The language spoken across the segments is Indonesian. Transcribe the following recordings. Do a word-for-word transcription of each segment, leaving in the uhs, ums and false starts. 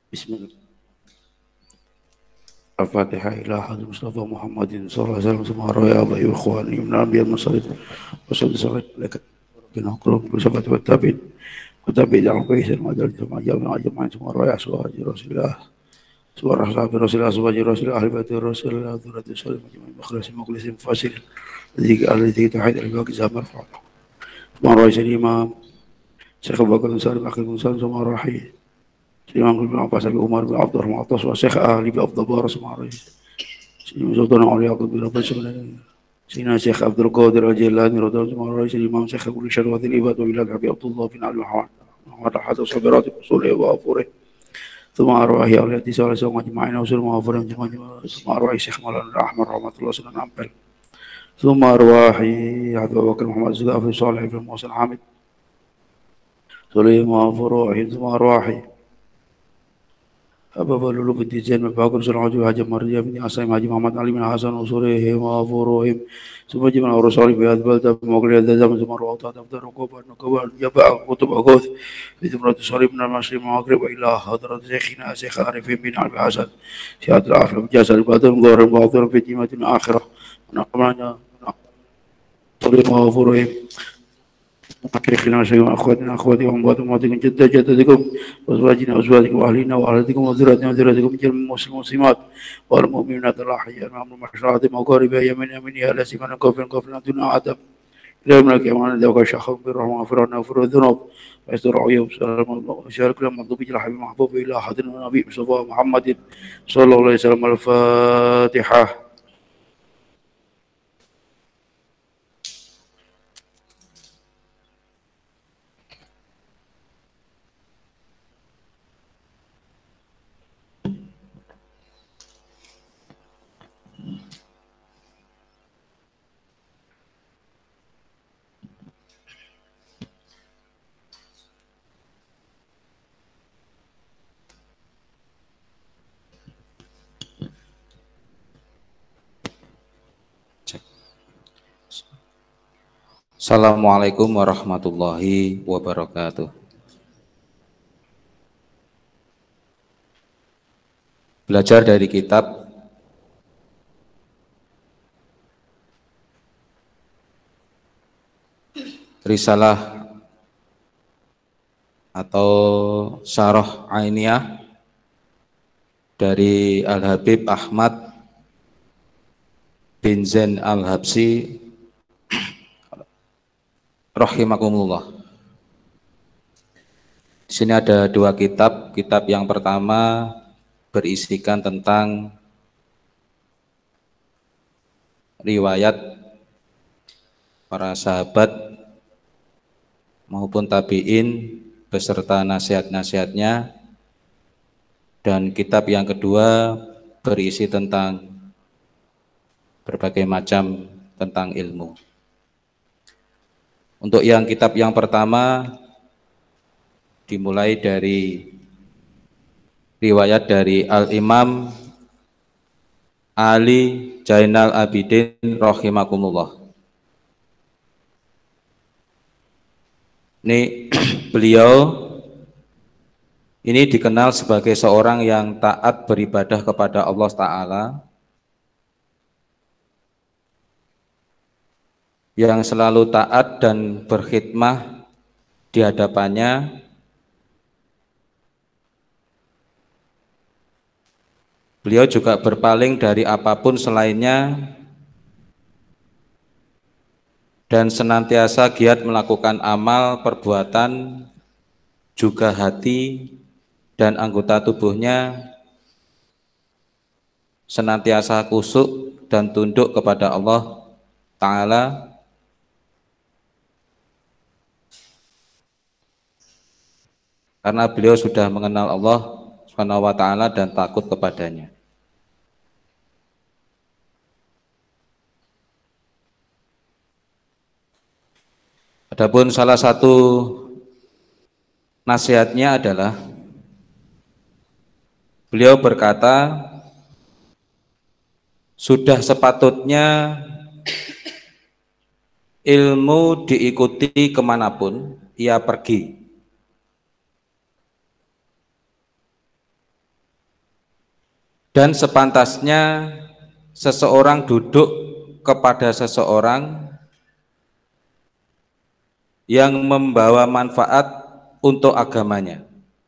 بسم الله. الفاتحة إلى حضرة المصطفى محمد صلى الله عليه وسلم. ثم يا أبي وإخواني من الأنبياء المرسلين وصلى صلاة لك ربنا كلهم بصفة والتابعين وتابعين دعوة كويس المدرسة ثم جميع أجمعين. ثم رأي أسواج رسول الله ثم أصحاب رسول الله أسواج رسول الله أهل بيت رسول الله ذرة السلام أجمعين مخلص مخلص فاصل الذي الذي تحيد الباقي زام مرفوع. ثم رئيس الإمام شيخ أبو بكر بن سالم أخي بن سالم. ثم رحي الإمام بن عباس بن عمر بن عبد الرحمن عطاس وشيخ أهلي بأفضل بارس. ثم رئيس سلطان علي عبد الله سيدنا شيخ عبد القادر الجيلاني رضي الله عنه. رئيس الإمام شيخ أبو الرشاد وذي الإباد وبلاد حبيب عبد الله بن علي محمد محمد أحد صبرات أصوله وأفوره. ثم أرواح أولاد تسعة سوى أجمعين وسلم وأفوره ثم أرواح الشيخ مولانا أحمد رحمة الله سنة أمبل. ثم أرواح عبد بكر محمد الزقافي صالح بن موسى حامد سليم وأفوره. ثم أرواح أبا بلولو بن زين بن باكر سلام عجب حاج مريم بن عاصم حاج محمد علي بن حسن وصورهم وفروهم. ثم جمع الرسول في هذا البلد مغرب هذا الزمن. ثم روضات أفضل ركوبا نكوبا جبع كتب أغوث في ثمرة صليب من المشرق المغرب إلى حضرة شيخنا شيخ عارف بن علي حسن شهادة العافية بجاسر البدر ظاهر باطن في ديمة آخرة ونقمنا صليم وفروهم. شيخنا شيخنا أخواتنا أخواتي وأموات أمواتكم جد جدتكم وأزواجنا أزواجكم وأهلنا وأهلتكم وذريتنا وذريتكم جميع المسلمات والمؤمنات الأحياء من المشرعة مغاربها يمن يمنها لا سيما كفر كفر دون عدم إلى الملك يمان ذوق الشخص بالرحمة وفرنا وفر الذنوب ويستر عيوب وشارك لهم مطلوب الحبيب محبوب إلى أحد النبي مصطفى محمد صلى الله عليه وسلم. الفاتحة. Assalamualaikum warahmatullahi wabarakatuh. Belajar dari kitab Risalah atau Syarah Ainiyah dari Al-Habib Ahmad bin Zain Al-Habsyi rahimakumullah. Di sini ada dua kitab. Kitab yang pertama berisikan tentang riwayat para sahabat maupun tabi'in beserta nasihat-nasihatnya, dan kitab yang kedua berisi tentang berbagai macam tentang ilmu. Untuk yang kitab yang pertama dimulai dari riwayat dari Al-Imam Ali Zainal Abidin rahimakumullah. Ini beliau ini dikenal sebagai seorang yang taat beribadah kepada Allah Ta'ala, yang selalu taat dan berkhidmah di hadapannya. Beliau juga berpaling dari apapun selainnya dan senantiasa giat melakukan amal, perbuatan, juga hati dan anggota tubuhnya senantiasa khusyuk dan tunduk kepada Allah Ta'ala, karena beliau sudah mengenal Allah Subhanahu wa Ta'ala dan takut kepadanya. Adapun salah satu nasihatnya adalah beliau berkata, sudah sepatutnya ilmu diikuti kemanapun ia pergi. Dan sepantasnya seseorang duduk kepada seseorang yang membawa manfaat untuk agamanya.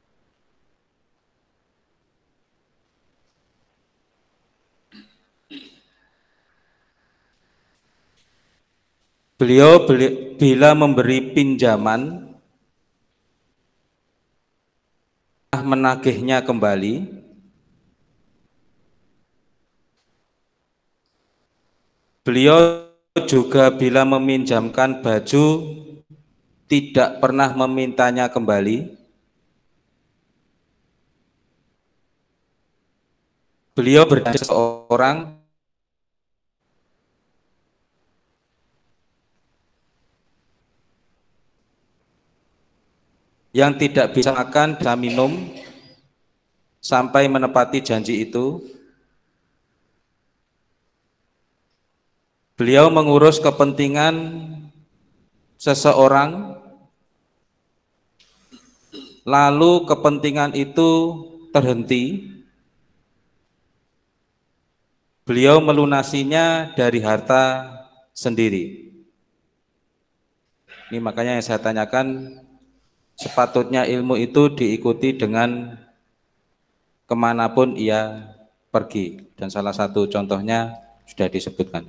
Beliau bila memberi pinjaman, menagihnya kembali, beliau juga bila meminjamkan baju tidak pernah memintanya kembali. Beliau berjanji seorang yang tidak bisa makan dan minum sampai menepati janji itu. Beliau mengurus kepentingan seseorang, lalu kepentingan itu terhenti. Beliau melunasinya dari harta sendiri. Ini makanya yang saya tanyakan, sepatutnya ilmu itu diikuti dengan kemanapun ia pergi. Dan salah satu contohnya sudah disebutkan.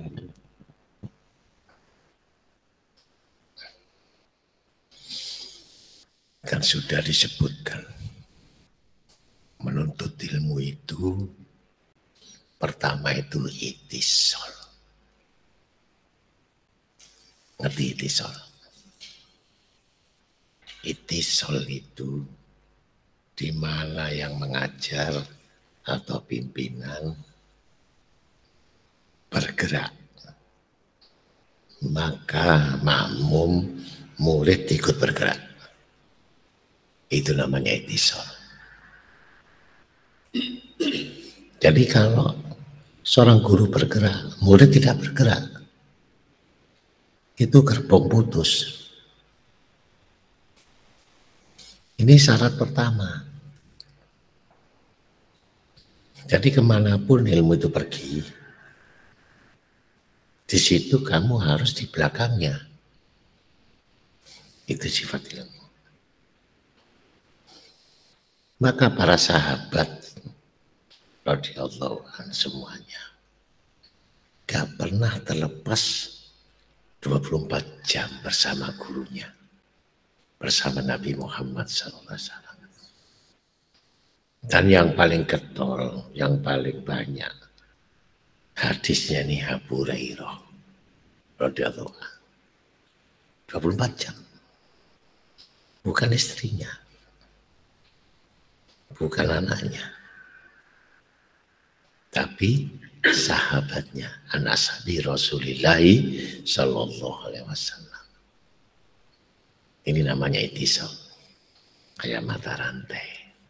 Kan sudah disebutkan, menuntut ilmu itu pertama itu itisol. Ngerti itisol? Itisol itu di mana yang mengajar atau pimpinan bergerak, maka makmum murid ikut bergerak. Itu namanya itisol. Jadi kalau seorang guru bergerak, murid tidak bergerak, itu gerbong putus. Ini syarat pertama. Jadi kemanapun ilmu itu pergi, di situ kamu harus di belakangnya. Itu sifat ilmu. Maka para sahabat radhiyallahu anhum semuanya gak pernah terlepas dua puluh empat jam bersama gurunya, bersama Nabi Muhammad shallallahu alaihi wasallam. Dan yang paling getol, yang paling banyak hadisnya nih Abu Hurairah radhiyallahu anhu, dua puluh empat jam. Bukan istrinya, bukan anaknya, tapi sahabatnya, anak sahabi Rasulullah Sallallahu Alaihi Wasallam. Ini namanya itisal, kayak mata rantai.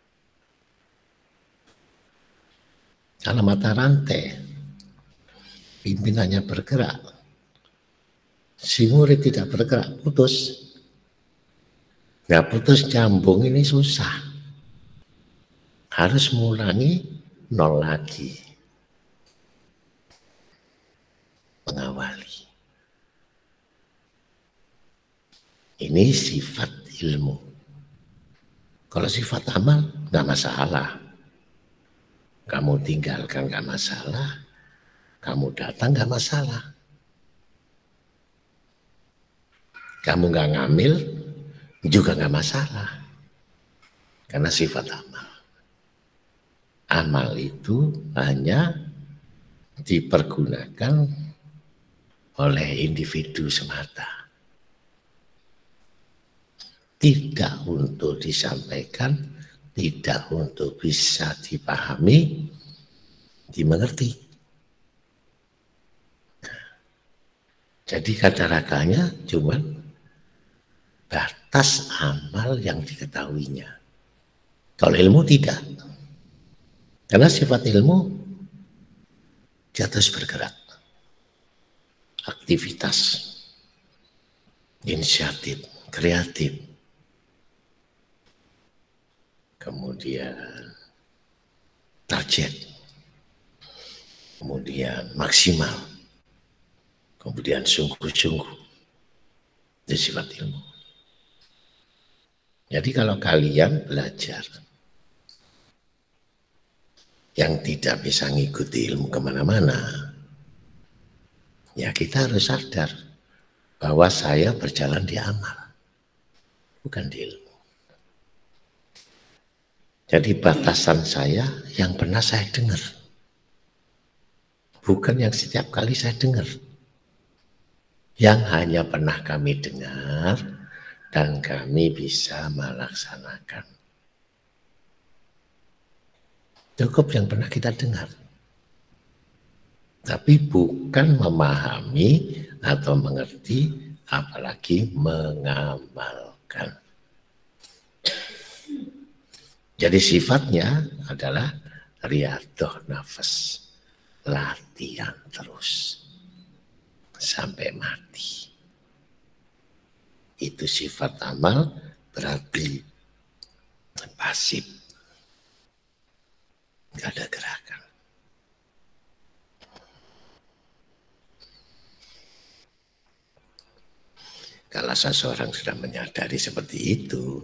Kalau mata rantai, pimpinannya bergerak, si murid tidak bergerak, putus. Nggak putus nyambung ini susah. Harus mengulangi nol lagi. Mengawali. Ini sifat ilmu. Kalau sifat amal nggak masalah. Kamu tinggalkan nggak masalah. Kamu datang nggak masalah. Kamu nggak ngambil juga nggak masalah. Karena sifat amal. Amal itu hanya dipergunakan oleh individu semata. Tidak untuk disampaikan, tidak untuk bisa dipahami, dimengerti. Jadi kadar-kadarnya cuman batas amal yang diketahuinya. Kalau ilmu tidak. Karena sifat ilmu dia terus bergerak. Aktivitas, inisiatif, kreatif. Kemudian target, kemudian maksimal, kemudian sungguh-sungguh. Itu sifat ilmu. Jadi kalau kalian belajar yang tidak bisa ngikuti ilmu kemana-mana, ya kita harus sadar bahwa saya berjalan di amal, bukan di ilmu. Jadi batasan saya yang pernah saya dengar, bukan yang setiap kali saya dengar. Yang hanya pernah kami dengar dan kami bisa melaksanakan. Cukup yang pernah kita dengar. Tapi bukan memahami atau mengerti, apalagi mengamalkan. Jadi sifatnya adalah riyadhah nafas, latihan terus sampai mati. Itu sifat amal berarti pasif, nggak ada gerakan. Kalau seseorang sudah menyadari seperti itu,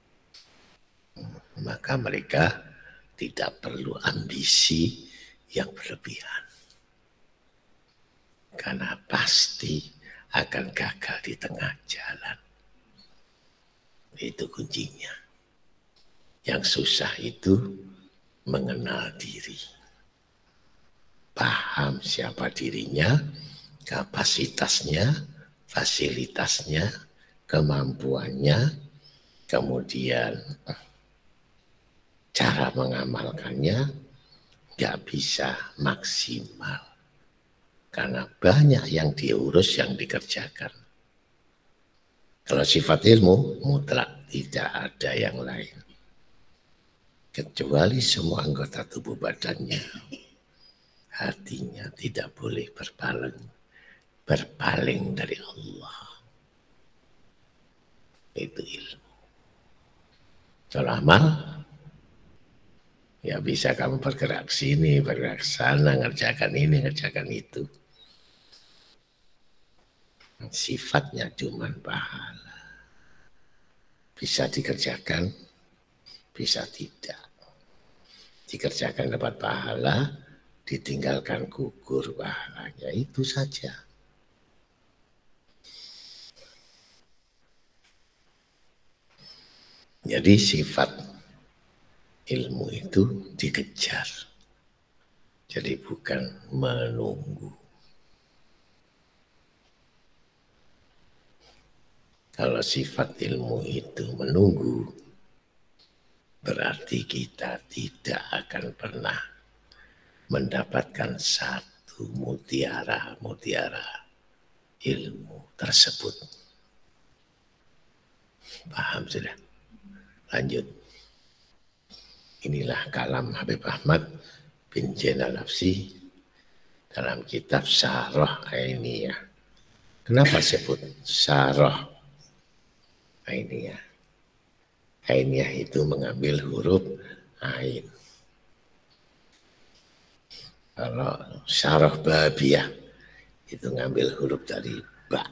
maka mereka tidak perlu ambisi yang berlebihan. Karena pasti akan gagal di tengah jalan. Itu kuncinya. Yang susah itu mengenal diri. Paham siapa dirinya, kapasitasnya, fasilitasnya, kemampuannya, kemudian cara mengamalkannya nggak bisa maksimal. Karena banyak yang diurus, yang dikerjakan. Kalau sifat ilmu, mutlak tidak ada yang lain. Kecuali semua anggota tubuh badannya. Hatinya tidak boleh berpaling. Berpaling dari Allah. Itu ilmu. Kalau amal, ya bisa kamu bergerak sini, bergerak sana, ngerjakan ini, ngerjakan itu. Sifatnya cuma pahala. Bisa dikerjakan, bisa tidak. Dikerjakan dapat pahala, ditinggalkan gugur pahalanya, itu saja. Jadi sifat ilmu itu dikejar. Jadi bukan menunggu. Kalau sifat ilmu itu menunggu, berarti kita tidak akan pernah mendapatkan satu mutiara-mutiara ilmu tersebut. Paham sudah? Lanjut. Inilah kalam Habib Ahmad bin Zainal Labsi dalam kitab Syarah Ainiyah. Kenapa sebut Syarah Ainiyah? Ainiyah itu mengambil huruf Ain. Kalau Syarah Babiyah itu ngambil huruf dari Ba.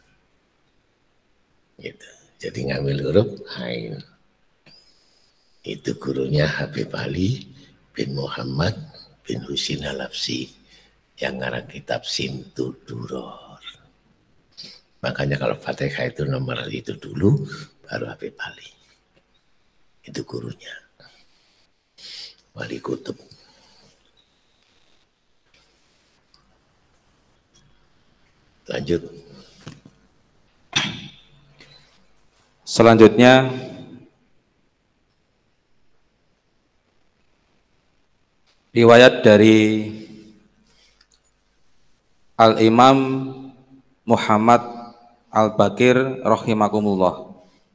Gitu. Jadi ngambil huruf Ain. Itu gurunya Habib Ali bin Muhammad bin Husin Al-Labsi yang ngarang kitab Simtud Duror. Makanya kalau Fatihah itu nomor itu dulu, baru Habib Ali. Itu gurunya. Wali Kutub. Lanjut. Selanjutnya riwayat dari Al-Imam Muhammad Al-Bakir rahimakumullah.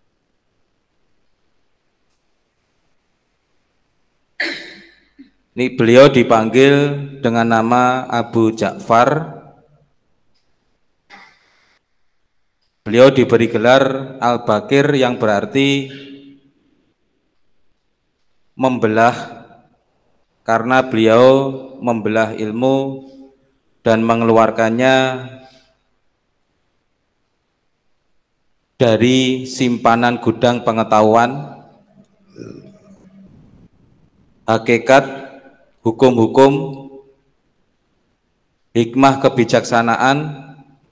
Ini beliau dipanggil dengan nama Abu Ja'far. Beliau diberi gelar Al-Bakir yang berarti membelah karena beliau membelah ilmu dan mengeluarkannya dari simpanan gudang pengetahuan, hakikat, hukum-hukum, hikmah kebijaksanaan,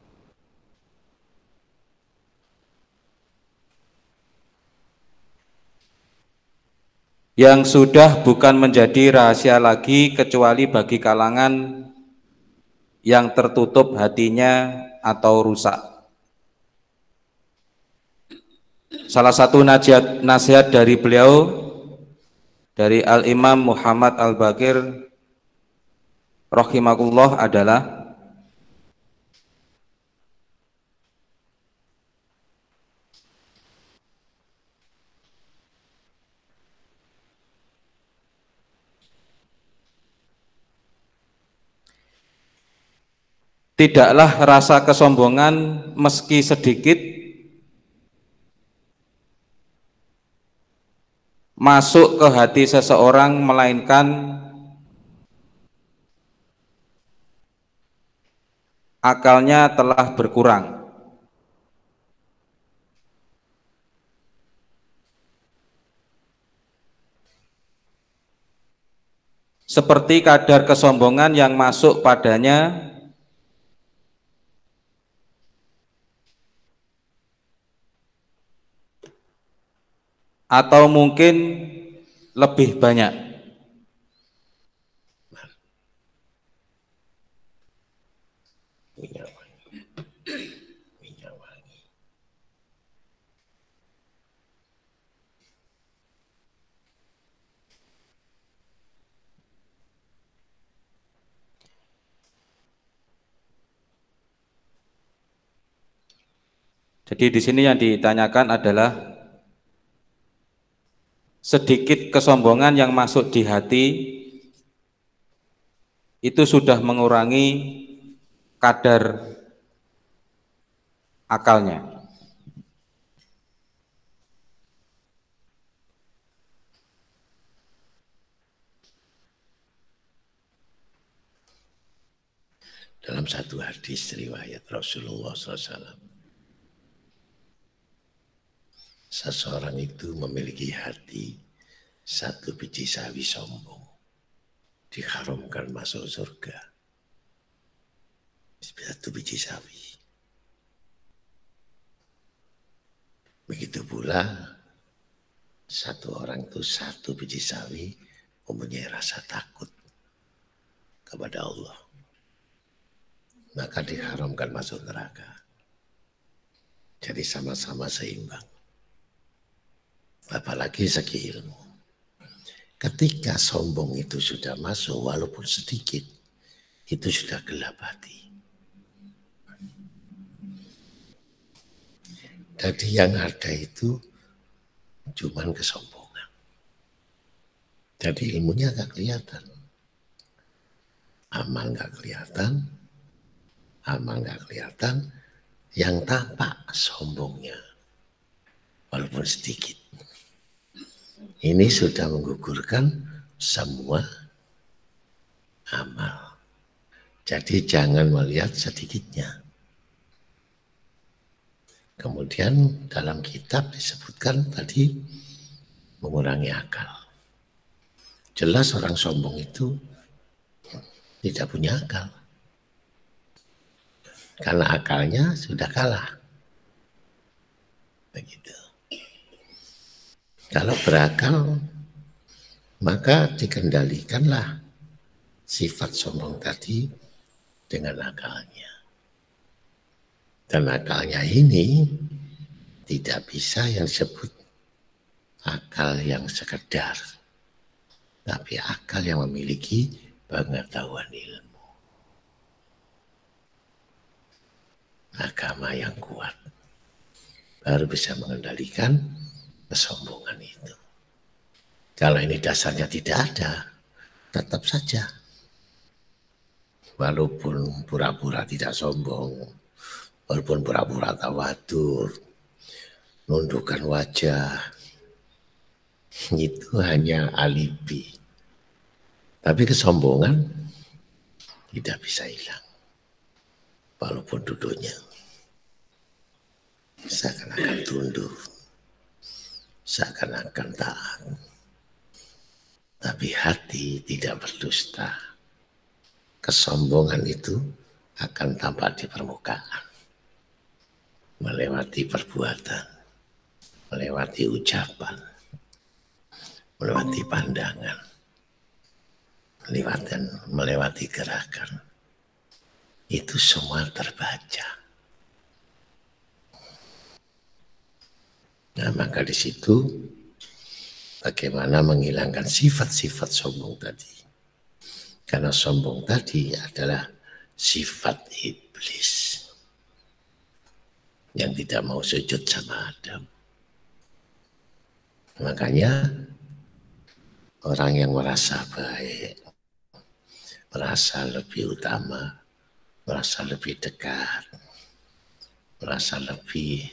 yang sudah bukan menjadi rahasia lagi kecuali bagi kalangan yang tertutup hatinya atau rusak. Salah satu nasihat, nasihat dari beliau, dari Al-Imam Muhammad Al-Baqir rahimahullah adalah tidaklah rasa kesombongan meski sedikit masuk ke hati seseorang, melainkan akalnya telah berkurang. Seperti kadar kesombongan yang masuk padanya atau mungkin lebih banyak. Minyak wangi. Minyak wangi. Jadi di sini yang ditanyakan adalah sedikit kesombongan yang masuk di hati itu sudah mengurangi kadar akalnya. Dalam satu hadis riwayat Rasulullah shallallahu alaihi wasallam, seseorang itu memiliki hati satu biji sawi sombong, diharamkan masuk surga. Satu biji sawi. Begitu pula satu orang itu satu biji sawi mempunyai rasa takut kepada Allah, maka diharamkan masuk neraka. Jadi sama-sama seimbang. Apalagi segi ilmu. Ketika sombong itu sudah masuk walaupun sedikit, itu sudah gelap hati. Jadi yang ada itu cuman kesombongan. Jadi ilmunya gak kelihatan. Amal gak kelihatan. Amal gak kelihatan. Yang tampak sombongnya. Walaupun sedikit. Ini sudah menggugurkan semua amal. Jadi jangan melihat sedikitnya. Kemudian dalam kitab disebutkan tadi mengurangi akal. Jelas orang sombong itu tidak punya akal. Karena akalnya sudah kalah. Begitu. Kalau berakal, maka dikendalikanlah sifat sombong tadi dengan akalnya. Dan akalnya ini tidak bisa yang disebut akal yang sekedar, tapi akal yang memiliki pengetahuan ilmu. Agama yang kuat baru bisa mengendalikan kesombongan itu. Kalau ini dasarnya tidak ada, tetap saja. Walaupun pura-pura tidak sombong, walaupun pura-pura tawadur, nundukkan wajah, itu hanya alibi. Tapi kesombongan tidak bisa hilang. Walaupun duduknya seakan-akan tunduk, seakan-akan taat. Tapi hati tidak berdusta. Kesombongan itu akan tampak di permukaan. Melewati perbuatan, melewati ucapan, melewati pandangan, melewati, melewati gerakan. Itu semua terbaca. Nah, maka di situ bagaimana menghilangkan sifat-sifat sombong tadi. Karena sombong tadi adalah sifat iblis yang tidak mau sujud sama Adam. Makanya orang yang merasa baik, merasa lebih utama, merasa lebih dekat, merasa lebih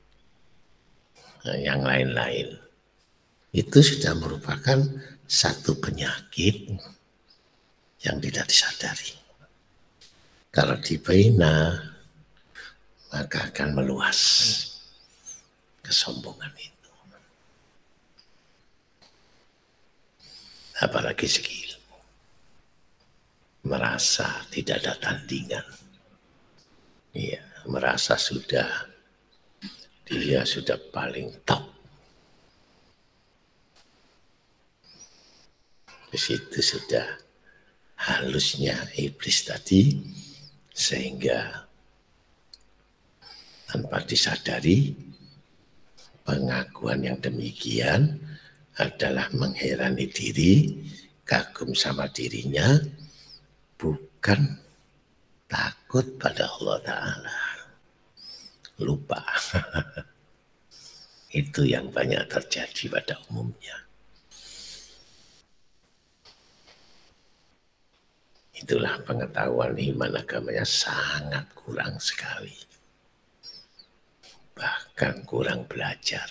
yang lain-lain, itu sudah merupakan satu penyakit yang tidak disadari. Kalau dibina, maka akan meluas kesombongan itu. Apalagi segi ilmu. Merasa tidak ada tandingan. Iya, merasa sudah, dia sudah paling top. Di situ sudah halusnya iblis tadi, sehingga tanpa disadari pengakuan yang demikian adalah mengherani diri, kagum sama dirinya, bukan takut pada Allah Ta'ala. Lupa. Itu yang banyak terjadi pada umumnya. Itulah pengetahuan iman agamanya sangat kurang sekali. Bahkan kurang belajar.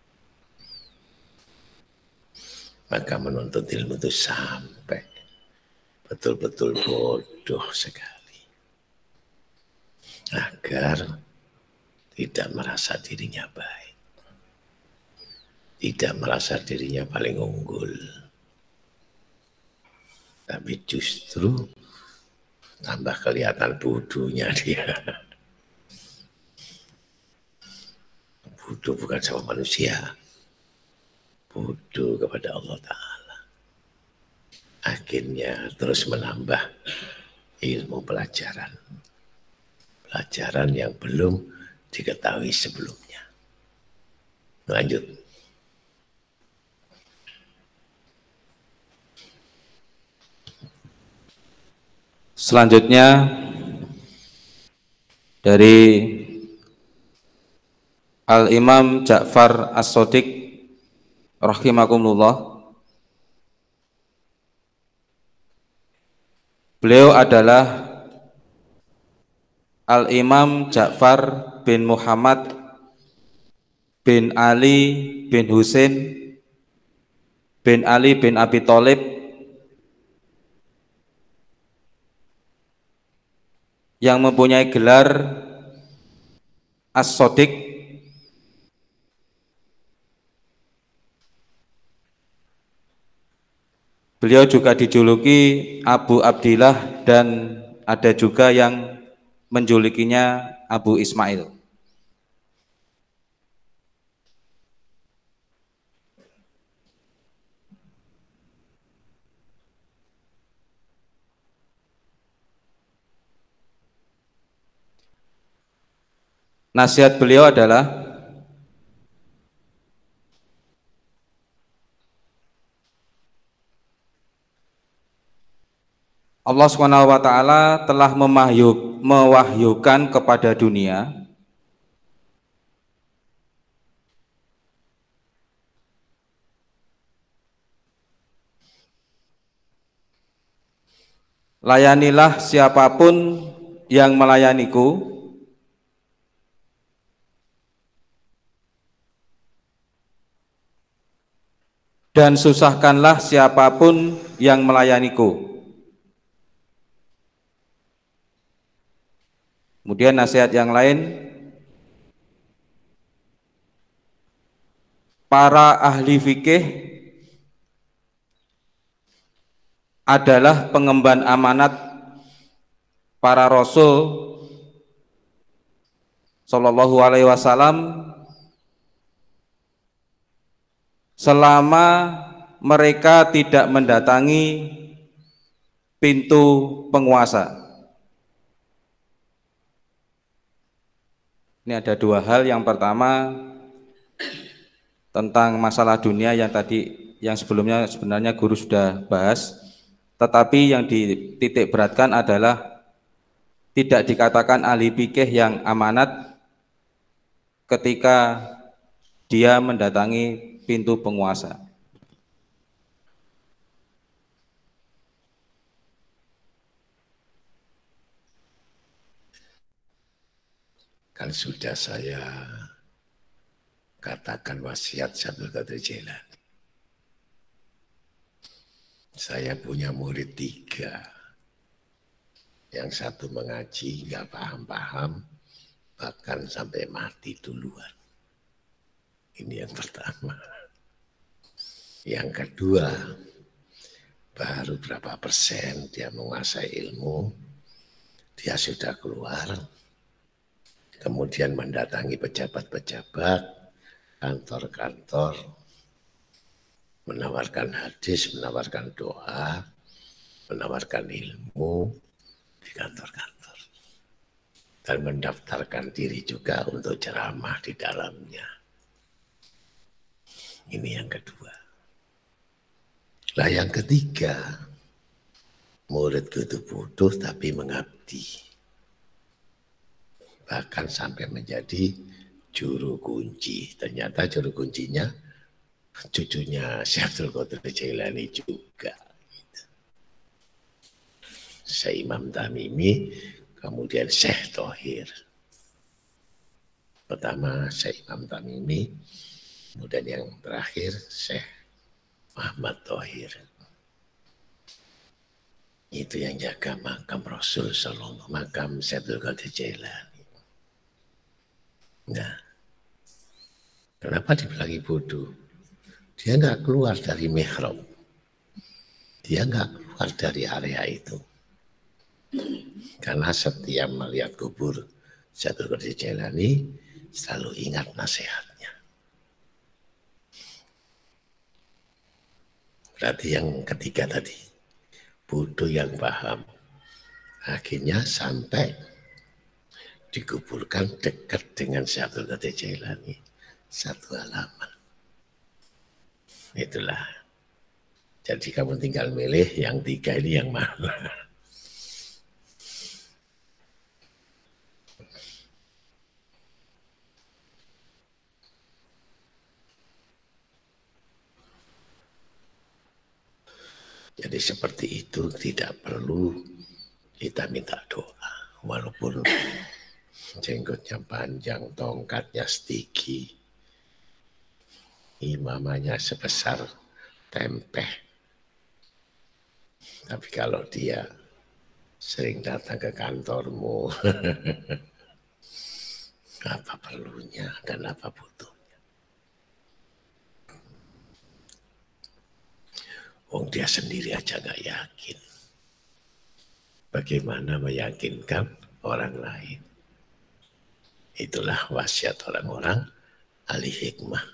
Maka menuntut ilmu itu sampai betul-betul bodoh sekali. Agar tidak merasa dirinya baik. Tidak merasa dirinya paling unggul. Tapi justru tambah kelihatan bodohnya dia. Bodoh bukan sama manusia. Bodoh kepada Allah Ta'ala. Akhirnya terus menambah ilmu pelajaran. Pelajaran yang belum diketahui sebelumnya. Lanjut. Selanjutnya dari Al-Imam Ja'far As-Shadiq rahimakumullah. Beliau adalah Al-Imam Ja'far bin Muhammad bin Ali bin Husain bin Ali bin Abi Thalib yang mempunyai gelar As-Shadiq. Beliau juga dijuluki Abu Abdillah dan ada juga yang menjulukinya Abu Ismail. Nasihat beliau adalah Allah subhanahu wa taala telah memahyuk, mewahyukan kepada dunia layanilah siapapun yang melayaniku, dan susahkanlah siapapun yang melayaniku. Kemudian nasihat yang lain, para ahli fikih adalah pengemban amanat para rasul sallallahu alaihi wasallam selama mereka tidak mendatangi pintu penguasa. Ini ada dua hal. Yang pertama tentang masalah dunia yang tadi, yang sebelumnya sebenarnya guru sudah bahas, tetapi yang dititik beratkan adalah tidak dikatakan ahli fikih yang amanat ketika dia mendatangi pintu penguasa. Kan sudah saya katakan wasiat Syaikhul Qadir Jailani. Saya punya murid tiga. Yang satu mengaji, nggak paham-paham, bahkan sampai mati duluan. Ini yang pertama. Yang kedua, baru berapa persen dia menguasai ilmu, dia sudah keluar, kemudian mendatangi pejabat-pejabat, kantor-kantor, menawarkan hadis, menawarkan doa, menawarkan ilmu di kantor-kantor, dan mendaftarkan diri juga untuk ceramah di dalamnya. Ini yang kedua. Nah, yang ketiga, muridku itu bodoh tapi mengabdi. Bahkan sampai menjadi juru kunci. Ternyata juru kuncinya cucunya Syaikhul Qadir Jailani juga. Syekh Imam Tamimi, kemudian Syekh Thohir. Pertama Syekh Imam Tamimi, kemudian yang terakhir Syekh Muhammad Thohir. Itu yang jaga makam Rasul Sallallahu, makam Syaikhul Qadir Jailani. Nah, kenapa dibilang bodoh? Dia nggak keluar dari mihrab, dia nggak keluar dari area itu, karena setiap melihat kubur Syaikhul Qadir Jailani selalu ingat nasihatnya. Berarti yang ketiga tadi, bodoh yang paham, akhirnya sampai dikuburkan dekat dengan Syaikhul Qadir Jailani, satu halaman. Itulah. Jadi kamu tinggal milih yang tiga ini yang mana. Jadi seperti itu, tidak perlu kita minta doa. Walaupun jenggotnya panjang, tongkatnya setigi, imamanya sebesar tempeh. Tapi kalau dia sering datang ke kantormu, apa perlunya dan apa butuhnya? Wong dia sendiri aja nggak yakin. Bagaimana meyakinkan orang lain? Itulah wasiat orang-orang ahli hikmah.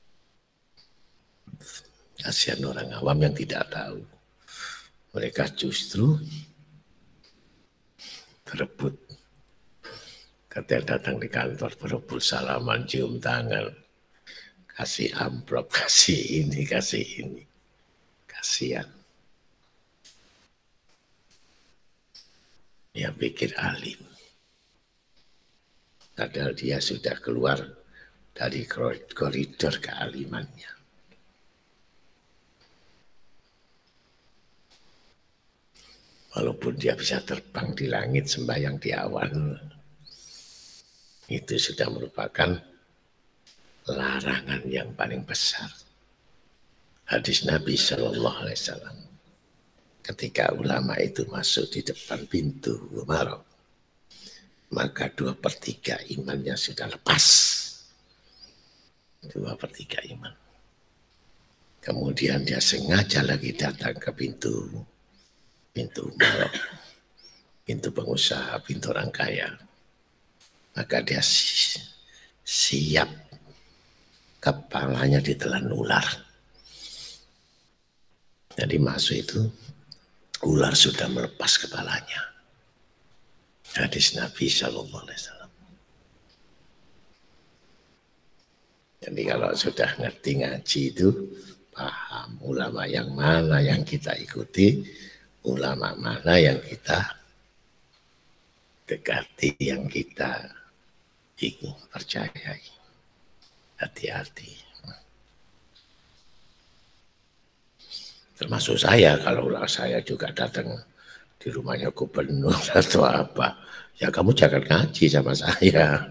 Kasihan orang awam yang tidak tahu. Mereka justru berebut. Ketika datang di kantor berebut salaman, cium tangan, kasih amplop, kasih ini, kasih ini. Kasihan. Dia pikir alim. Padahal dia sudah keluar dari koridor kealimannya. Walaupun dia bisa terbang di langit, sembahyang di awan, itu sudah merupakan larangan yang paling besar. Hadis Nabi Shallallahu Alaihi Wasallam. Ketika ulama itu masuk di depan pintu Umar, maka dua per tiga imannya sudah lepas. Dua per tiga iman. Kemudian dia sengaja lagi datang ke pintu pintu Umar, pintu pengusaha, pintu orang kaya. Maka dia siap kepalanya ditelan ular. Jadi masuk itu ular sudah melepas kepalanya. Hadis Nabi Shallallahu Alaihi Wasallam. Jadi kalau sudah ngerti ngaji itu, paham ulama yang mana yang kita ikuti, ulama mana yang kita dekati, yang kita ingin percayai. Hati-hati. Termasuk saya, kalau saya juga datang di rumahnya gubernur atau apa, ya kamu jangan ngaji sama saya.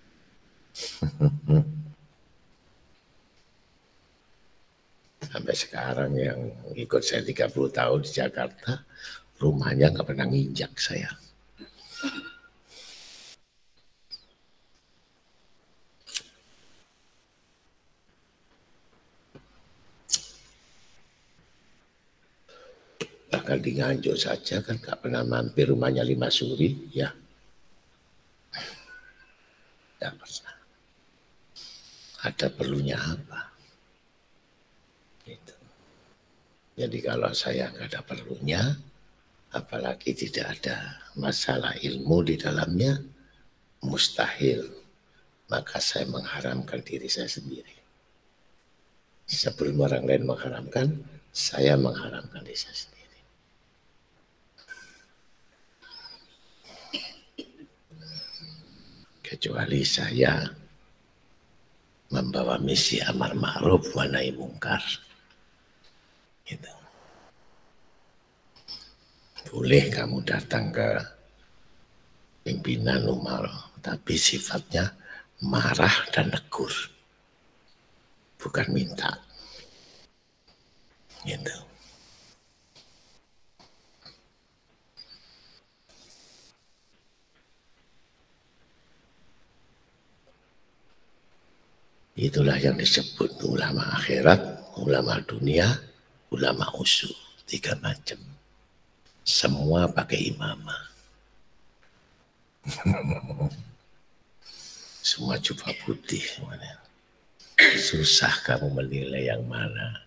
Sampai sekarang yang ikut saya tiga puluh tahun di Jakarta, rumahnya nggak pernah nginjak saya. Bahkan di Nganjuk saja kan nggak pernah mampir rumahnya Lima Suri, ya. Nggak pernah. Ada perlunya apa? Gitu. Jadi kalau saya nggak ada perlunya, apalagi tidak ada masalah ilmu di dalamnya, mustahil. Maka saya mengharamkan diri saya sendiri. Sebelum orang lain mengharamkan, saya mengharamkan diri saya sendiri. Kecuali saya membawa misi amar ma'ruf wa nahi mungkar. Gitu. Boleh kamu datang ke pimpinan Umar, tapi sifatnya marah dan negur, bukan minta. Gitu. Itulah yang disebut ulama akhirat, ulama dunia, ulama usul. Tiga macam. Semua pakai imamah. Semua jubah putih. Susah kamu menilai yang mana.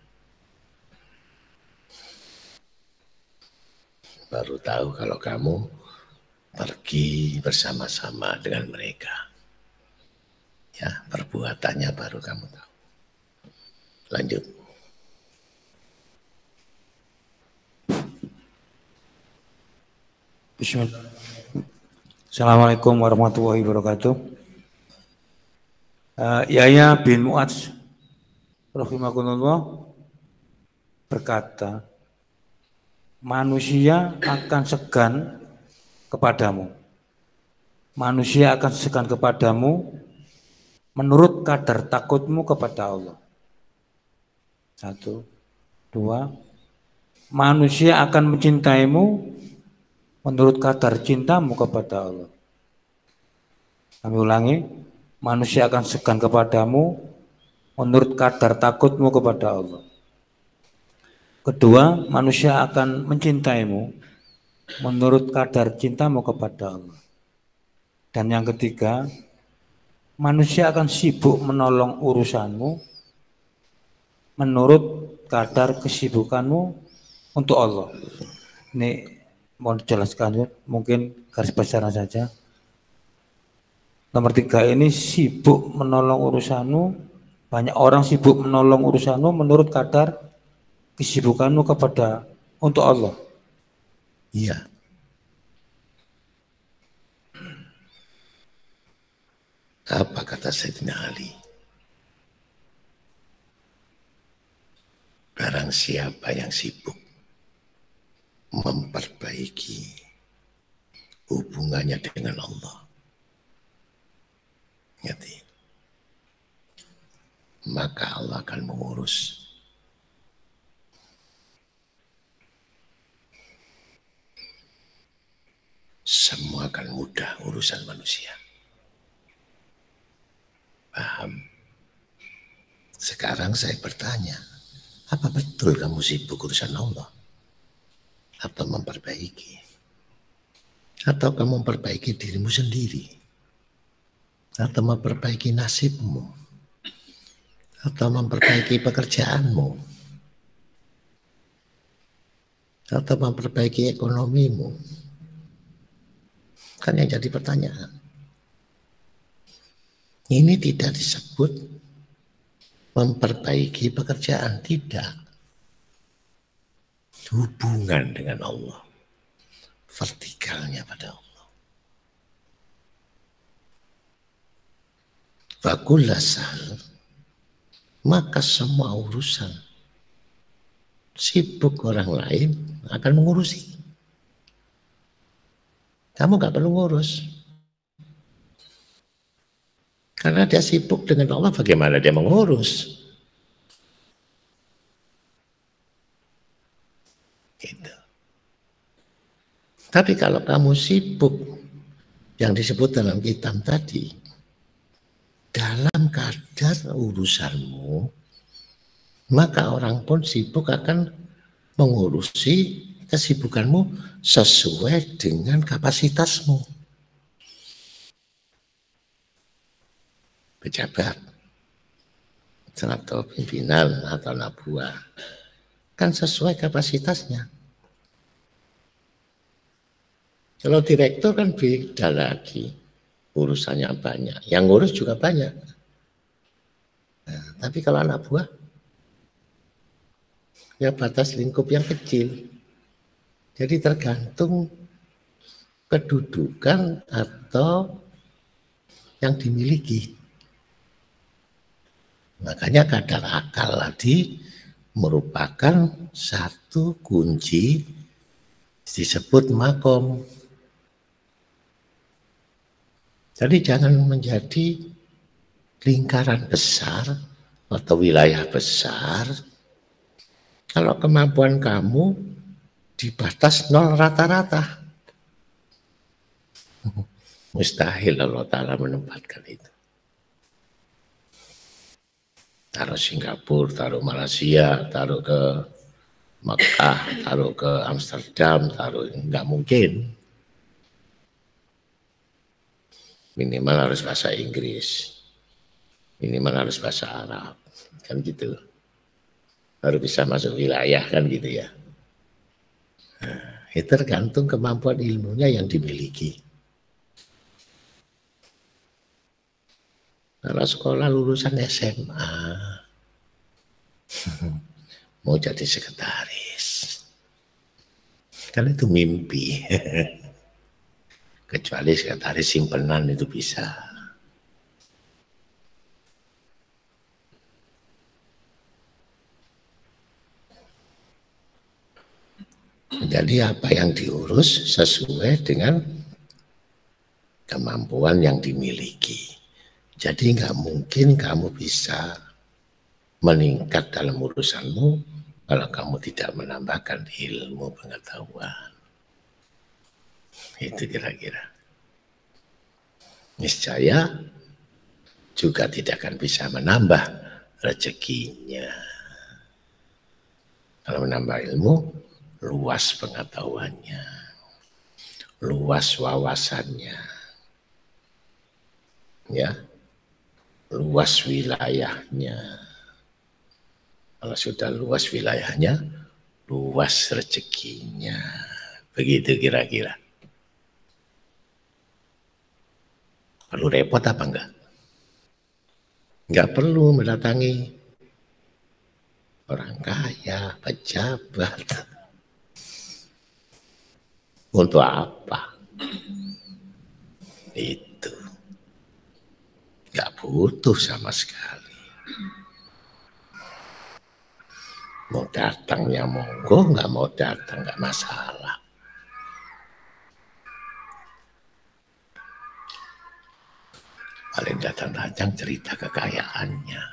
Baru tahu kalau kamu pergi bersama-sama dengan mereka. Ya, perbuatannya baru kamu tahu. Lanjut. Bismillah. Assalamualaikum warahmatullahi wabarakatuh. Uh, Yahya bin Mu'adz rahimahullah berkata, manusia akan segan kepadamu. Manusia akan segan kepadamu menurut kadar takutmu kepada Allah. Satu, dua, manusia akan mencintaimu menurut kadar cintamu kepada Allah. Kami ulangi, manusia akan segan kepadamu menurut kadar takutmu kepada Allah. Kedua, manusia akan mencintaimu menurut kadar cintamu kepada Allah. Dan yang ketiga, manusia akan sibuk menolong urusanmu menurut kadar kesibukanmu untuk Allah. Ini mau dijelaskan, mungkin garis besarnya saja. Nomor tiga ini sibuk menolong urusanmu, banyak orang sibuk menolong urusanmu menurut kadar kesibukanmu kepada untuk Allah. Iya. Apa kata Sayyidina Ali? Barang siapa yang sibuk memperbaiki hubungannya dengan Allah, ngerti? Maka Allah akan mengurus semua akan mudah urusan manusia. Paham? Sekarang saya bertanya, apa betul kamu sibuk urusan Allah? Atau memperbaiki? Atau kamu memperbaiki dirimu sendiri? Atau memperbaiki nasibmu? Atau memperbaiki pekerjaanmu? Atau memperbaiki ekonomimu? Kan yang jadi pertanyaan. Ini tidak disebut memperbaiki pekerjaan, tidak. Hubungan dengan Allah, vertikalnya pada Allah. Fakulasal, maka semua urusan sibuk orang lain akan mengurusi. Kamu gak perlu ngurus. Karena dia sibuk dengan Allah, bagaimana dia mengurus? Gitu. Tapi kalau kamu sibuk, yang disebut dalam kitab tadi, dalam kadar urusanmu, maka orang pun sibuk akan mengurusi kesibukanmu sesuai dengan kapasitasmu. Pejabat atau pimpinan atau anak buah kan sesuai kapasitasnya. Kalau direktur kan beda lagi, urusannya banyak, yang ngurus juga banyak. Nah, tapi kalau anak buah ya batas lingkup yang kecil. Jadi tergantung kedudukan atau yang dimiliki. Makanya kadar akal tadi merupakan satu kunci disebut makom. Jadi jangan menjadi lingkaran besar atau wilayah besar kalau kemampuan kamu di batas nol rata-rata. Mustahil Allah Ta'ala menempatkan itu. Taruh Singapura, taruh Malaysia, taruh ke Mekah, taruh ke Amsterdam, taruh nggak mungkin. Minimal harus bahasa Inggris, minimal harus bahasa Arab, kan gitu. Baru bisa masuk wilayah kan gitu ya. Nah, itu tergantung kemampuan ilmunya yang dimiliki. Kalau sekolah lulusan S M A, mau jadi sekretaris, kan itu mimpi. Kecuali sekretaris simpenan itu bisa. Jadi apa yang diurus sesuai dengan kemampuan yang dimiliki. Jadi nggak mungkin kamu bisa meningkat dalam urusanmu kalau kamu tidak menambahkan ilmu pengetahuan. Itu kira-kira. Niscaya juga tidak akan bisa menambah rezekinya. Kalau menambah ilmu, luas pengetahuannya, luas wawasannya, ya. Luas wilayahnya. Kalau sudah luas wilayahnya, luas rezekinya. Begitu kira-kira. Perlu repot apa enggak? Enggak perlu mendatangi orang kaya, pejabat. Untuk apa? Itu. Gak butuh sama sekali. Mau datangnya monggo, nggak mau datang nggak masalah. Paling datang-datang cerita kekayaannya.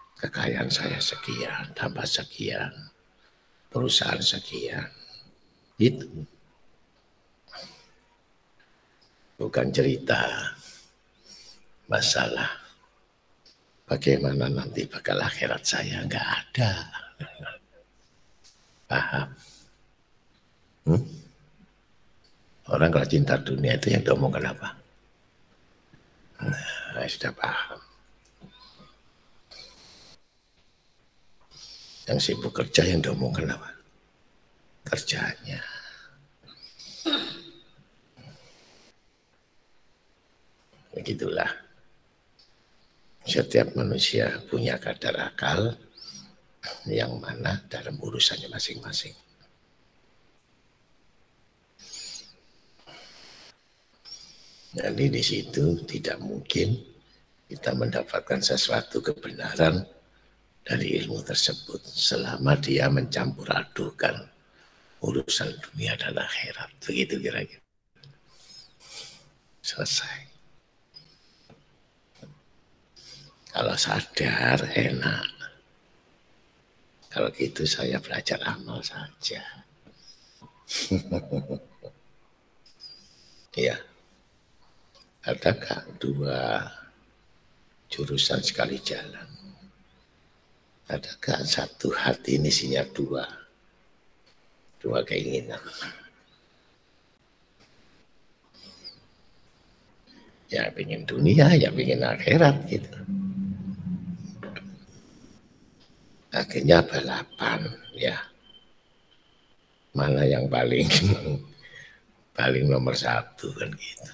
Kekayaan saya sekian, tambah sekian, perusahaan sekian. Itu bukan cerita masalah bagaimana nanti bakal akhirat saya, nggak ada. Paham? Hmm? Orang kalau cinta dunia itu yang diomongkan apa? Nah, sudah paham. Yang sibuk kerja yang diomongkan apa? Kerjanya. Begitulah. Setiap manusia punya kadar akal yang mana dalam urusannya masing-masing. Jadi di situ tidak mungkin kita mendapatkan sesuatu kebenaran dari ilmu tersebut selama dia mencampur adukan urusan dunia dan akhirat. Begitu kira-kira. Selesai. Kalau sadar enak. Kalau gitu saya belajar amal saja. Ya. Adakah dua jurusan sekali jalan? Adakah satu hati ini isinya dua? Dua keinginan. Ya pengen dunia, ya pengen akhirat gitu. Akhirnya balapan ya. Mana yang paling paling nomor satu kan gitu.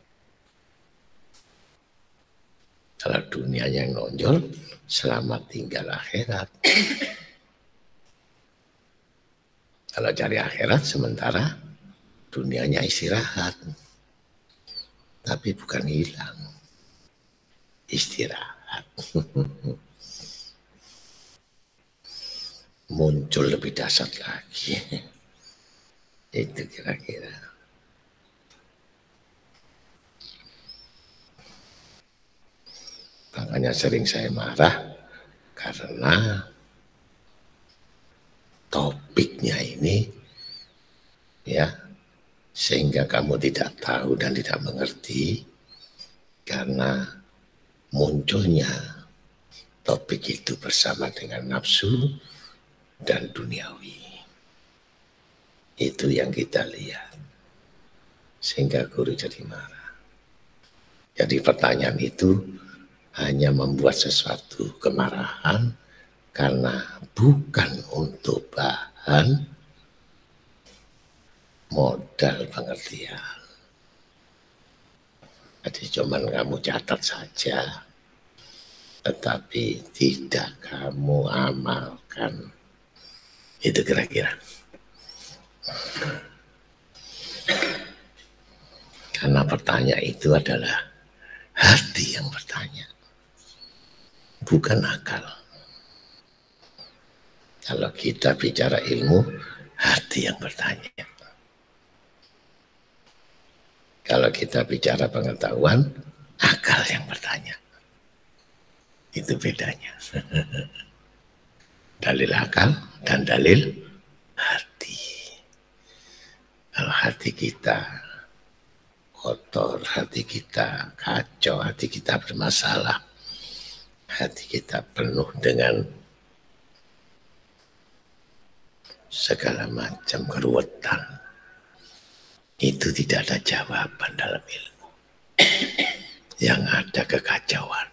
Kalau dunia yang nonjol, selamat tinggal akhirat. Kalau cari akhirat sementara dunianya istirahat. Tapi bukan hilang. Istirahat. Muncul lebih dahsyat lagi. Itu kira-kira. Makanya sering saya marah karena topiknya ini ya sehingga kamu tidak tahu dan tidak mengerti karena munculnya topik itu bersama dengan nafsu dan duniawi. Itu yang kita lihat sehingga guru jadi marah. Jadi pertanyaan itu hanya membuat sesuatu kemarahan karena bukan untuk bahan modal pengertian. Jadi cuman kamu catat saja, tetapi tidak kamu amalkan. Itu kira-kira. Karena pertanyaan itu adalah hati yang bertanya. Bukan akal. Kalau kita bicara ilmu, hati yang bertanya. Kalau kita bicara pengetahuan, akal yang bertanya. Itu bedanya. Dalil akal dan dalil hati. Kalau hati kita kotor, hati kita kacau, hati kita bermasalah, hati kita penuh dengan segala macam keruwetan, itu tidak ada jawaban dalam ilmu. Yang ada kekacauan.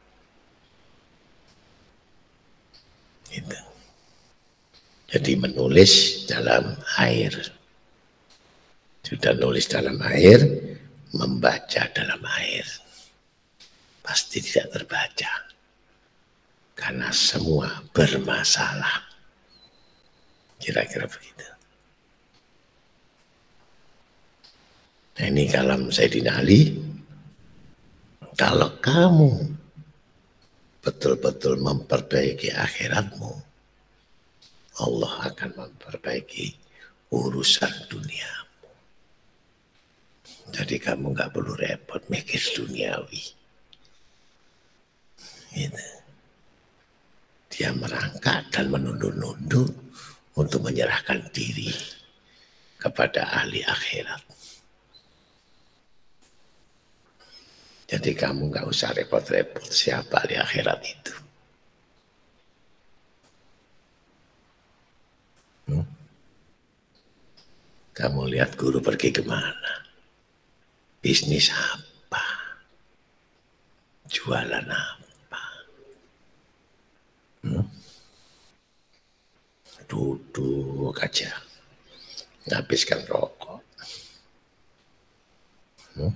Itu. Jadi menulis dalam air. Sudah nulis dalam air, membaca dalam air. Pasti tidak terbaca. Karena semua bermasalah. Kira-kira begitu. Nah ini kalam Sayyidina Ali. Kalau kamu betul-betul memperbaiki akhiratmu, Allah akan memperbaiki urusan duniamu. Jadi kamu nggak perlu repot mikir duniawi. Gitu. Dia merangkak dan menunduk-nunduk untuk menyerahkan diri kepada ahli akhirat. Jadi kamu nggak usah repot-repot siapa ahli akhirat itu. Hmm? Kamu lihat guru pergi kemana? Bisnis apa? Jualan apa? Hmm? Duduk aja, nghabiskan rokok. Hmm?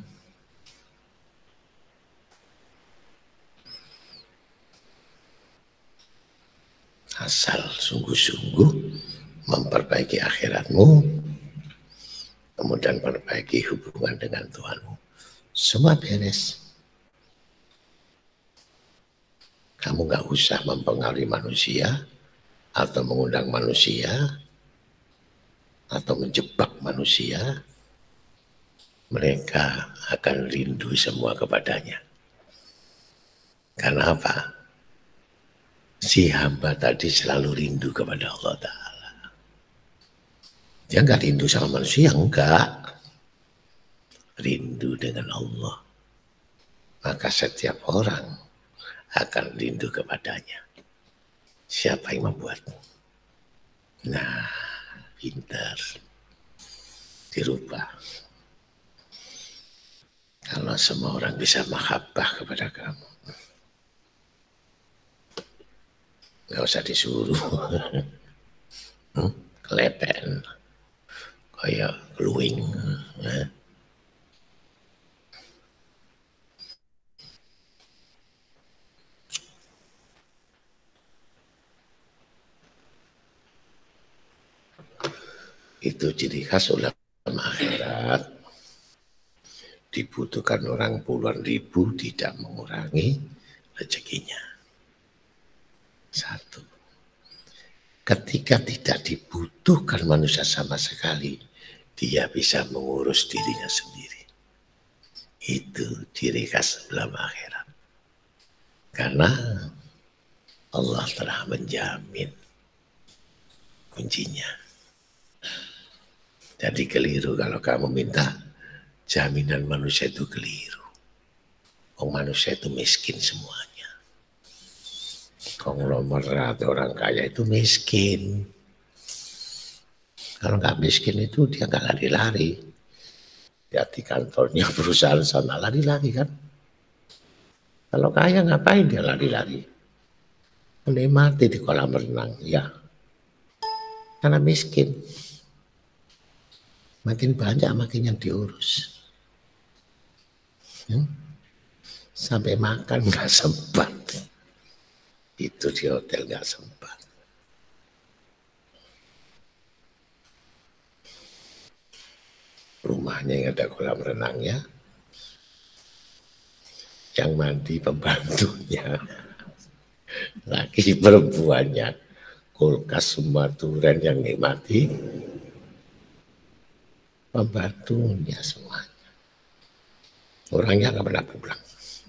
Asal sungguh-sungguh memperbaiki akhiratmu, kemudian memperbaiki hubungan dengan Tuhanmu, semua beres. Kamu nggak usah mempengaruhi manusia, atau mengundang manusia, atau menjebak manusia. Mereka akan rindu semua kepadanya. Karena apa? Si hamba tadi selalu rindu kepada Allah Ta'ala. Dia nggak rindu sama manusia, enggak. Rindu dengan Allah. Maka setiap orang akan rindu kepadanya. Siapa yang membuat? Nah, pintar. Dirubah. Kalau semua orang bisa mahabbah kepada kamu, nggak usah disuruh. hmm? Kelepen. Kayak keluing. Nah. Itu ciri khas ulama akhirat. Dibutuhkan orang puluhan ribu, tidak mengurangi rezekinya. Satu. Ketika tidak dibutuhkan manusia sama sekali, dia bisa mengurus dirinya sendiri. Itu ciri khas ulama akhirat. Karena Allah telah menjamin kuncinya. Jadi keliru kalau kamu minta jaminan manusia, itu keliru. Oh, manusia itu miskin semuanya. Konglomerat orang kaya itu miskin. Kalau nggak miskin itu dia nggak lari-lari. Dia di kantornya perusahaan sana lari-lari kan. Kalau kaya ngapain dia lari-lari? Menikmati di kolam renang, ya. Karena miskin. Makin banyak makin yang diurus. Hmm? Sampai makan nggak sempat. Itu di hotel nggak sempat. Rumahnya yang ada kolam renangnya, yang mandi pembantunya, laki perempuannya, kulkas semua duren yang nikmati, pembantunya semuanya. Orangnya nggak pernah pulang.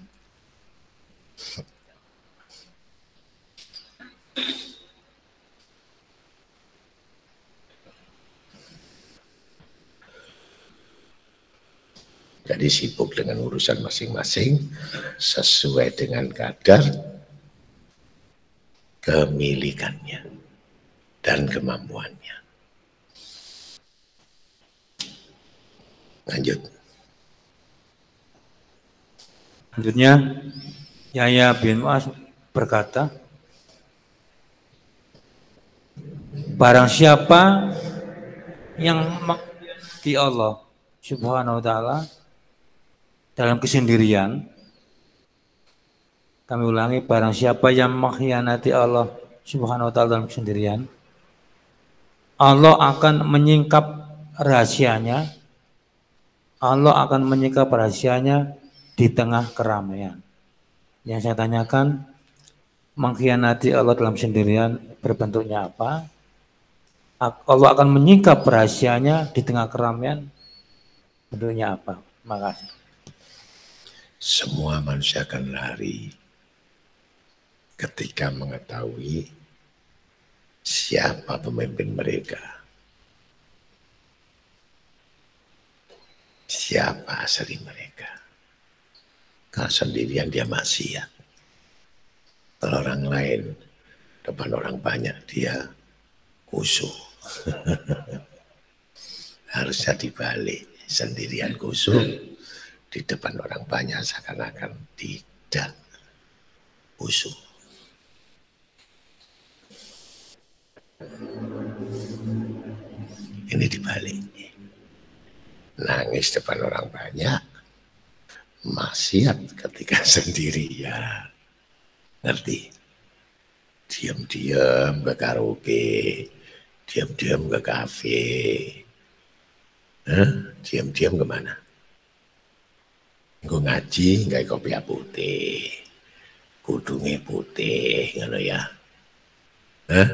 Jadi sibuk dengan urusan masing-masing sesuai dengan kadar kemilikannya dan kemampuannya. Lanjut. Selanjutnya, Yahya bin Mu'adz berkata, barang siapa yang mengasihi Allah Subhanahu wa Ta'ala dalam kesendirian, kami ulangi, barang siapa yang mengkhianati Allah Subhanahu wa Ta'ala dalam kesendirian, Allah akan menyingkap rahasianya, Allah akan menyingkap rahasianya di tengah keramaian. Yang saya tanyakan, mengkhianati Allah dalam sendirian berbentuknya apa? Allah akan menyingkap rahasianya di tengah keramaian, bentuknya apa? Makasih. Semua manusia akan lari ketika mengetahui siapa pemimpin mereka. siapa asli mereka. Kalau sendirian dia maksiat. Kalau orang lain, depan orang banyak dia khusyuk. Harusnya dibalik, sendirian khusyuk, di depan orang banyak seakan-akan tidak khusyuk. Ini dibalik. Nangis depan orang banyak, maksiat ketika sendirian. Ngerti? Diam-diam ke karaoke, diam-diam ke kafe, diam-diam kemana? Gue ngaji, nggak kopi putih, kudungnya putih, ngono ya. Hah?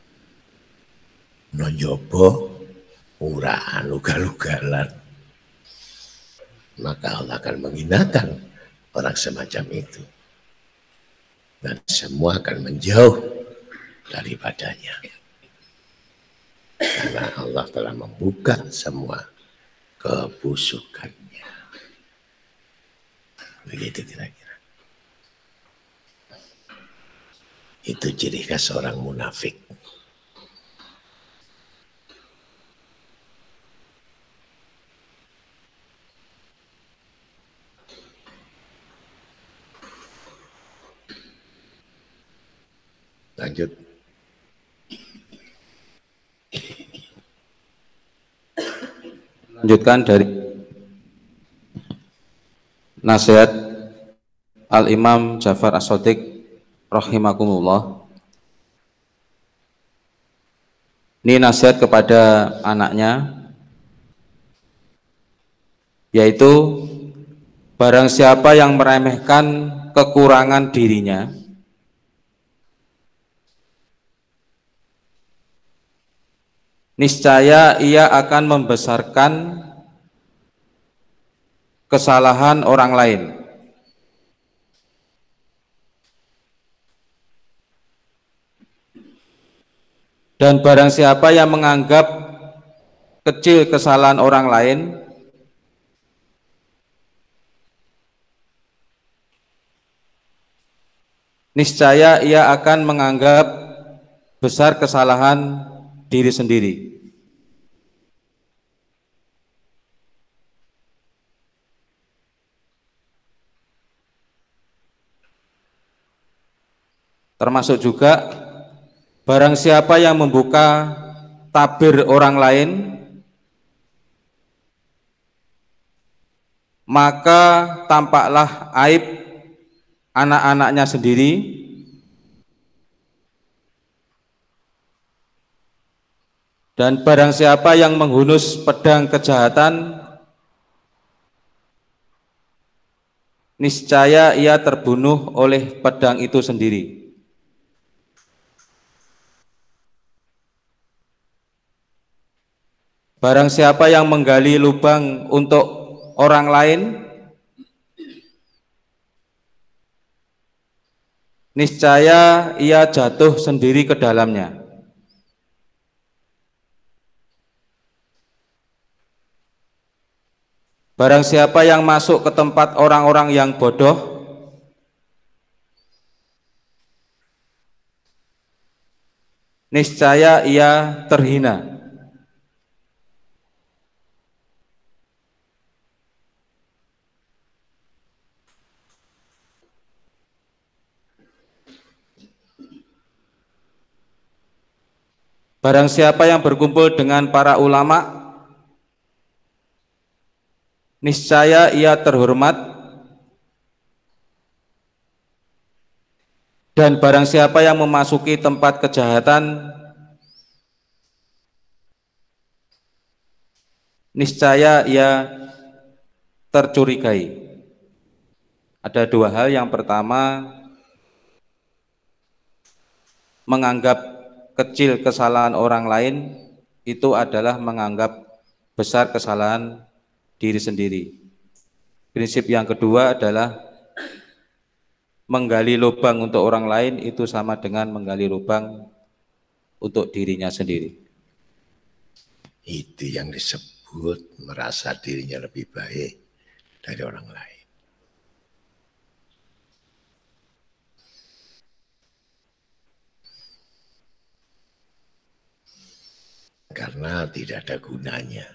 Nonjobo, uraan, lugal-lugalan. Maka Allah akan menghinakan orang semacam itu. Dan semua akan menjauh daripadanya. Karena Allah telah membuka semua kebusukannya. Begitu kira-kira. Itu ciri khas orang munafik. Lanjut. Lanjutkan dari nasihat Al-Imam Ja'far As-Shadiq rahimakumullah. Ini nasihat kepada anaknya, yaitu barang siapa yang meremehkan kekurangan dirinya, niscaya ia akan membesarkan kesalahan orang lain. Dan barang siapa yang menganggap kecil kesalahan orang lain, niscaya ia akan menganggap besar kesalahan diri sendiri. Termasuk juga barang siapa yang membuka tabir orang lain, maka tampaklah aib anak-anaknya sendiri, dan barang siapa yang menghunus pedang kejahatan, niscaya ia terbunuh oleh pedang itu sendiri. Barang siapa yang menggali lubang untuk orang lain, niscaya ia jatuh sendiri ke dalamnya. Barang siapa yang masuk ke tempat orang-orang yang bodoh, niscaya ia terhina. Barang siapa yang berkumpul dengan para ulama, niscaya ia terhormat. Dan barang siapa yang memasuki tempat kejahatan, niscaya ia tercurigai. Ada dua hal. Yang pertama, menganggap kecil kesalahan orang lain itu adalah menganggap besar kesalahan diri sendiri. Prinsip yang kedua adalah menggali lubang untuk orang lain itu sama dengan menggali lubang untuk dirinya sendiri. Itu yang disebut tersebut merasa dirinya lebih baik dari orang lain. Karena tidak ada gunanya.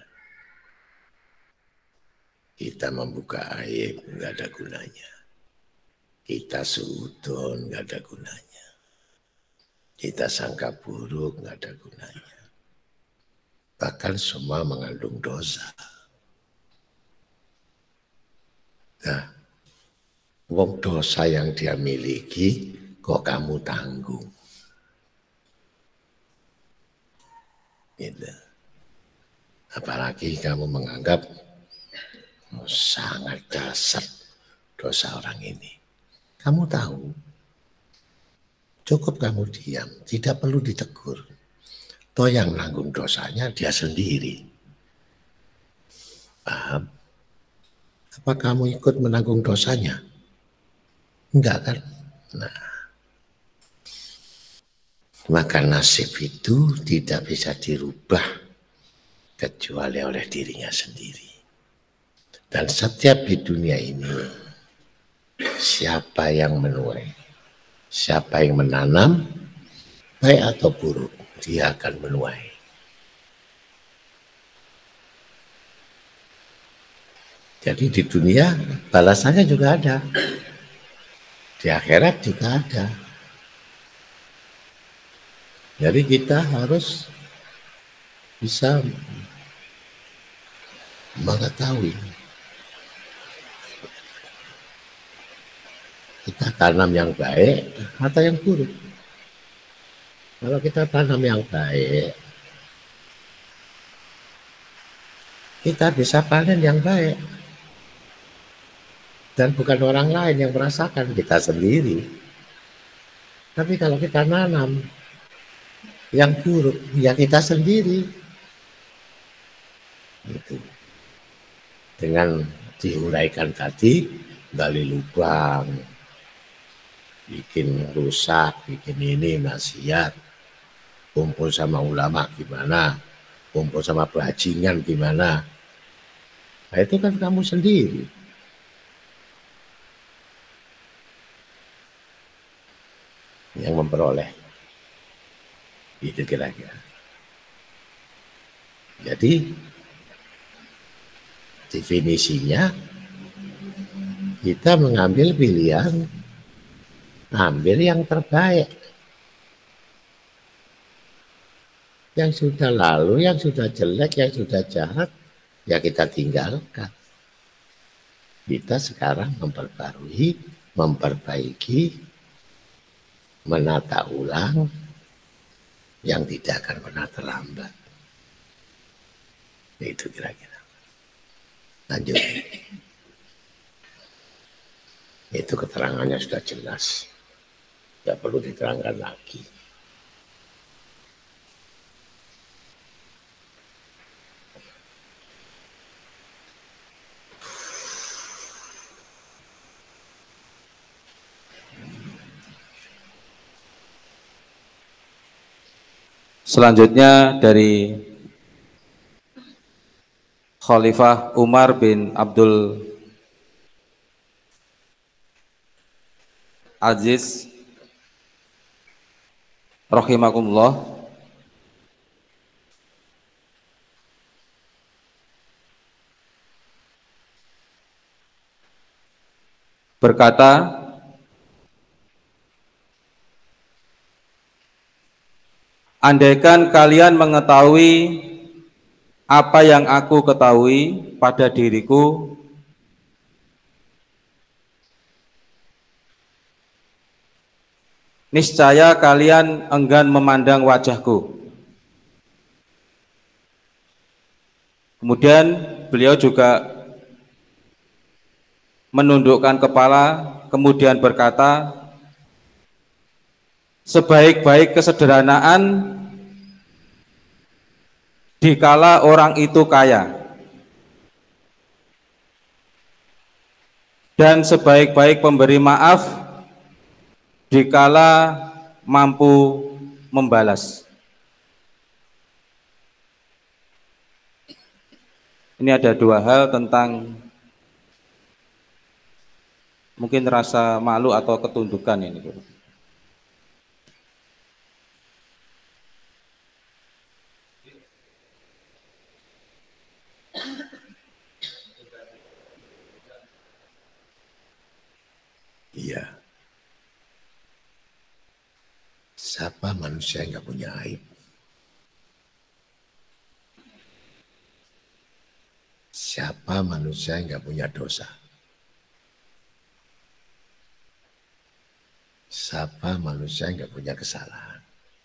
Kita membuka aib, nggak ada gunanya. Kita suudon, nggak ada gunanya. Kita sangka buruk, nggak ada gunanya. Bahkan semua mengandung dosa. Nah, wong dosa yang dia miliki, kok kamu tanggung? Gitu. Apalagi kamu menganggap oh, sangat dasar dosa orang ini. Kamu tahu, cukup kamu diam, tidak perlu ditegur. Toh yang nanggung dosanya dia sendiri. Paham? Apa kamu ikut menanggung dosanya? Enggak kan? Nah, maka nasib itu tidak bisa dirubah kecuali oleh dirinya sendiri. Dan setiap di dunia ini, siapa yang menuai, siapa yang menanam, baik atau buruk, dia akan menuai. Jadi di dunia balasannya juga ada. Di akhirat juga ada. Jadi kita harus bisa mengetahui. Kita tanam yang baik atau yang buruk. Kalau kita tanam yang baik, kita bisa panen yang baik. Dan bukan orang lain yang merasakan, kita sendiri. Tapi kalau kita nanam yang buruk, ya kita sendiri. Gitu. Dengan diuraikan tadi, gali lubang, bikin rusak, bikin ini, maksiat, kumpul sama ulama gimana, kumpul sama bajingan gimana. Nah itu kan kamu sendiri. Yang memperoleh itu kira-kira. Jadi definisinya kita mengambil pilihan, ambil yang terbaik. Yang sudah lalu, yang sudah jelek, yang sudah jahat, ya kita tinggalkan. Kita sekarang memperbarui, memperbaiki, menata ulang yang tidak akan pernah terlambat. Itu kira-kira. Lanjut. Itu keterangannya sudah jelas. Tidak perlu diterangkan lagi. Selanjutnya dari Khalifah Umar bin Abdul Aziz rahimakumullah berkata, andaikan kalian mengetahui apa yang aku ketahui pada diriku, niscaya kalian enggan memandang wajahku. Kemudian beliau juga menundukkan kepala, kemudian berkata, sebaik-baik kesederhanaan dikala orang itu kaya, dan sebaik-baik pemberi maaf dikala mampu membalas. Ini ada dua hal tentang mungkin rasa malu atau ketundukan ini, Guru. Iya. Siapa manusia yang nggak punya aib? Siapa manusia yang nggak punya dosa? Siapa manusia yang nggak punya kesalahan?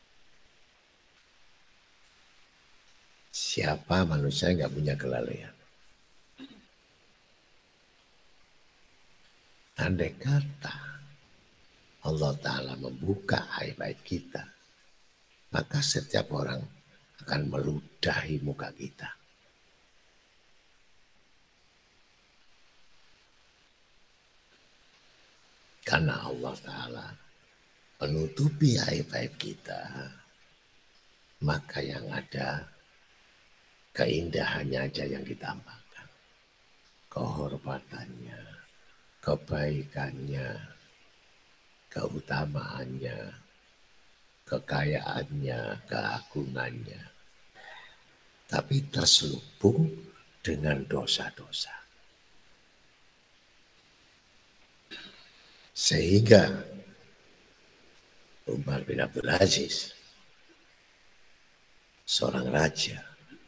Siapa manusia yang nggak punya kelalaian? Andai kata Allah Ta'ala membuka aib-aib kita, maka setiap orang akan meludahi muka kita. Karena Allah Ta'ala menutupi aib-aib kita, maka yang ada keindahannya aja yang ditambahkan. Kehormatannya, kebaikannya, keutamaannya, kekayaannya, keagungannya. Tapi terselubung dengan dosa-dosa. Sehingga Umar bin Abdul Aziz, seorang raja,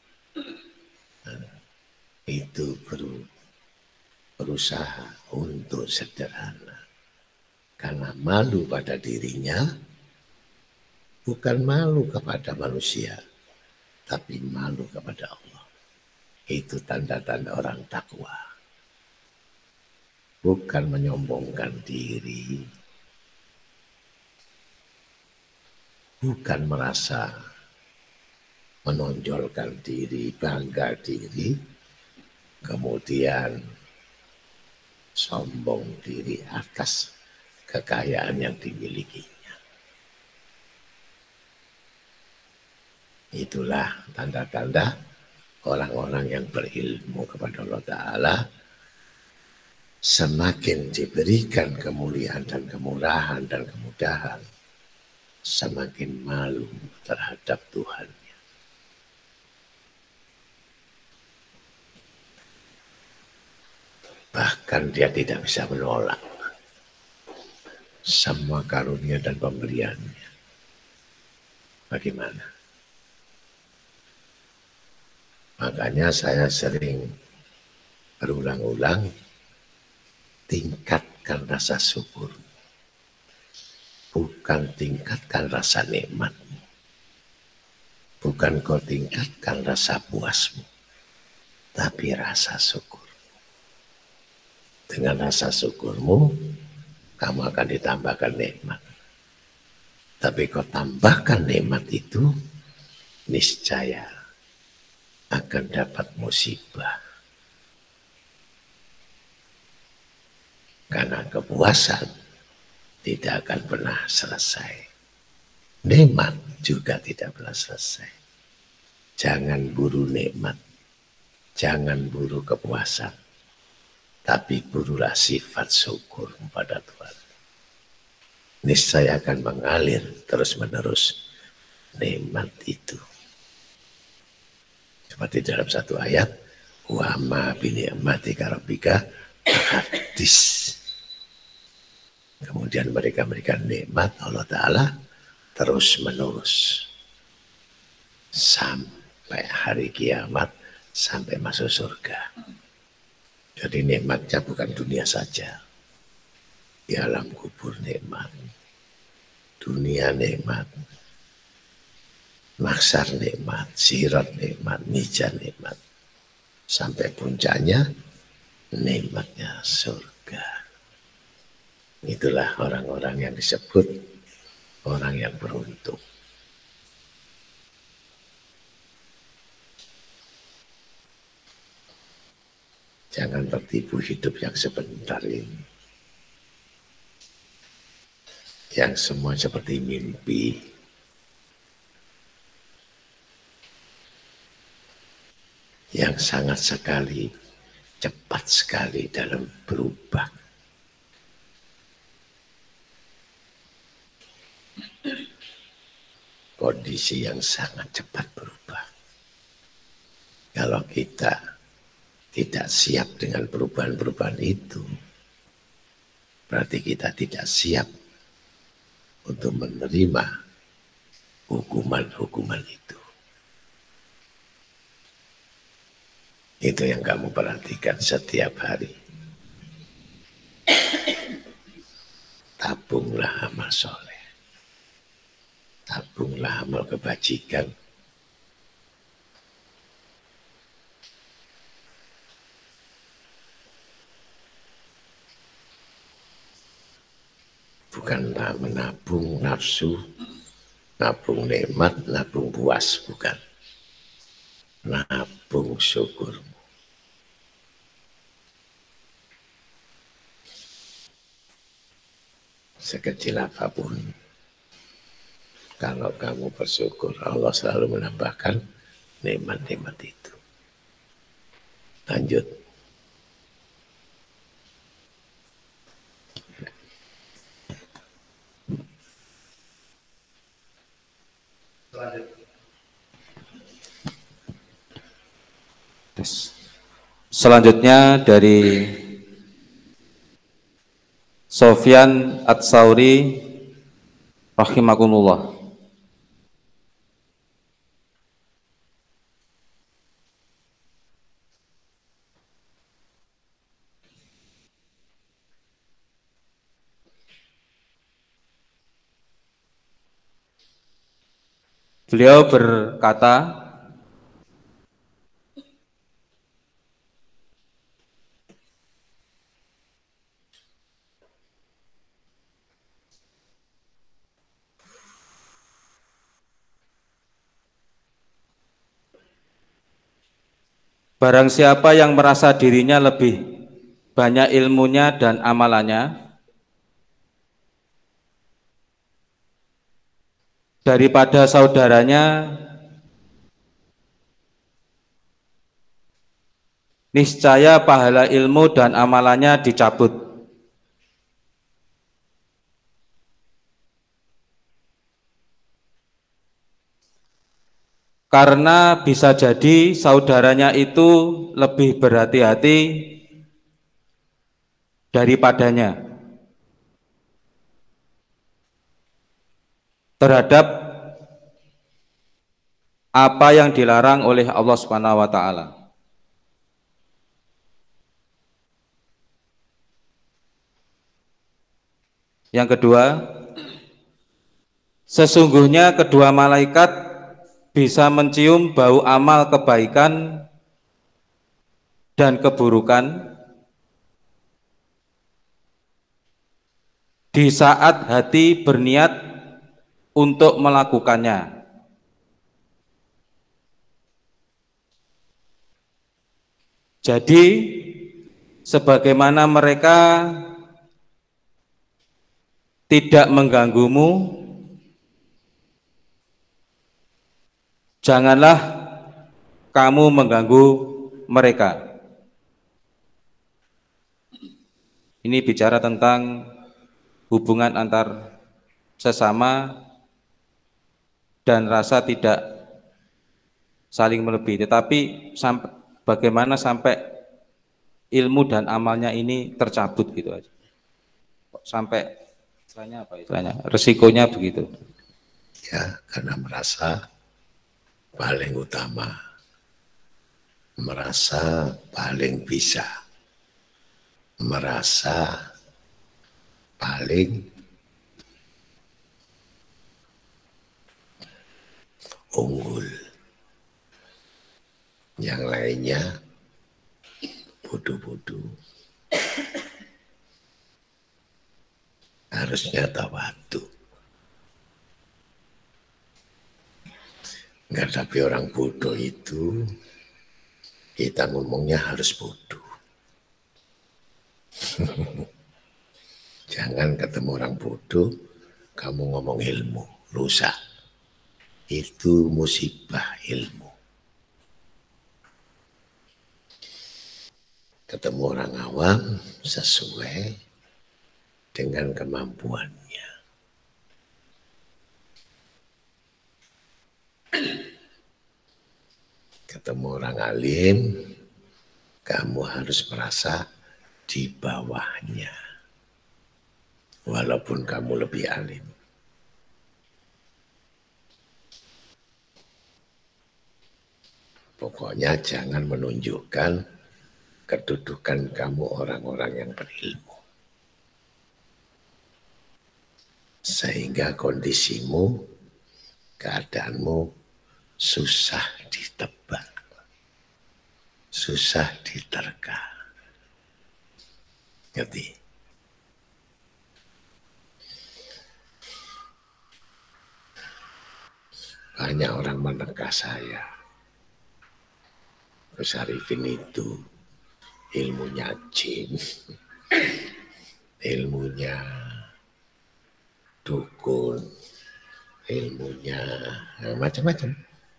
itu berusaha untuk sederhana. Karena malu pada dirinya, bukan malu kepada manusia, tapi malu kepada Allah. Itu tanda-tanda orang takwa. Bukan menyombongkan diri, bukan merasa menonjolkan diri, bangga diri, kemudian sombong diri atas kekayaan yang dimilikinya. Itulah tanda-tanda orang-orang yang berilmu kepada Allah Ta'ala, semakin diberikan kemuliaan dan kemurahan dan kemudahan, semakin malu terhadap Tuhannya. Bahkan dia tidak bisa menolak semua karunia dan pemberiannya. Bagaimana? Makanya saya sering berulang-ulang, tingkatkan rasa syukur, bukan tingkatkan rasa nikmatmu, bukan kau tingkatkan rasa puasmu, tapi rasa syukur. Dengan rasa syukurmu, kamu akan ditambahkan nikmat. Tapi kau tambahkan nikmat itu, niscaya akan dapat musibah. Karena kepuasan tidak akan pernah selesai. Nikmat juga tidak pernah selesai. Jangan buru nikmat, jangan buru kepuasan, tapi burulah sifat syukur kepada Tuhan. Niscaya akan mengalir terus-menerus nikmat itu. Seperti dalam satu ayat, wa ma bi ni'matika rabbika hadis. Kemudian mereka memberikan nikmat Allah Ta'ala terus menerus sampai hari kiamat, sampai masuk surga. Jadi nikmatnya bukan dunia saja. Di alam kubur nikmat, dunia nikmat, mahsyar nikmat, sirat nikmat, mizan nikmat, sampai puncaknya nikmatnya surga. Itulah orang-orang yang disebut orang yang beruntung. Jangan tertipu hidup yang sebentar ini, yang semua seperti mimpi. yang sangat sekali, cepat sekali dalam berubah. Kondisi yang sangat cepat berubah. Kalau kita tidak siap dengan perubahan-perubahan itu, berarti kita tidak siap untuk menerima hukuman-hukuman itu. Itu yang kamu perhatikan setiap hari. Tabunglah amal soleh. Tabunglah amal kebajikan. Bukanlah menabung nafsu, nabung nikmat, nabung puas, bukan. Nabung syukurmu. Sekecil apapun, kalau kamu bersyukur, Allah selalu menambahkan nikmat-nikmat itu. Lanjut. Selanjutnya dari Sofyan Ats-Tsauri rahimakumullah. Beliau berkata, barang siapa yang merasa dirinya lebih banyak ilmunya dan amalannya daripada saudaranya, niscaya pahala ilmu dan amalannya dicabut. Karena bisa jadi saudaranya itu lebih berhati-hati daripadanya terhadap apa yang dilarang oleh Allah Subhanahu wa taala. Yang kedua, sesungguhnya kedua malaikat bisa mencium bau amal kebaikan dan keburukan di saat hati berniat untuk melakukannya. Jadi, sebagaimana mereka tidak mengganggumu, janganlah kamu mengganggu mereka. Ini bicara tentang hubungan antar sesama dan rasa tidak saling melebihi. Tetapi sampai, bagaimana sampai ilmu dan amalnya ini tercabut gitu aja. Sampai istilahnya apa istilahnya? Resikonya begitu. Ya, karena merasa paling utama, merasa paling bisa, merasa paling unggul. Yang lainnya bodoh-bodoh. Harusnya tawadu. Menghadapi orang bodoh itu, kita ngomongnya harus bodoh. Jangan ketemu orang bodoh, kamu ngomong ilmu, rusak. Itu musibah ilmu. ketemu orang awam sesuai dengan kemampuannya. Ketemu orang alim, kamu harus merasa di bawahnya, walaupun kamu lebih alim. Pokoknya jangan menunjukkan kedudukan kamu orang-orang yang berilmu. Sehingga kondisimu, keadaanmu susah ditebak, susah diterka. Ngerti? Banyak orang menerka saya. Gus Arifin itu ilmunya jin, ilmunya dukun, ilmunya macam-macam.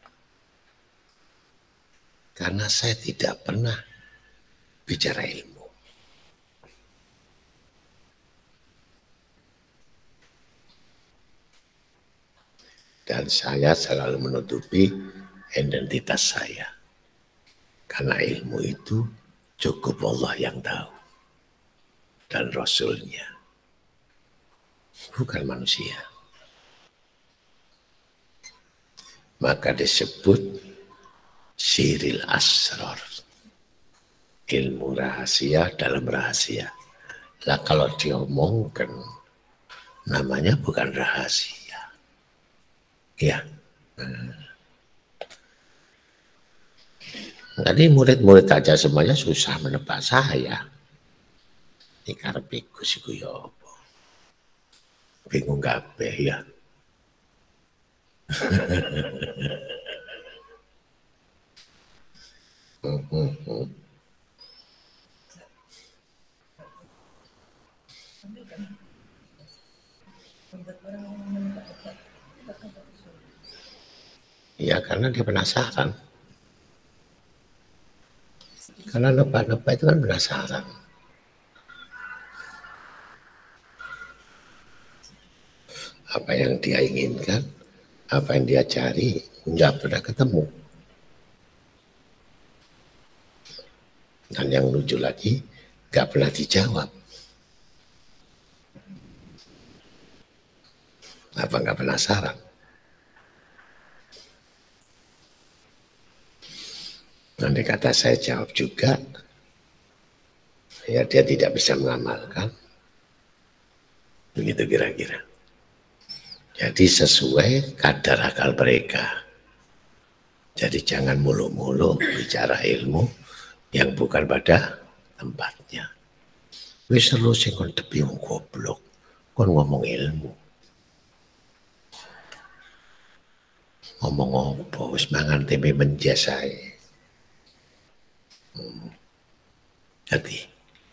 Karena saya tidak pernah bicara ilmu. Dan saya selalu menutupi identitas saya. Karena ilmu itu cukup Allah yang tahu. Dan Rasulnya. Bukan manusia. Maka disebut siril asrar. Ilmu rahasia dalam rahasia. Lah kalau diomongkan, namanya bukan rahasia. Ya. Hmm. Jadi murid-murid aja semuanya susah menebak saya. Ini karepe Gus iku ya apa? Bingung kabeh ya. Ya karena dia penasaran. Karena nebak-nebak itu kan penasaran. Apa yang dia inginkan, apa yang dia cari, nggak pernah ketemu. Dan yang lucu lagi, nggak pernah dijawab. Apa nggak penasaran? Nanti kata saya jawab juga, ya dia tidak bisa mengamalkan. Begitu kira-kira. Jadi sesuai kadar akal mereka. Jadi jangan mulu-mulu bicara ilmu yang bukan pada tempatnya. Wis seru sing kon tepi wong goblok, kon ngomong ilmu. Ngomong apa wis mangan tempe menjes ae. Hmm. Jadi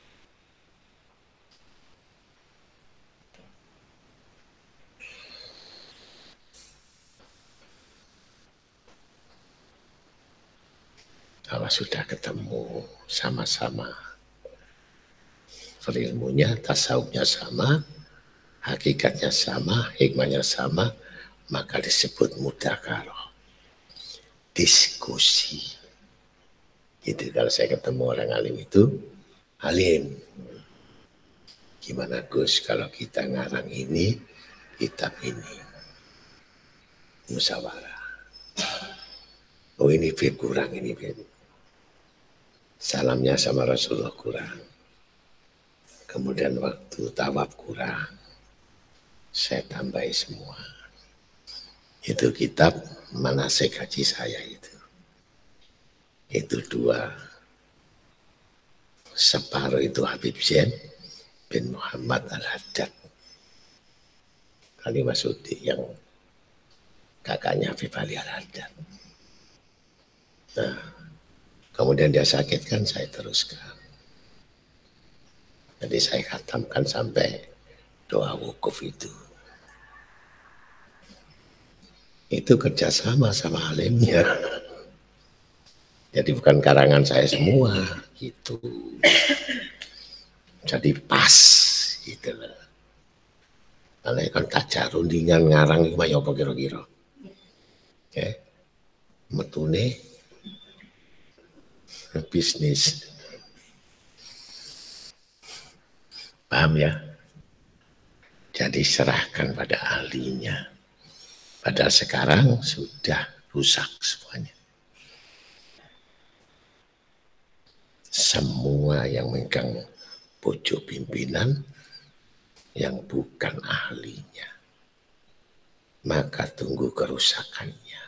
kalau sudah ketemu sama-sama berilmunya, tasawufnya sama, hakikatnya sama, hikmahnya sama, maka disebut mudzakarah, diskusi. Itu kalau saya ketemu orang alim itu, alim. Gimana Gus kalau kita ngarang ini, kitab ini. Musyawarah. Oh ini fit kurang, ini fit. Salamnya sama Rasulullah kurang. Kemudian waktu tawaf kurang. Saya tambahi semua. Itu kitab manasik haji saya itu. Itu dua. Separuh itu Habib Zain bin Muhammad Al-Haddad. Kali Masudi yang kakaknya Habib Ali Al-Haddad. Nah, kemudian dia sakit kan saya teruskan. Jadi saya khatamkan sampai doa wukuf itu. Itu kerjasama sama alimnya. Jadi bukan karangan saya semua, gitu. Jadi pas, gitu loh. Kalau kan kaca rundingan ngarang iki kaya apa kira-kira. Oke. Metune bisnis. Paham ya? Jadi serahkan pada ahlinya. Padahal sekarang sudah rusak semuanya. Semua yang megang pojok pimpinan yang bukan ahlinya, maka tunggu kerusakannya.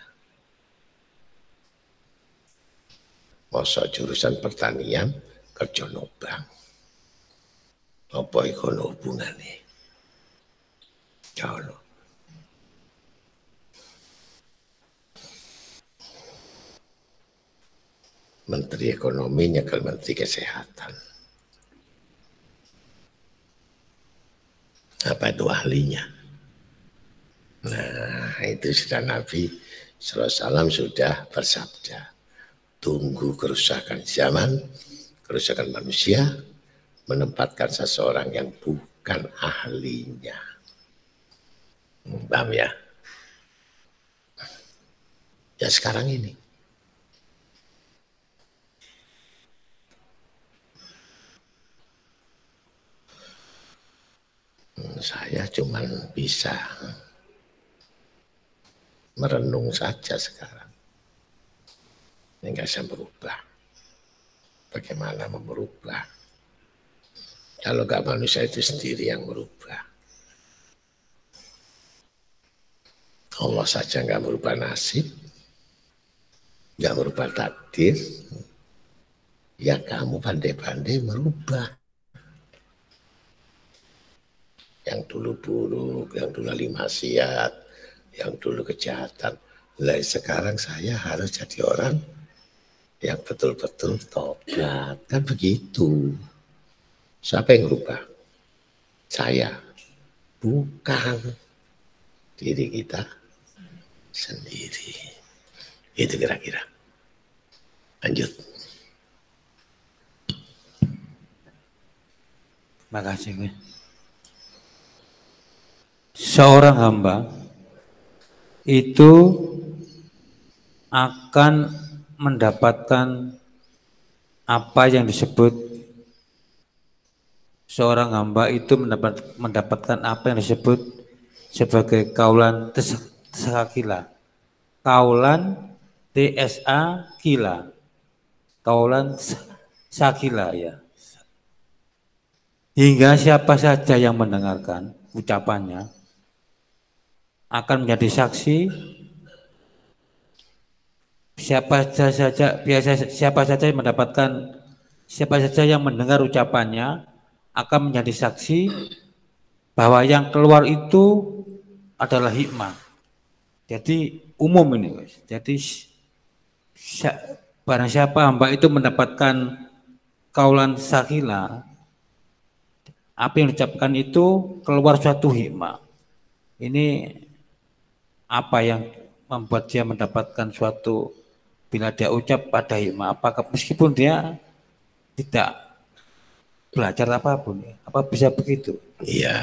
Masa jurusan pertanian kerja nobang, apa iku hubungannya? Jauh. Menteri Ekonomi nyekel Menteri Kesehatan. Apa itu ahlinya? Nah, itu sudah Nabi shallallahu alaihi wasallam sudah bersabda, tunggu kerusakan zaman, kerusakan manusia, menempatkan seseorang yang bukan ahlinya. Paham ya? Ya sekarang ini. Saya cuma bisa merenung saja sekarang. Ini nggak bisa berubah. Bagaimana merubah? Kalau nggak manusia itu sendiri yang merubah. Allah saja nggak merubah nasib, nggak merubah takdir. Ya kamu pandai-pandai merubah. Yang dulu buruk, yang dulu ahli maksiat, yang dulu kejahatan. Lah sekarang saya harus jadi orang yang betul-betul tobat. Kan begitu. Siapa yang merubah? Saya. Bukan diri kita sendiri. Itu kira-kira. Lanjut. Makasih gue. Seorang hamba itu akan mendapatkan apa yang disebut seorang hamba itu mendapat, mendapatkan apa yang disebut sebagai kaulan tsakila. Kaulan T S A kila. Kaulan sakila ya. Hingga siapa saja yang mendengarkan ucapannya akan menjadi saksi, siapa saja biasa siapa saja yang mendapatkan siapa saja yang mendengar ucapannya akan menjadi saksi bahwa yang keluar itu adalah hikmah. Jadi umum ini guys. Jadi barang siapa hamba itu mendapatkan kaulan sakila, apa yang diucapkan itu keluar suatu hikmah. Ini apa yang membuat dia mendapatkan suatu, bila dia ucap pada hikmah, apakah meskipun dia tidak belajar apapun, apa bisa begitu? Iya,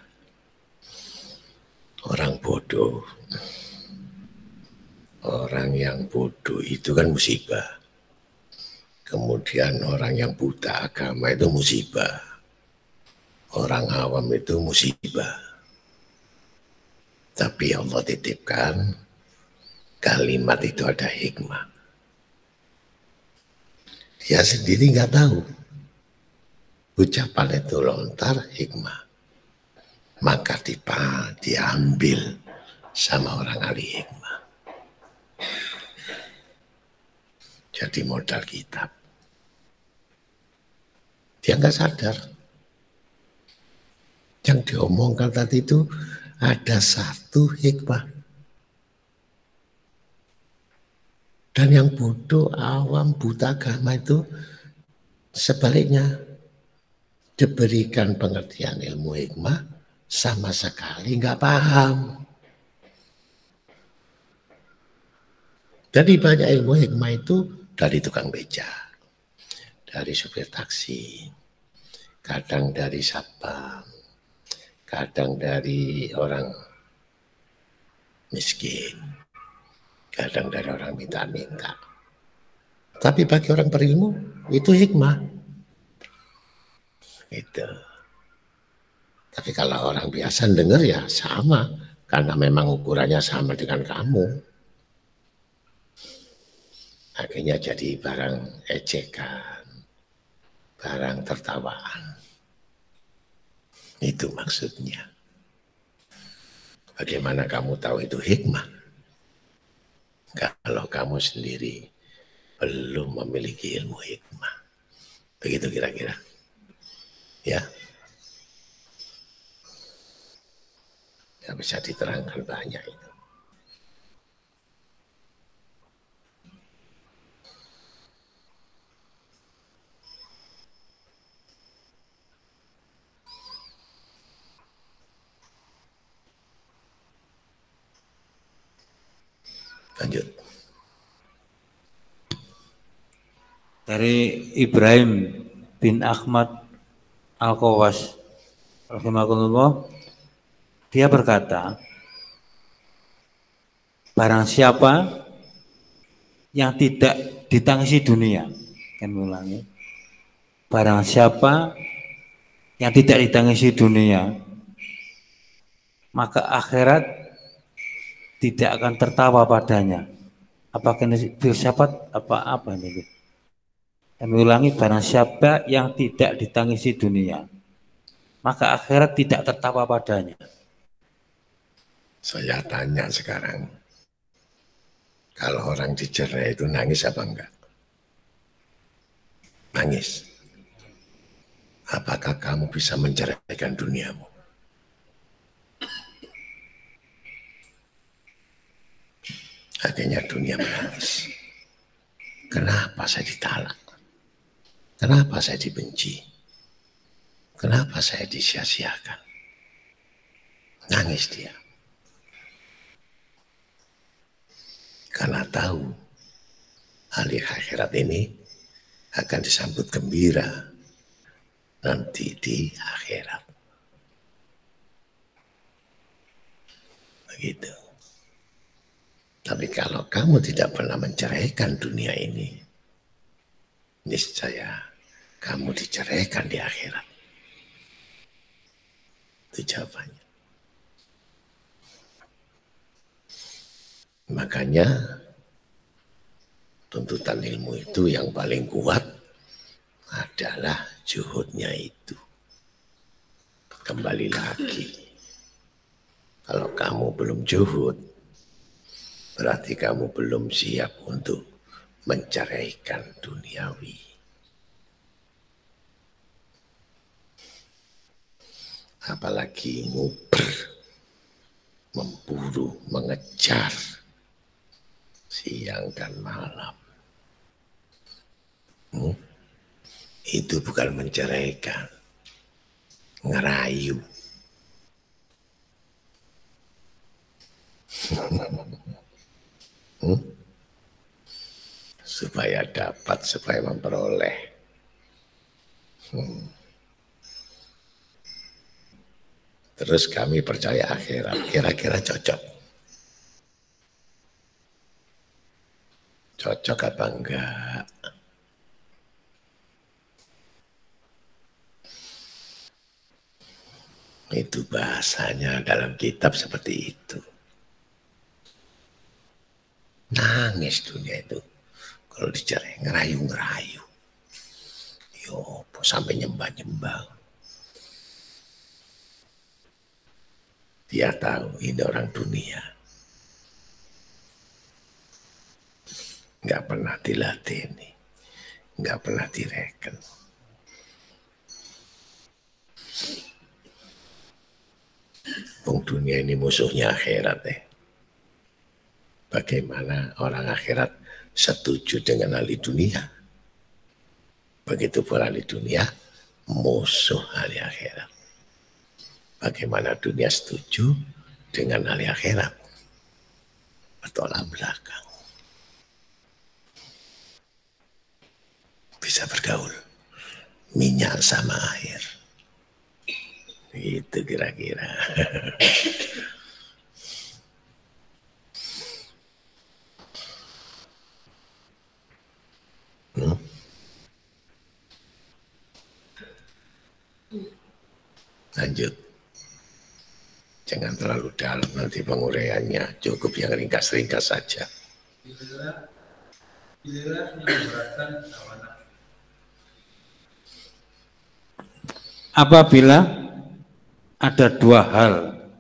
orang bodoh, orang yang bodoh itu kan musibah. Kemudian orang yang buta agama itu musibah. Orang awam itu musibah. Tapi Allah titipkan kalimat itu ada hikmah. Dia sendiri nggak tahu. Ucapan itu lontar hikmah. Maka dipa, diambil sama orang ahli hikmah. Jadi modal kitab. Dia nggak sadar. Yang diomongkan tadi itu ada satu hikmah. Dan yang bodoh, awam, buta agama itu sebaliknya. Diberikan pengertian ilmu hikmah, sama sekali nggak paham. Jadi banyak ilmu hikmah itu dari tukang beca, dari supir taksi, kadang dari satpam, kadang dari orang miskin, kadang dari orang minta-minta. Tapi bagi orang berilmu itu hikmah. Itu. Tapi kalau orang biasa dengar ya sama, karena memang ukurannya sama dengan kamu. Akhirnya jadi barang ejekan, barang tertawaan. Itu maksudnya. Bagaimana kamu tahu itu hikmah? Kalau kamu sendiri belum memiliki ilmu hikmah. Begitu kira-kira. Ya. Ya bisa diterangkan banyak itu. Lanjut. Dari Ibrahim bin Ahmad Al-Qawas rahimahullah, dia berkata, barang siapa yang tidak ditangisi dunia, kan ulangi, barang siapa yang tidak ditangisi dunia, maka akhirat tidak akan tertawa padanya. Apakah ini filsafat apa apa ini? Kami ulangi, barang siapa yang tidak ditangisi dunia, maka akhirat tidak tertawa padanya. Saya tanya sekarang, kalau orang dicerai itu nangis apa enggak? Nangis. Apakah kamu bisa menceraikan duniamu? Akhirnya dunia menangis. Kenapa saya ditalak? Kenapa saya dibenci? Kenapa saya disia-siakan? Nangis dia. Karena tahu hari akhirat ini akan disambut gembira nanti di akhirat. Begitu. Tapi kalau kamu tidak pernah menceraikan dunia ini, niscaya kamu diceraikan di akhirat. Itu jawabannya. Makanya tuntutan ilmu itu yang paling kuat adalah juhudnya itu. Kembali lagi, kalau kamu belum juhud, berarti kamu belum siap untuk menceraikan duniawi. Apalagi nguber, memburu, mengejar, siang dan malam. Hmm? Itu bukan menceraikan, ngerayu. Hmm? Supaya dapat, supaya memperoleh. Hmm. Terus kami percaya akhirat, kira-kira cocok. Cocok apa enggak? Itu bahasanya dalam kitab seperti itu. Nangis dunia itu. Kalau dicerai, ngerayu-ngerayu. Yo, sampai nyembah-nyembah. Dia tahu ini orang dunia. Nggak pernah dilatih ini. Nggak pernah direken. Wong dunia ini musuhnya akhirat eh. Bagaimana orang akhirat setuju dengan ahli dunia? Begitu pula ahli dunia musuh ahli akhirat. Bagaimana dunia setuju dengan ahli akhirat? Bertolak belakang. bisa bergaul. Minyak sama air. Itu kira-kira. hmm? Lanjut. Jangan terlalu dalam nanti penguraiannya. Cukup yang ringkas-ringkas saja. Apabila ada dua hal,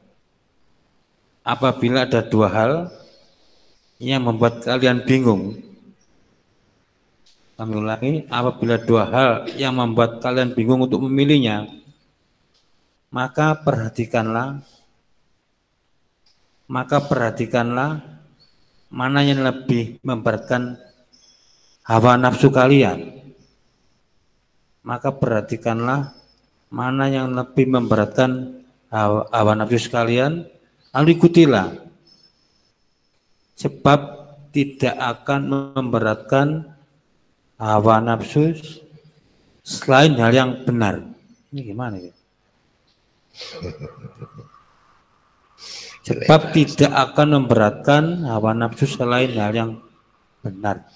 apabila ada dua hal yang membuat kalian bingung, kami ulangi, apabila dua hal yang membuat kalian bingung untuk memilihnya, maka perhatikanlah, maka perhatikanlah mana yang lebih memberatkan hawa nafsu kalian. Maka perhatikanlah mana yang lebih memberatkan hawa, hawa nafsu sekalian, lalu ikutilah. Sebab tidak akan memberatkan hawa nafsu selain hal yang benar. Ini gimana ya? Sebab tidak akan memberatkan hawa nafsu selain hal yang benar.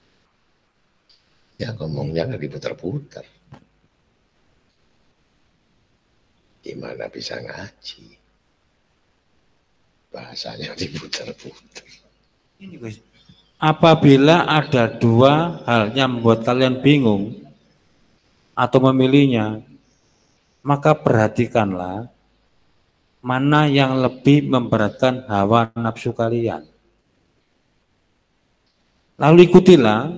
Ya ngomongnya nggak diputar-putar. Gimana bisa ngaji? Bahasanya diputar-putar. Apabila ada dua hal yang membuat kalian bingung atau memilihnya, maka perhatikanlah mana yang lebih memberatkan hawa nafsu kalian. Lalu ikutilah,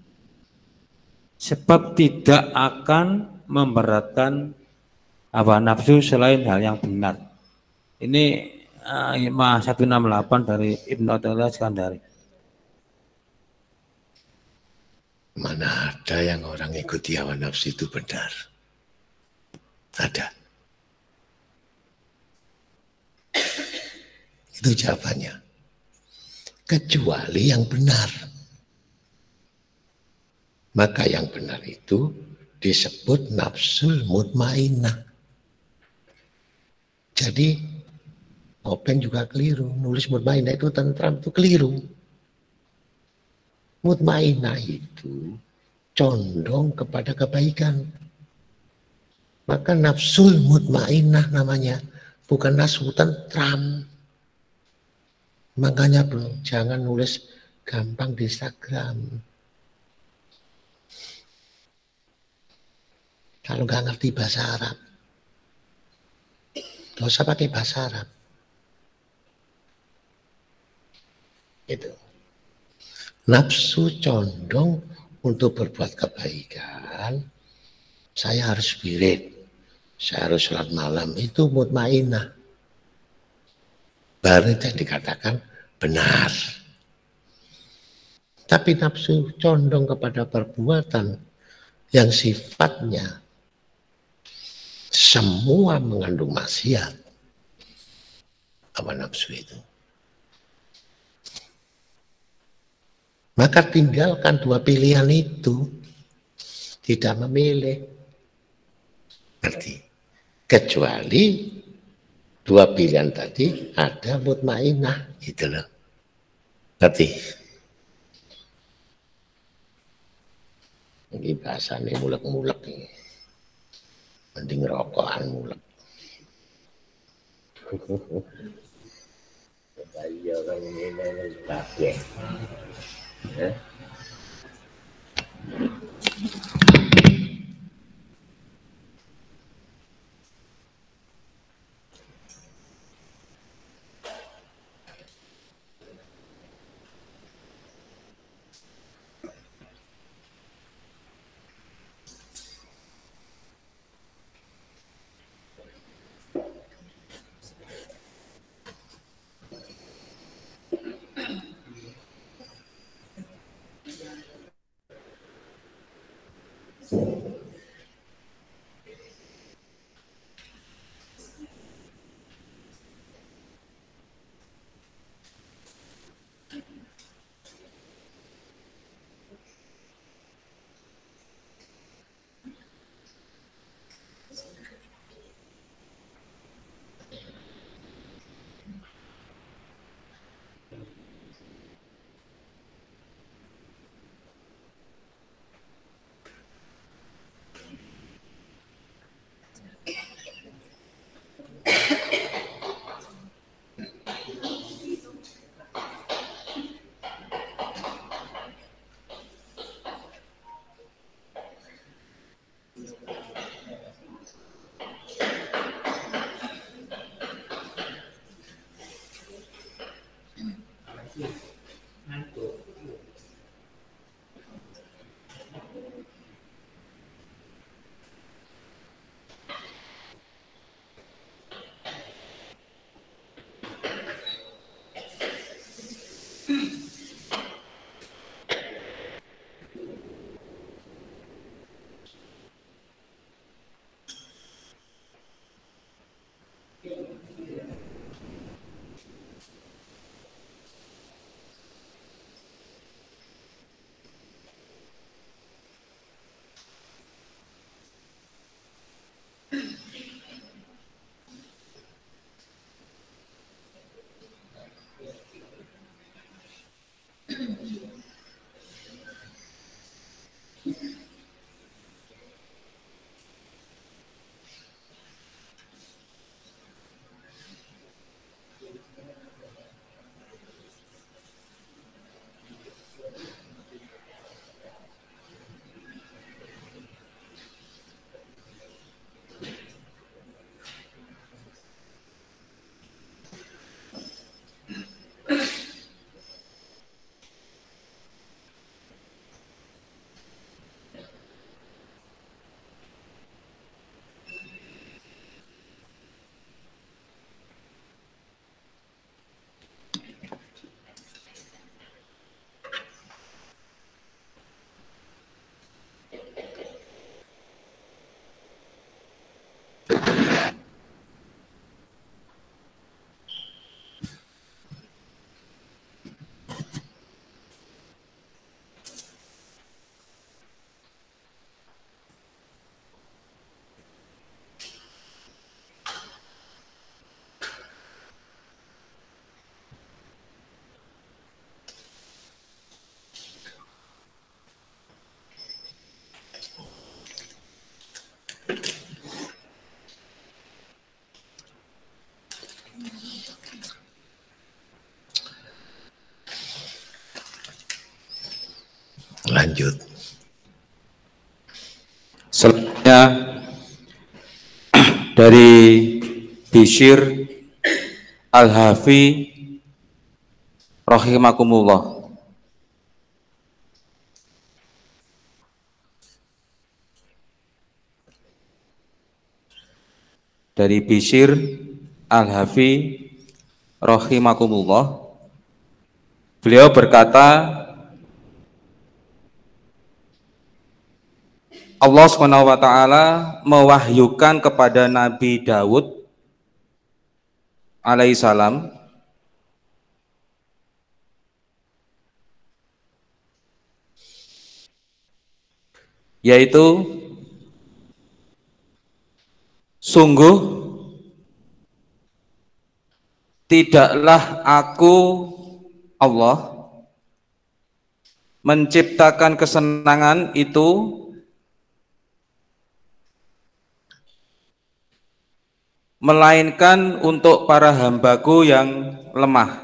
sebab tidak akan memberatkan hawa nafsu selain hal yang benar. Ini uh, Hikmah seratus enam puluh delapan dari Ibnu Athaillah Iskandari. Mana ada yang orang ikuti hawa nafsu itu benar? Ada. Itu jawabannya. Kecuali yang benar. Maka yang benar itu disebut nafsul mutmainnah. Jadi Open juga keliru. Nulis mutmainnah itu tentram itu keliru. Mutmainnah itu condong kepada kebaikan. Maka nafsul mutmainnah namanya. Bukan nafsu tentram. Makanya bro, jangan nulis gampang di Instagram. Kalau nggak ngerti bahasa Arab, nggak usah pakai bahasa Arab. Itu. Nafsu condong untuk berbuat kebaikan. Saya harus wirid, saya harus sholat malam. Itu mutmainnah. Baru itu yang dikatakan benar. Tapi nafsu condong kepada perbuatan yang sifatnya semua mengandung maksiat. Apa nafsu itu? Maka tinggalkan dua pilihan itu. Tidak memilih. Ngerti? Kecuali dua pilihan tadi ada mutmainnah. Gitu loh. Ngerti? Ini bahasanya mulek-mulek ini. Mending rokokan mulek. Iya kan ini kabeh. Eh? lanjut. Selanjutnya dari Bishr Al-Hafi rahimakumullah. Dari Bishr Al-Hafi rahimakumullah, beliau berkata, Allah subhanahu wa ta'ala mewahyukan kepada Nabi Daud alaihissalam yaitu, sungguh tidaklah aku Allah menciptakan kesenangan itu melainkan untuk para hambaku yang lemah.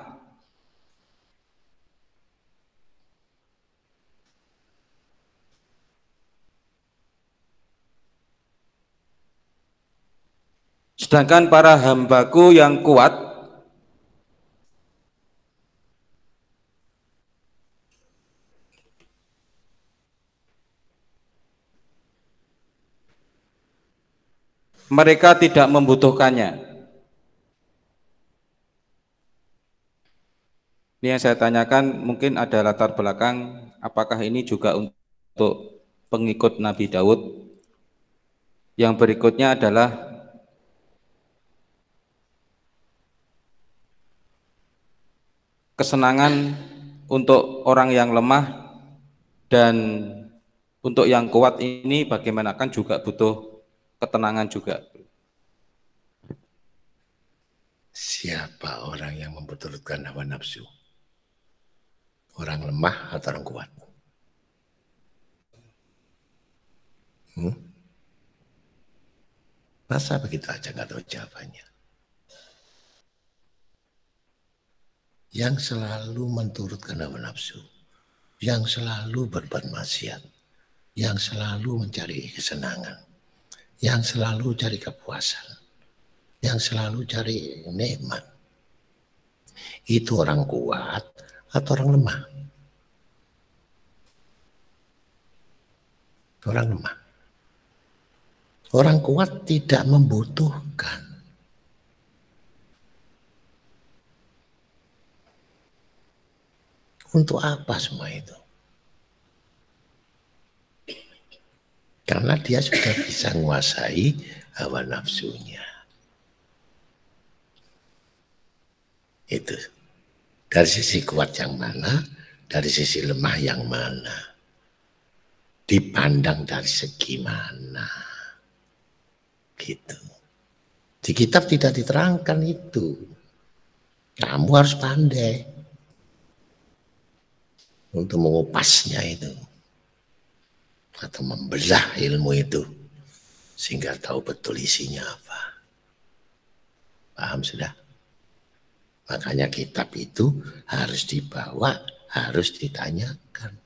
Sedangkan para hambaku yang kuat mereka tidak membutuhkannya. Ini yang saya tanyakan, mungkin ada latar belakang, apakah ini juga untuk pengikut Nabi Daud? Yang berikutnya adalah kesenangan untuk orang yang lemah dan untuk yang kuat ini bagaimana, kan juga butuh ketenangan juga. Siapa orang yang memperturutkan hawa nafsu? Orang lemah atau orang kuat? Hmm? Masa begitu aja nggak tahu jawabannya? Yang selalu menturutkan hawa nafsu, yang selalu berbuat maksiat, yang selalu mencari kesenangan, yang selalu cari kepuasan, yang selalu cari nikmat, itu orang kuat atau orang lemah? Orang lemah. Orang kuat tidak membutuhkan. Untuk apa semua itu? Karena dia sudah bisa menguasai hawa nafsunya. Itu. Dari sisi kuat yang mana, dari sisi lemah yang mana. Dipandang dari segi mana. Gitu. Di kitab tidak diterangkan itu. Kamu harus pandai untuk mengupasnya itu. Atau membelah ilmu itu sehingga tahu betul isinya apa. Paham sudah? Makanya kitab itu harus dibawa, harus ditanyakan.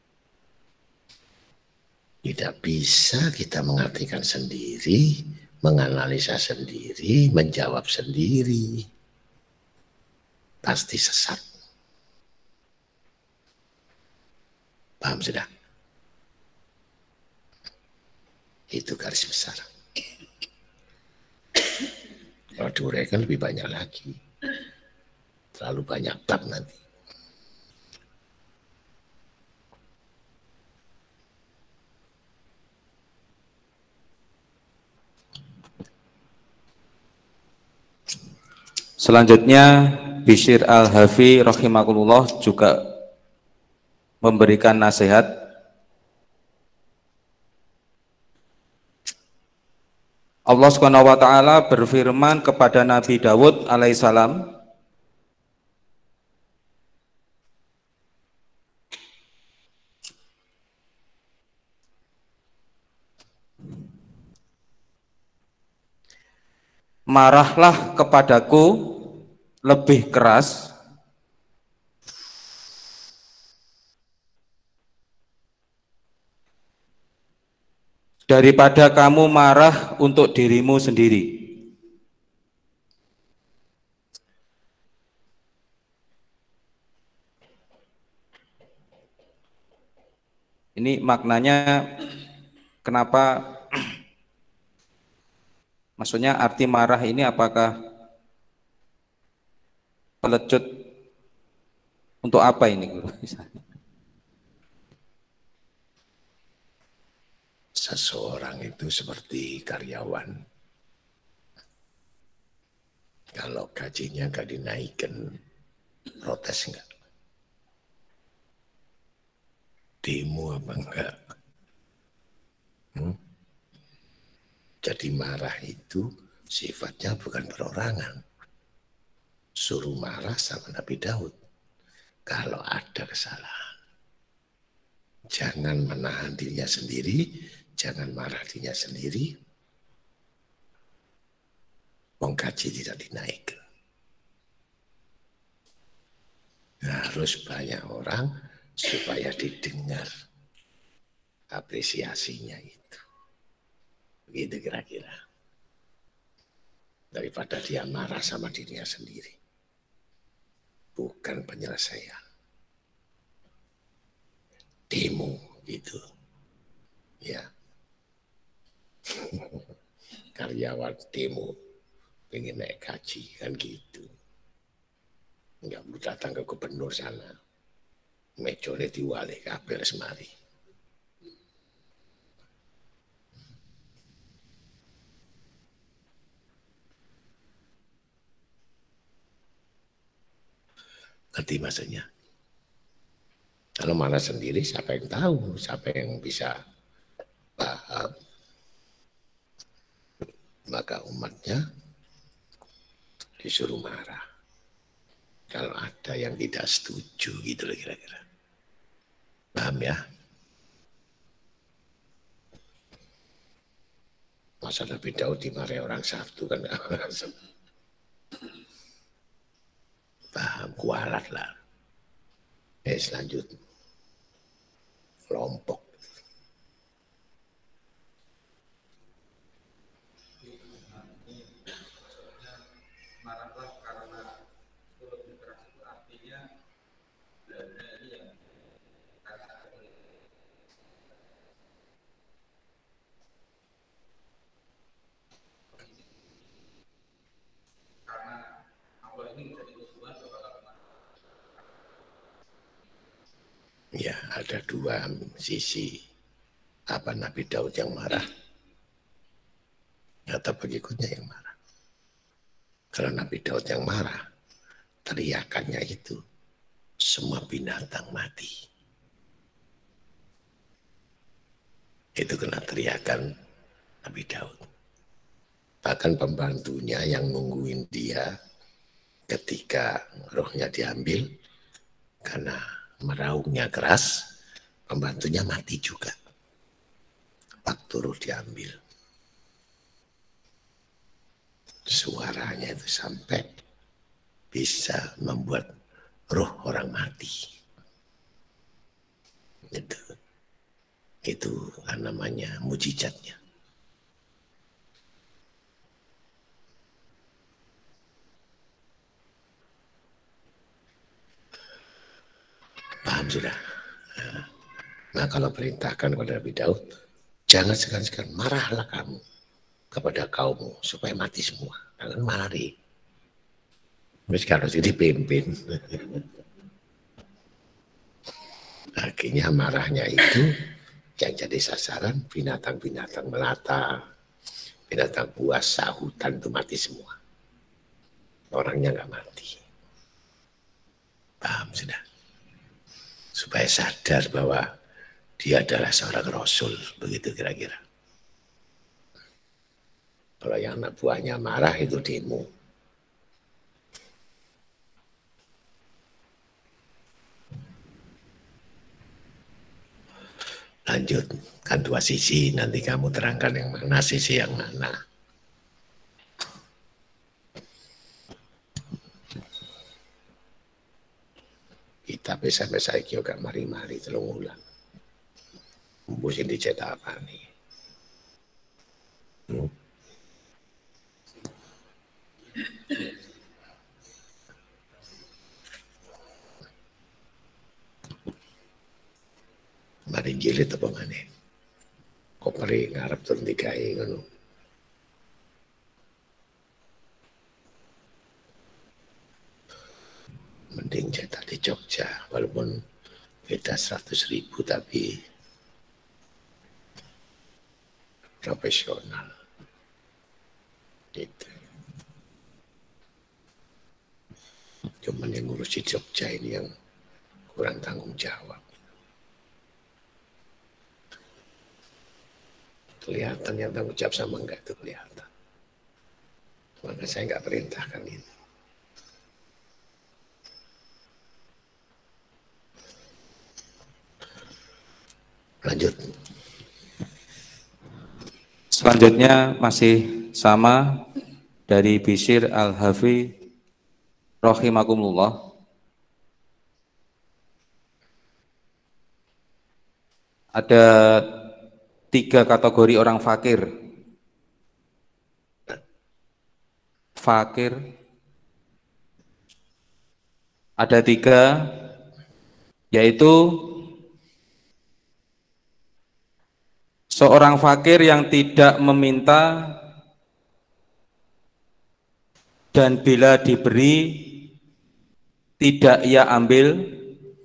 Tidak bisa kita mengartikan sendiri, menganalisa sendiri, menjawab sendiri. Pasti sesat. Paham sudah? Itu garis besar. Kalau diuraikan lebih banyak lagi. Terlalu banyak bab nanti. Selanjutnya Bishr Al-Hafi rahimakumullah juga memberikan nasihat. Allah Subhanahu wa taala berfirman kepada Nabi Daud alaihissalam, marahlah kepadaku lebih keras daripada kamu marah untuk dirimu sendiri. Ini maknanya kenapa, maksudnya arti marah ini apakah pelecut untuk apa ini, Guru? Seseorang itu seperti karyawan. Kalau gajinya nggak dinaikkan, protes nggak? Demo apa enggak? Hmm? Jadi marah itu sifatnya bukan perorangan. Suruh marah sama Nabi Daud. Kalau ada kesalahan, jangan menahan dirinya sendiri, jangan marah dirinya sendiri. Wong gaji tidak dinaikkan. Harus banyak orang supaya didengar apresiasinya itu. Begitu kira-kira. Daripada dia marah sama dirinya sendiri. Bukan penyelesaian. Demo itu. Ya. Karyawan demo pengen naik gaji kan gitu. Enggak perlu datang ke gubernur sana. Mejone diwale kabeh semari. Ngerti maksudnya? Kalau marah sendiri siapa yang tahu, siapa yang bisa paham. Maka umatnya disuruh marah. Kalau ada yang tidak setuju gitu loh kira-kira. Paham ya? Masa Nabi Daud dimarahi orang satu kan? Paham, kualat lah. Eh selanjutnya. Kelompok. Ya, ada dua sisi. Apa Nabi Daud yang marah? Atau pengikutnya yang marah? Kalau Nabi Daud yang marah, teriakannya itu semua binatang mati. Itu kena teriakan Nabi Daud. Bahkan pembantunya yang nungguin dia ketika rohnya diambil, karena meraungnya keras, pembantunya mati juga. Waktu roh diambil. Suaranya itu sampai bisa membuat roh orang mati. Itu, itu namanya mujizatnya. Paham sudah? Nah kalau perintahkan kepada Nabi Daud, jangan segan-segan marahlah kamu kepada kaummu supaya mati semua. Jangan mari. Terus kalau jadi pimpin. Akhirnya marahnya itu yang jadi sasaran binatang-binatang melata, binatang buas, sahutan itu mati semua. Orangnya nggak mati. Paham sudah? Supaya sadar bahwa dia adalah seorang rasul, begitu kira-kira. Kalau yang anak buahnya marah itu demo. Lanjut, kan dua sisi, nanti kamu terangkan yang mana, sisi yang mana. Kita bisa-bisa iki gak mari-mari telung wulan. Mbusin dicetak apa nih? Mari jilid apa mana? Kok mari ngarep turun dikai ngono. Mending cetak di Jogja, walaupun beda seratus ribu tapi profesional. Gitu. Cuman yang ngurusi Jogja ini yang kurang tanggung jawab. Kelihatan yang tanggung jawab sama enggak itu kelihatan. Maka saya enggak perintahkan ini. Lanjut. Selanjutnya masih sama dari Bishr Al-Hafi rahimakumullah. Ada tiga kategori orang fakir. Fakir ada tiga, yaitu seorang fakir yang tidak meminta dan bila diberi tidak ia ambil.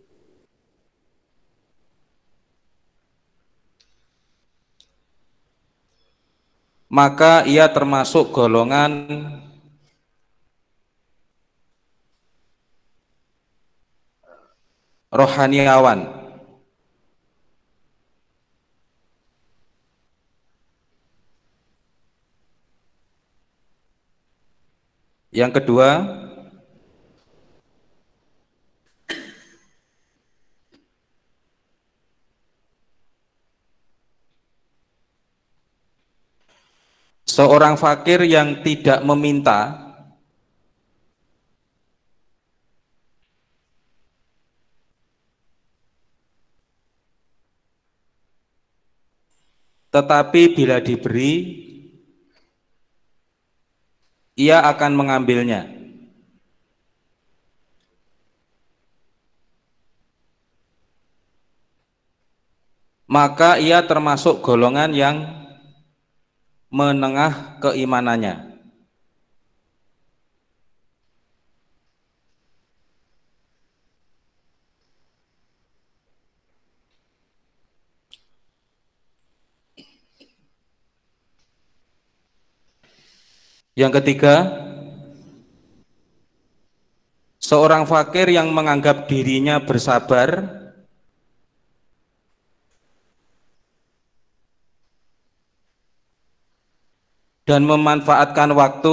Maka ia termasuk golongan rohaniawan. Yang kedua, seorang fakir yang tidak meminta tetapi bila diberi ia akan mengambilnya. Maka ia termasuk golongan yang menengah keimanannya. Yang ketiga, seorang fakir yang menganggap dirinya bersabar dan memanfaatkan waktu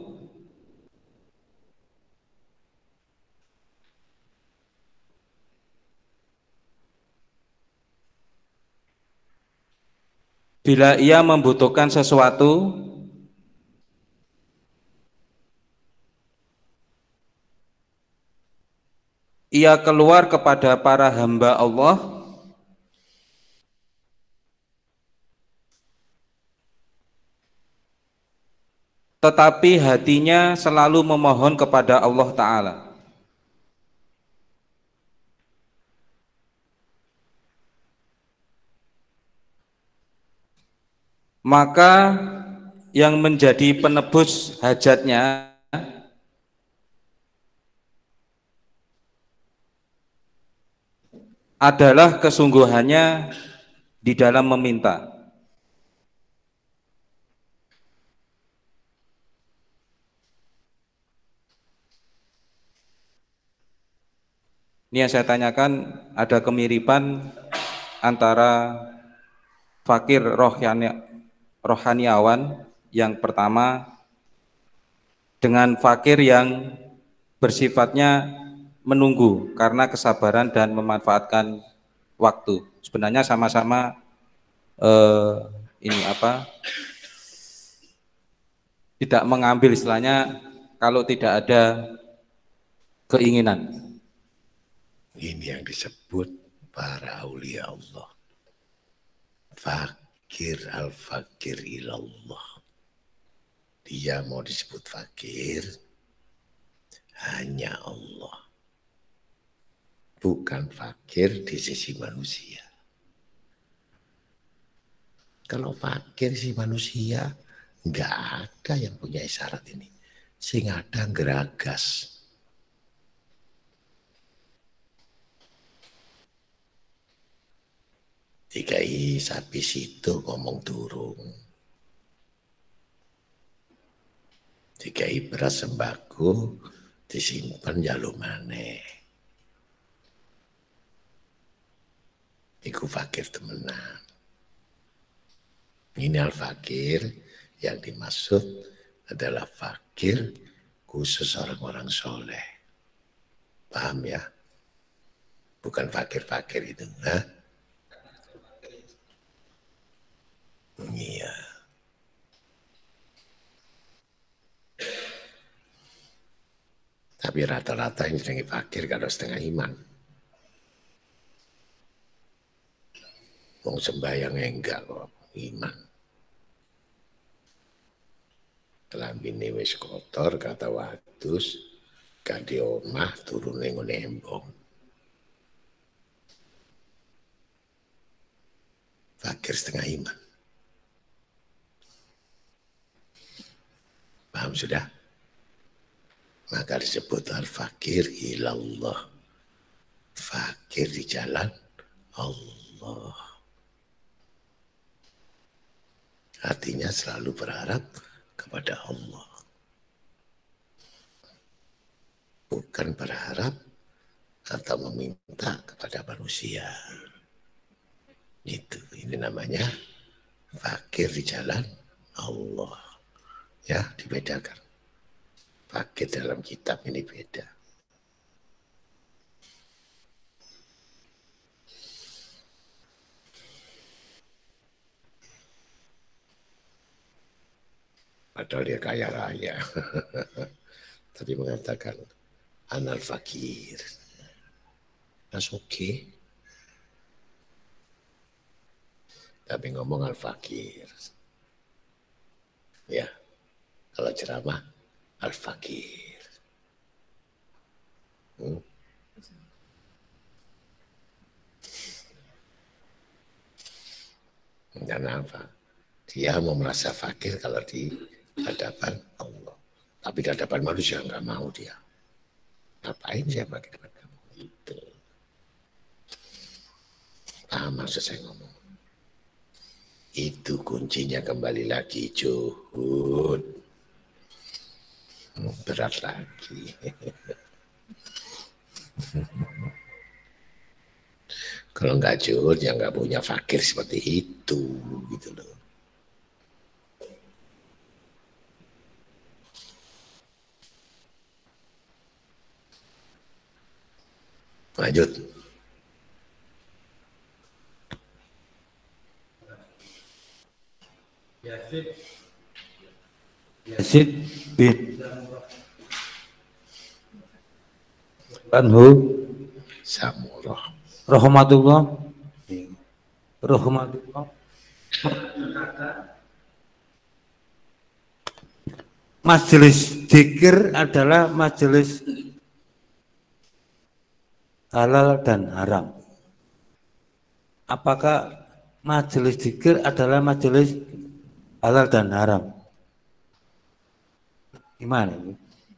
bila ia membutuhkan sesuatu ia keluar kepada para hamba Allah tetapi hatinya selalu memohon kepada Allah Ta'ala. Maka yang menjadi penebus hajatnya adalah kesungguhannya di dalam meminta. Ini yang saya tanyakan, ada kemiripan antara fakir rohani, rohaniawan yang pertama dengan fakir yang bersifatnya menunggu karena kesabaran dan memanfaatkan waktu. Sebenarnya sama-sama eh, ini apa? Tidak mengambil, istilahnya kalau tidak ada keinginan. Ini yang disebut para aulia Allah. Fakir al-fakir ilallah. dia mau disebut fakir hanya Allah. Bukan fakir di sisi manusia. Kalau fakir si manusia, nggak ada yang punya isyarat ini. Sing ada geragas. Dikai sapi situ ngomong durung. Dikai beras sembako disimpan jalur maneh. Iku fakir temenan. Ini al-fakir yang dimaksud adalah fakir khusus orang-orang soleh. Paham ya? Bukan fakir-fakir itu. Hah? Iya. Tapi rata-rata yang sedang fakir kalau setengah iman. Wong sembayang enggak kok, iman. Kelambine wis kotor kata wadus, gak di omah turun ning embong. Fakir setengah iman. Paham sudah? Maka disebut al-fakir ilallah. Fakir di jalan Allah. Artinya selalu berharap kepada Allah. Bukan berharap atau meminta kepada manusia. Itu, ini namanya fakir di jalan Allah. Ya, dibedakan. Fakir dalam kitab ini beda. Padahal dia kaya raya. Tapi mengatakan anal fakir. That's okay. Tapi ngomong al fakir. Ya. Kalau ceramah al fakir. Hmm. Dan apa? Dia mau merasa fakir kalau di hadapan Allah. Tapi di hadapan manusia nggak mau dia. Ngapain siapa di depan kamu? Itu. Paham maksud saya ngomong? Itu kuncinya kembali lagi juhud. Berat lagi. Kalau nggak juhud ya nggak punya fakir seperti itu gitu loh. Lanjut. Yazid Yazid bin Anhu Samurah. rahmatullah rahmatullah majelis zikir adalah majelis halal dan haram. Apakah majelis zikir adalah majelis halal dan haram? Gimana ini?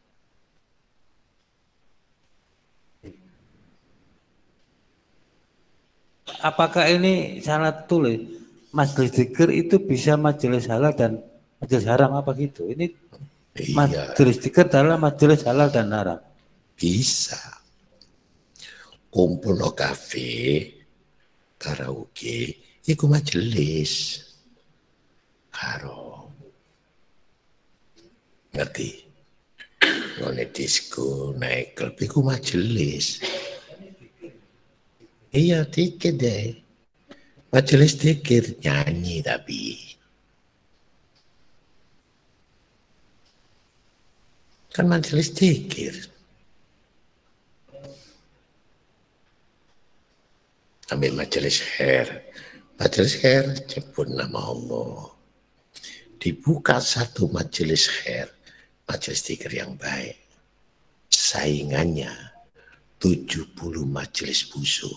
Apakah ini salah tulis? Majelis zikir itu bisa majelis halal dan majelis haram apa gitu? Ini Iya. majelis zikir adalah majelis halal dan haram. Bisa. Kumpul no kafe, karaoke, iku majelis haram. Ngerti? Ngone disco, naik klub, iku majelis. Iya, dikit deh. Majelis dikit, nyanyi tapi. Kan majelis dikir. Ambil majelis khair. Majelis khair, sebut nama Allah. dibuka satu majelis khair, majelis zikir yang baik, saingannya tujuh puluh majelis busuk.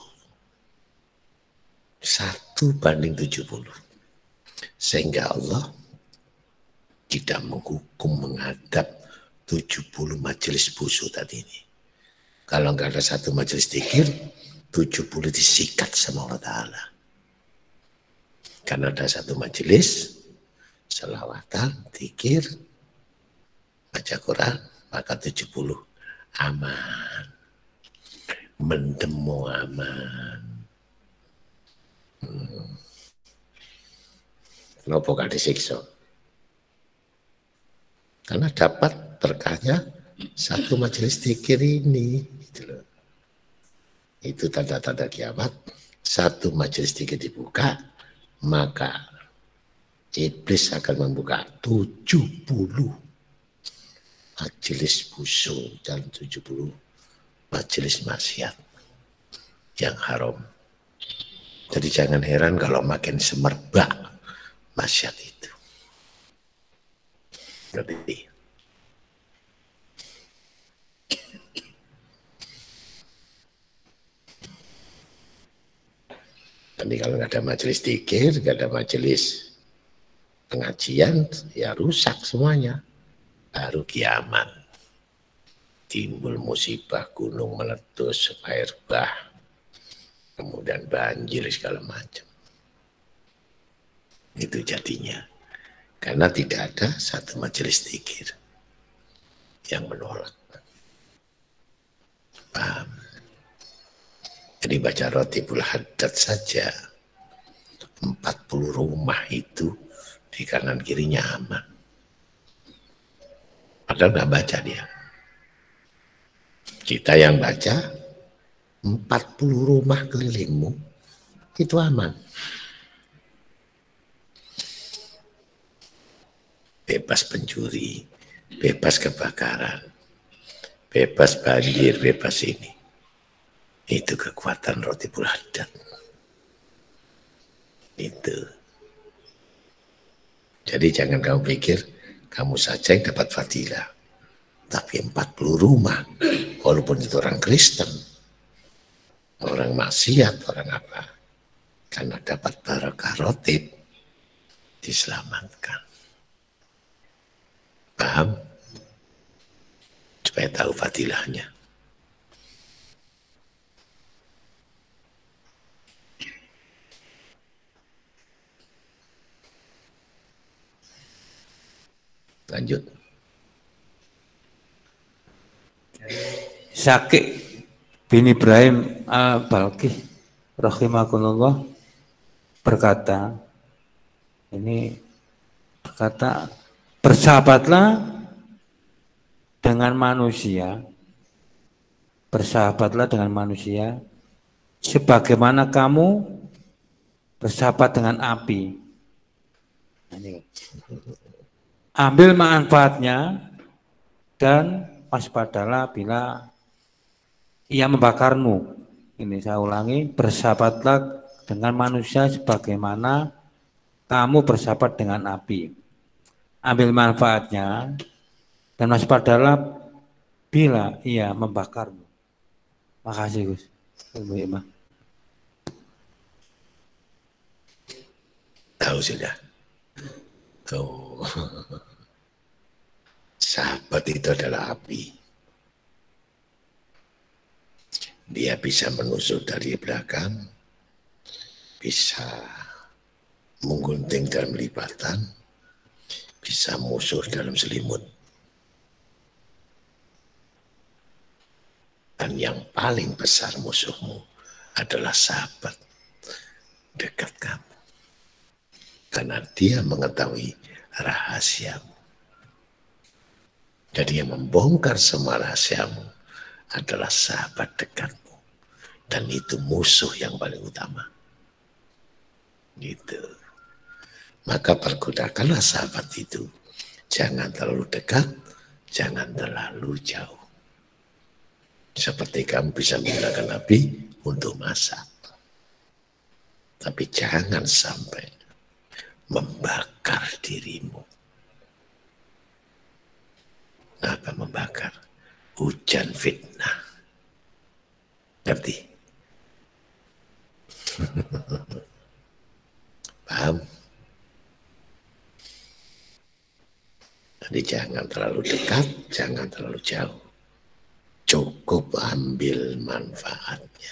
Satu banding tujuh puluh. Sehingga Allah tidak menghukum menghadap tujuh puluh majelis busuk tadi ini. Kalau nggak ada satu majelis zikir, tujuh puluh disikat sama Allah Ta'ala. Karena ada satu majelis, selawatan, zikir, baca Quran, maka tujuh puluh aman. Mendemo aman. Hmm. Kenapa gak disiksa? Karena dapat berkahnya satu majelis zikir ini. Gitu loh. Itu tanda-tanda kiamat. Satu majelis zikir dibuka, maka iblis akan membuka tujuh puluh majelis busuk dan tujuh puluh majelis maksiat yang haram. Jadi jangan heran kalau makin semerbak maksiat itu. Jadi Nanti kalau nggak ada majelis zikir, nggak ada majelis pengajian, ya rusak semuanya. Baru kiamat. Timbul musibah, gunung meletus, air bah, kemudian banjir segala macam. Itu jadinya. Karena tidak ada satu majelis zikir yang menolak. Paham? Jadi baca Rotibul Haddad saja, empat puluh rumah itu di kanan kirinya aman. Padahal nggak baca dia. Kita yang baca, empat puluh rumah kelilingmu itu aman. Bebas pencuri, bebas kebakaran, bebas banjir, bebas ini. Itu kekuatan Rotibul Haddad. Itu. Jadi jangan kamu pikir kamu saja yang dapat fadilah. Tapi empat puluh rumah, walaupun itu orang Kristen, orang maksiat, orang apa, karena dapat barakah rotib, diselamatkan. Paham? Supaya tahu fadilahnya. Lanjut. Syakik bin Ibrahim Al-Balqi rahimahullah berkata, ini berkata, bersahabatlah dengan manusia, bersahabatlah dengan manusia, sebagaimana kamu bersahabat dengan api. Ambil manfaatnya dan waspadalah bila ia membakarmu. Ini saya ulangi, bersahabatlah dengan manusia sebagaimana kamu bersahabat dengan api. Ambil manfaatnya dan waspadalah bila ia membakarmu. Makasih Gus. Tahu sudah. Oh. Sahabat itu adalah api. Dia bisa menusuk dari belakang, bisa menggunting dalam lipatan, bisa musuh dalam selimut. Dan yang paling besar musuhmu adalah sahabat dekat kamu. Karena dia mengetahui rahasiamu. Jadi yang membongkar semua rahasiamu adalah sahabat dekatmu. Dan itu musuh yang paling utama. Gitu. Maka pergunakanlah sahabat itu. Jangan terlalu dekat, jangan terlalu jauh. Seperti kamu bisa menggunakan api untuk masak. Tapi jangan sampai membakar dirimu. Jadi jangan terlalu dekat, jangan terlalu jauh. Cukup ambil manfaatnya.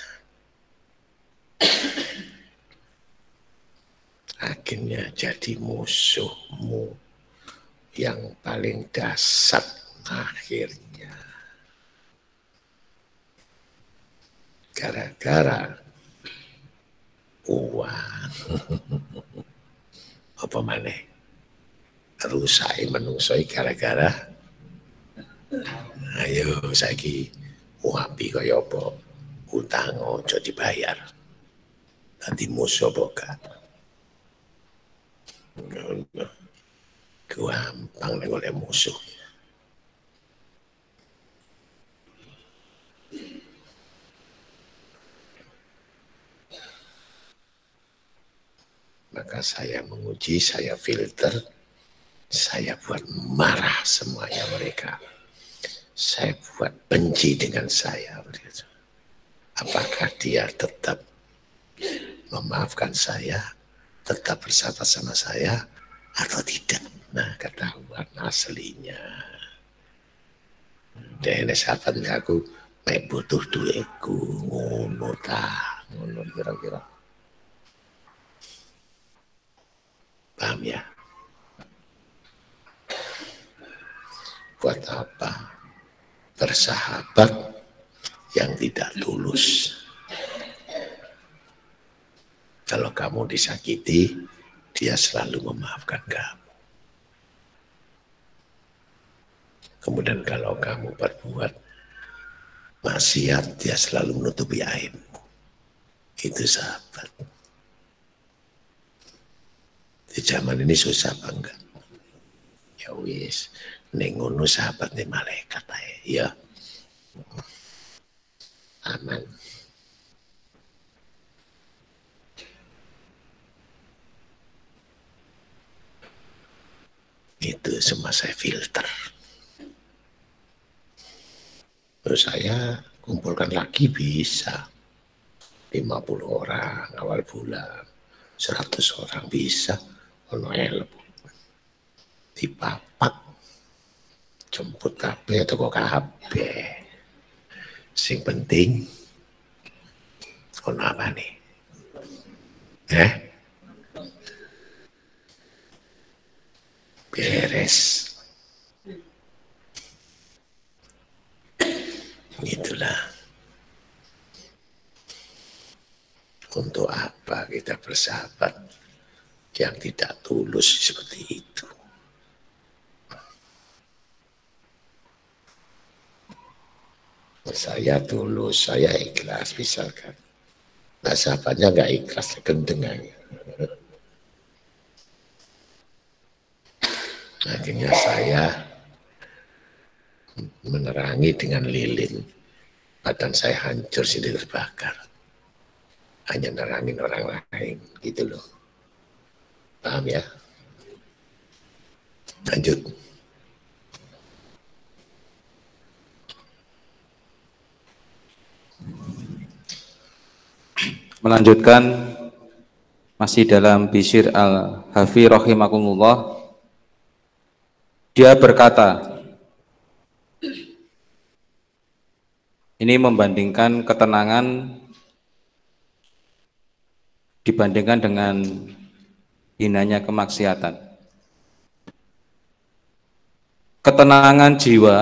Akhirnya jadi musuhmu yang paling dasar akhirnya. Gara-gara uang. Apa maneh? Rusai menungsoi gara-gara ayo saiki wapi kaya apa utang ojo dibayar nanti musuh boga gampang nek oleh musuh. Maka saya menguji, saya filter, saya buat marah semuanya mereka. Saya buat benci dengan saya. Apakah dia tetap memaafkan saya, tetap bersahabat sama saya, atau tidak? Nah, ketahuan aslinya. Dene sahabat aku, mek butuh duitku, ngono ta, ngono kira-kira. Paham ya? Buat apa bersahabat yang tidak tulus? Kalau kamu disakiti, dia selalu memaafkan kamu. Kemudian kalau kamu berbuat maksiat, dia selalu menutupi aibmu. Itu sahabat. Di zaman ini susah apa enggak? Ya wis, ning ngono sahabat nih malaikat ae, ya. Aman. Itu semua saya filter. Terus saya kumpulkan lagi bisa. lima puluh orang awal bulan, seratus orang bisa. Ono elmu. Dipapak. Jemput kabeh atau kok kabeh. Sing penting ono apa nih? Eh? Beres. Itulah. Untuk apa kita bersahabat yang tidak tulus seperti itu? Saya tulus, saya ikhlas misalkan. Nah sahabatnya nggak ikhlas, gendeng aja. Akhirnya saya menerangi dengan lilin. Badan saya hancur, sini terbakar. Hanya nerangin orang lain, gitu loh. Paham ya? Lanjut. Melanjutkan masih dalam Bishr al-Hafi rahimakumullah. Dia berkata, ini membandingkan ketenangan dibandingkan dengan hinanya kemaksiatan. Ketenangan jiwa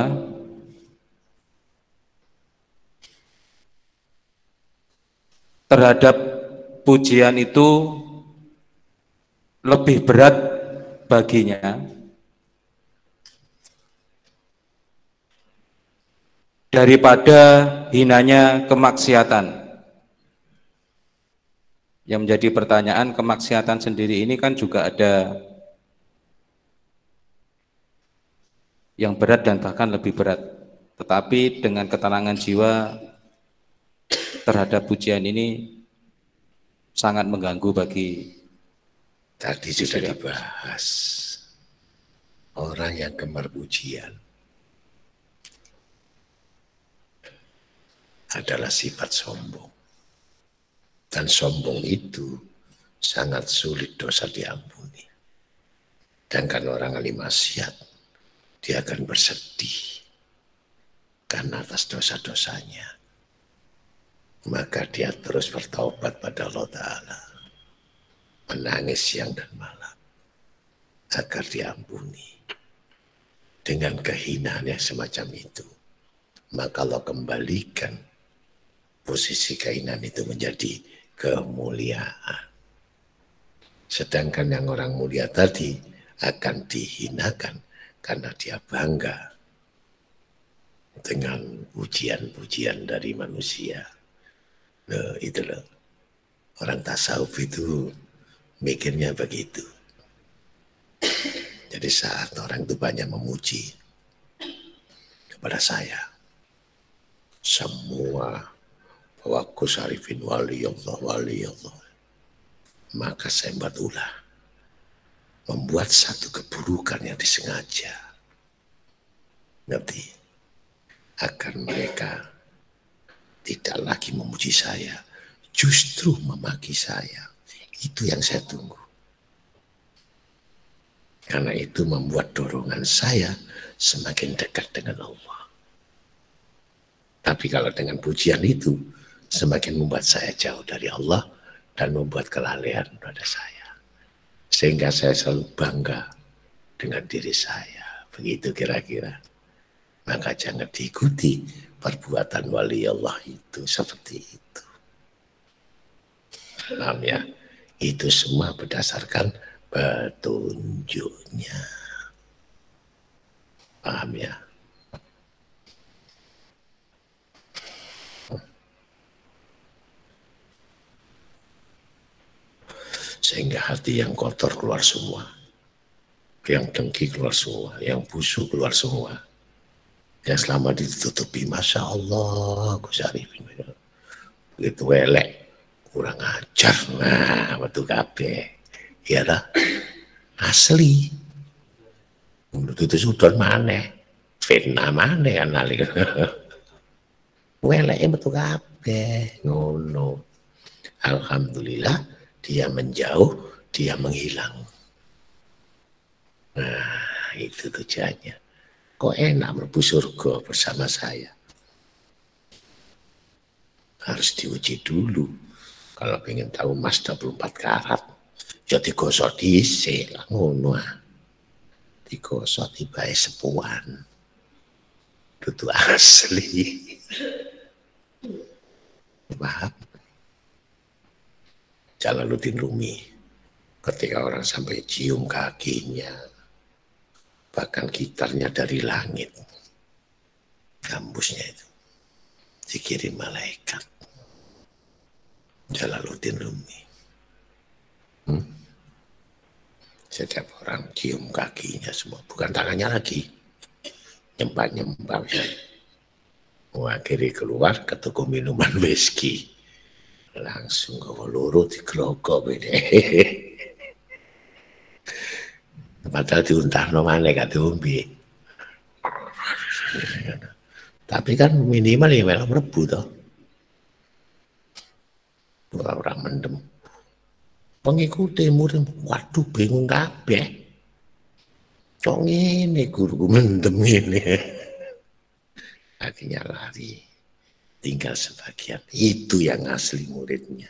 terhadap pujian itu lebih berat baginya daripada hinanya kemaksiatan. Yang menjadi pertanyaan, kemaksiatan sendiri ini kan juga ada yang berat dan bahkan lebih berat. Tetapi dengan ketenangan jiwa terhadap pujian ini sangat mengganggu bagi tadi sudah dibahas. Orang yang gemar pujian adalah sifat sombong. Dan sombong itu sangat sulit dosa diampuni. Dan kan orang ahli maksiat dia akan bersedih karena atas dosa-dosanya. Maka dia terus bertaubat pada Allah Ta'ala, menangis siang dan malam agar diampuni. Dengan kehinaan yang semacam itu, maka Allah kembalikan posisi kehinaan itu menjadi kemuliaan. Sedangkan yang orang mulia tadi akan dihinakan karena dia bangga dengan pujian-pujian dari manusia. Nah, itu loh. Orang tasawuf itu mikirnya begitu. Jadi saat orang itu banyak memuji kepada saya, semua bahwa aku Syarifin wali Allah, wali Allah, maka saya buat ulah, membuat satu keburukan yang disengaja, ngerti, agar mereka tidak lagi memuji saya, justru memaki saya. Itu yang saya tunggu. Karena itu membuat dorongan saya semakin dekat dengan Allah. Tapi kalau dengan pujian itu, semakin membuat saya jauh dari Allah dan membuat kelalaian pada saya. Sehingga saya selalu bangga dengan diri saya. Begitu kira-kira. Maka jangan diikuti perbuatan wali Allah itu seperti itu. Paham ya? Itu semua berdasarkan petunjuknya. Paham ya? Sehingga hati yang kotor keluar semua, yang dengki keluar semua, yang busuk keluar semua, yang selama ditutupi, Masya Allah, Gus Arifin, begitu welek, kurang ajar, nah, betul kabeh, ya dah, asli, menurut itu sudah mana, fitnah mana kan nali, weleknya betul kabeh, ngono, alhamdulillah. Dia menjauh, dia menghilang. Nah, itu tujuannya. Kok enak mlebu surga bersama saya? Harus diuji dulu. Kalau pengen tahu emas dua puluh empat karat, ya digosok dhisik lah ngono ah. Digosok tibae sepuan. Itu asli. Paham? Jalaluddin Rumi, ketika orang sampai cium kakinya, bahkan gitarnya dari langit, gambusnya itu dikirim malaikat. Jalaluddin Rumi, hmm? Setiap orang cium kakinya semua, bukan tangannya lagi, nyembah-nyembah. Akhirnya keluar ke toko minuman whisky. Langsung gawa loro digrogok bede. Padahal diuntahno maneh gak diombe. Tapi kan minimal ya melok mlebu to. Orang mendem. Pengikuti murid, waduh bingung kabeh. Kok ngene guru mendem ngene. Akhirnya lari. Tinggal sebagian, itu yang asli muridnya.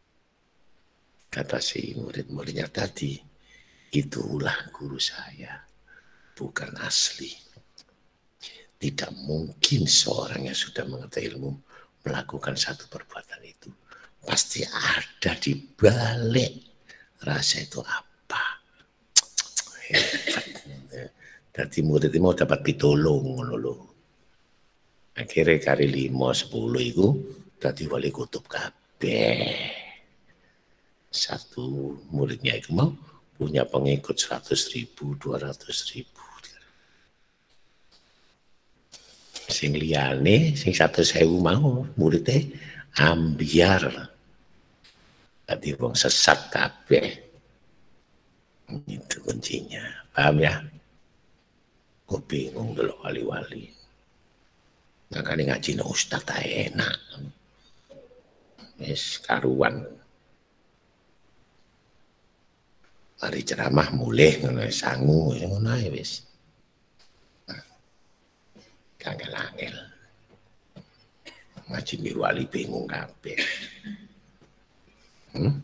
Kata si murid-muridnya tadi, itulah guru saya, bukan asli. Tidak mungkin seorang yang sudah mengerti ilmu melakukan satu perbuatan itu. Pasti ada di balik rasa itu apa. Jadi murid itu mau dapat pitulung loh. Akhirnya kali lima sepuluh itu tadi wali kutub kabeh. Satu muridnya itu mau punya pengikut seratus ribu, dua ratus ribu. Sing liyane, sing satu sewu mau muridnya ambiar. Tadi wong sesat kabeh. Itu kuncinya. Paham ya? Kok bingung dulu wali-wali. Makanya ngaji no ustaz tak enak. Wis karuan. Mari ceramah mulih ngono sangu ngono ae wis. angel-angel. Ngaji wali bingung kabeh. Hmm?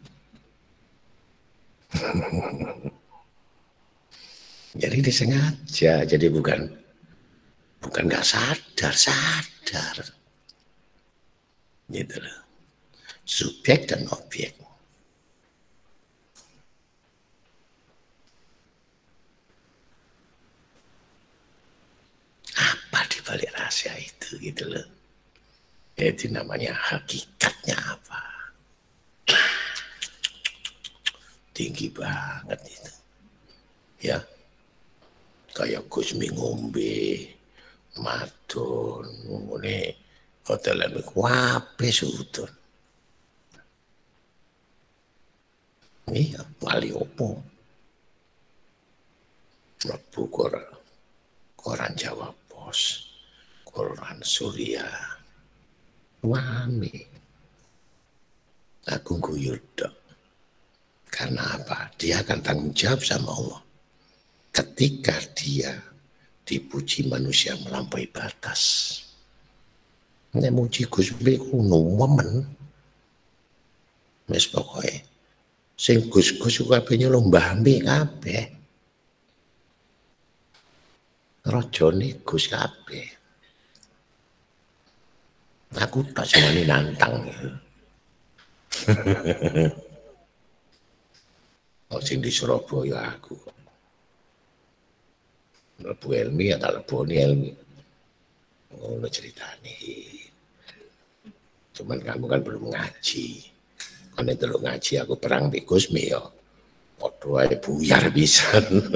Jadi disengaja, jadi bukan bukan nggak sadar, sadar. Gitu loh. Subjek dan objek. Apa di balik rahasia itu gitu loh. Itu namanya hakikatnya apa. Tinggi banget itu. Ya. Kayak Gusmi ngombe, madon, ngene hotelan wape sudun. Iya, wali opo. Mlebu koran, koran Jawa Pos, koran Surya. Wami. Aku guyur dok. Karena apa? Dia akan tanggung jawab sama Allah. Ketika dia dipuji manusia melampaui batas. Nek muji Gusmi kuno momen. Wis pokoke sing Gus-gus kabeh nyeluk mbah-mbih kabeh. Rajane Gus kabeh. Aku tak semani nantang. Oh, sing di Surabaya aku. Lebu Elmi ya tak leboni Elmi. Oh, lo ceritanya. Cuman kamu kan belum ngaji. Kan itu lo ngaji aku perang di Gusmi ya. Podo aja buyar bisa.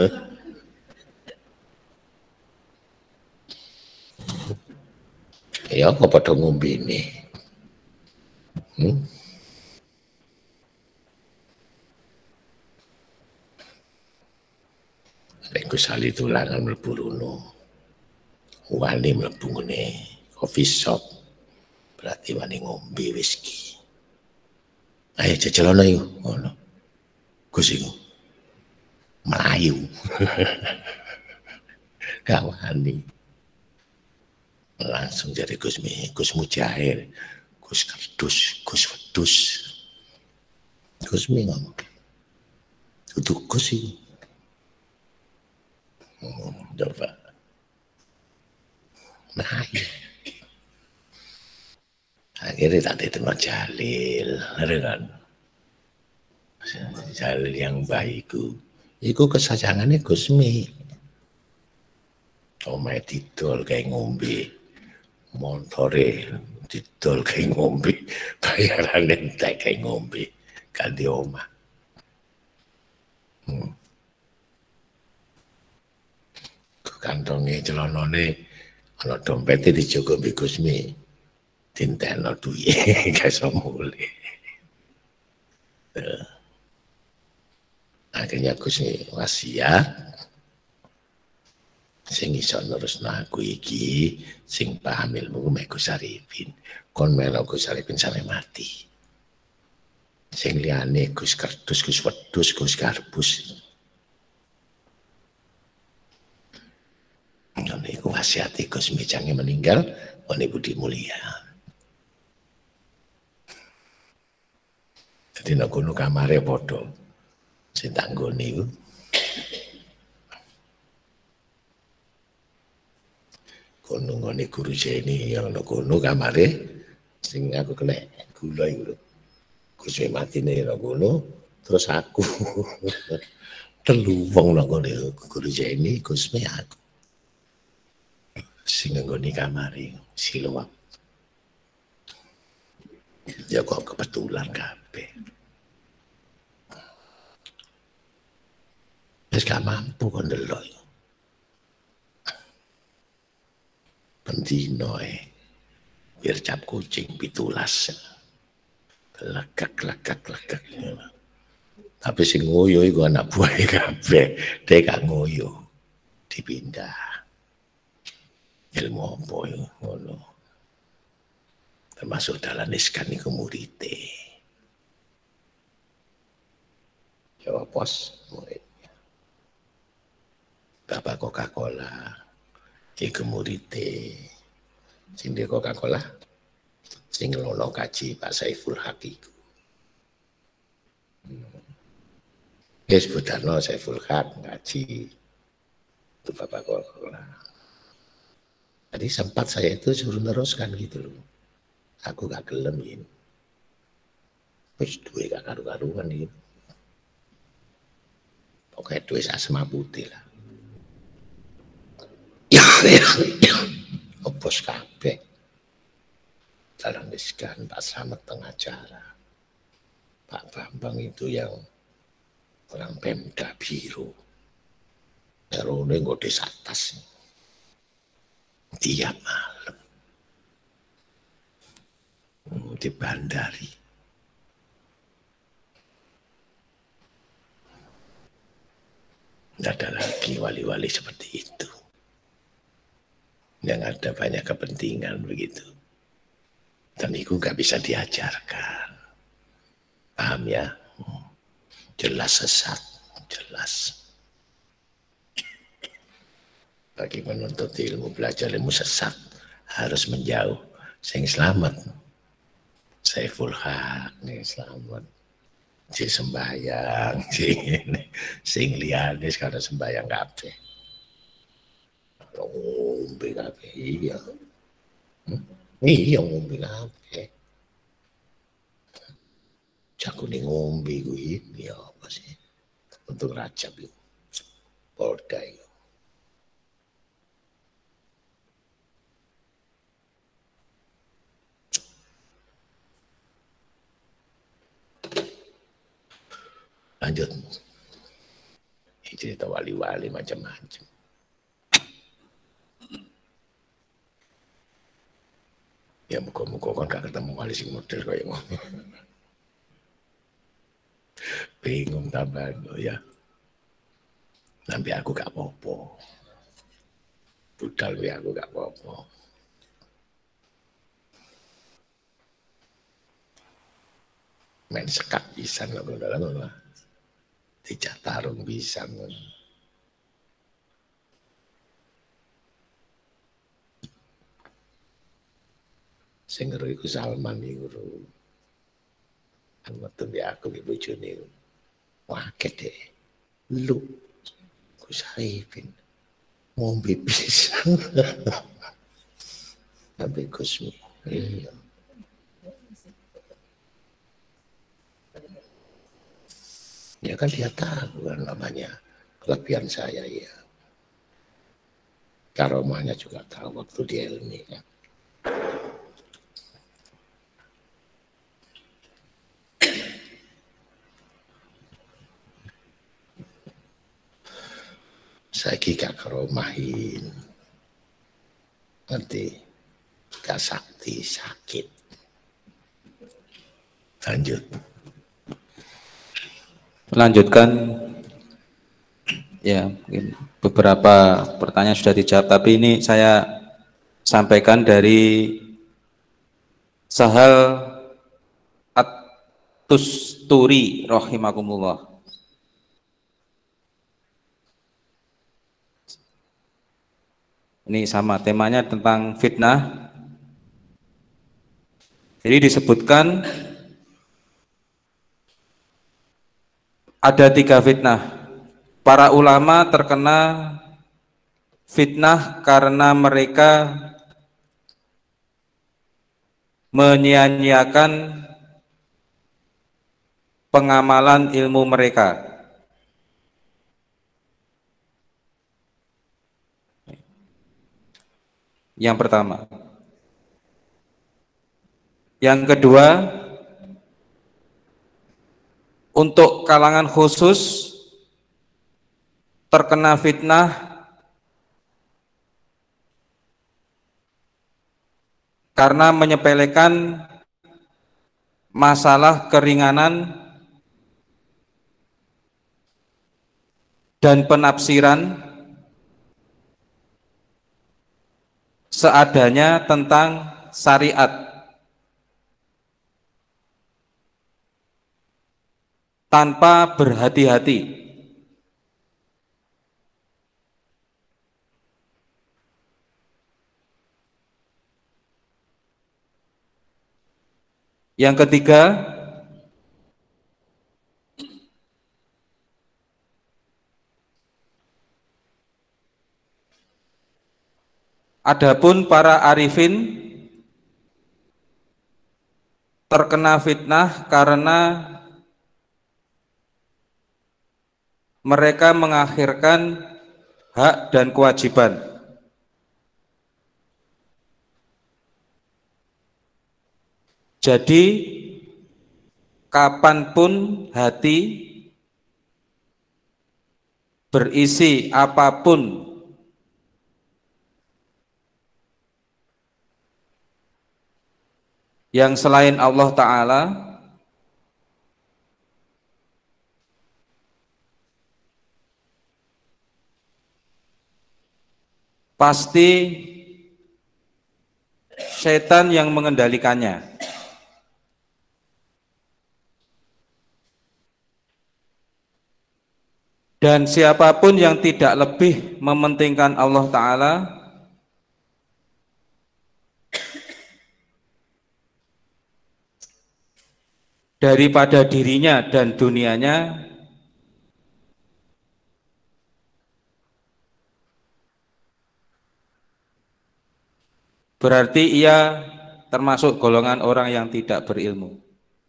Ya kok podo ngombe ini. Hmm? Gus Ali tulangan mlebu rono. Wani mlebu ngene coffee shop. Berarti wani ngombe whisky. Ayo jajalana iku ngono. Gus iku. Melayu. Gak wani. Langsung jadi Gus Mi, Gus Mujair, Gus Kardus, Gus Wedus. Gus Mi ngomong. Itu Gus iku. Hmm, coba. Nah, iya. Akhirnya tak diterima Jalil, kan? Jalil yang baikku. Iku kesayangannya Gusmi. Omae didol kayak ngombe, montore didol kayak ngombe, bayaran entek kayak ngombe, ganti omah. Hmm. Kantongnya celanane ana dompete dijogo mbek Gusmi. Dintekno duwe gak iso mulih. Akhirnya Gusmi wasiat sing iso nerusno aku iki sing paham ilmu mek Gus Arifin. Kon melok Gus Arifin sampe mati. Sing liyane Gus Kardus, Gus Wedus, Gus Garbus. Ngene iku wasiat Gus Mijange meninggal on Budi Mulia. Jadi nek kono kamare padha sing tak nggone iku. Kono ngene guru jeni yang nek kono kamare sing aku kena gula iku lho. Gus matine nek kono terus aku. Telu wong nek kono guru jeni Gus me aku. Sing nggone kamare siluap. Ya kok kebetulan kabeh. Wis gak mampu kon delok. Pendino eh. Biar cap kucing pitulas. Lekak lekak lekak. Tapi sing ngoyo iku anak buah kabeh. Dek gak ngoyo. Dipindah. Ilmu apa iku ngono. Termasuk dalam iskan iku murite. Jawa Pos muridnya. Bapak Coca-Cola, iku murite. Sing di Coca-Cola, sing ngelola kaji Pak Saiful Haq iku. Ya sebutanno Saiful Haq ngaji itu Bapak Coca-Cola. Jadi sempat saya itu suruh teruskan gitu loh. Aku gak gelem ini. Wis duwe gak karu-karuan iki. Pokoke duwe asma putih lah. Ya, ya, ya. Opos kabeh. Dalam diskan Pak Slamet tengah acara. Pak Bambang itu yang orang Pemda Biru. Erone nggo desa atas. Tiap malam. Di Bandari. Tidak ada lagi wali-wali seperti itu. Yang ada banyak kepentingan begitu. Dan itu gak bisa diajarkan. Paham ya? Jelas sesat. Jelas. Bagi menuntut ilmu, belajar ilmu sesat. Harus menjauh. Sing selamat. Saiful Haq nih selamat. Si sembahyang, si sing liyane sekarang sembahyang kabeh. Ngombe kabeh iya. Hmm? Iya ngombe kabeh. Jakune ngombe kuwi ya apa sih? Untuk Rajab itu. Polda itu. Lanjut. Ini cerita wali-wali macam-macam. Ya muka-muka kan gak ketemu wali sing model kayak ngono. Bingung tambahan ya. Nanti aku gak apa-apa. Budal ya aku gak apa-apa. Main sekat pisan kok ngono. Tidak tarung bisa. Sing ngero iku Salman iku. Kan metu di aku ki bojone. Waket deh. Lu Gus Arifin ngombe pisan. Sampai Gusmi. Iya. Ya kan dia tahu kan namanya kelebihan saya ya. Karomahnya juga tahu waktu di Ilmi kan. Saya gak karomahin. Ngerti? Gak sakti sakit. Lanjut. Melanjutkan ya mungkin beberapa pertanyaan sudah dijawab, tapi ini saya sampaikan dari Sahal At-Tusturi rahimakumullah. Ini sama temanya tentang fitnah. Jadi disebutkan ada tiga fitnah. Para ulama terkena fitnah karena mereka menyia-nyiakan pengamalan ilmu mereka. Yang pertama. Yang kedua, untuk kalangan khusus terkena fitnah karena menyepelekan masalah keringanan dan penafsiran seadanya tentang syariat tanpa berhati-hati. Yang ketiga, adapun para arifin terkena fitnah karena mereka mengakhirkan hak dan kewajiban. Jadi kapanpun hati berisi apapun yang selain Allah Ta'ala, pasti setan yang mengendalikannya. Dan siapapun yang tidak lebih mementingkan Allah Ta'ala daripada dirinya dan dunianya, berarti ia termasuk golongan orang yang tidak berilmu.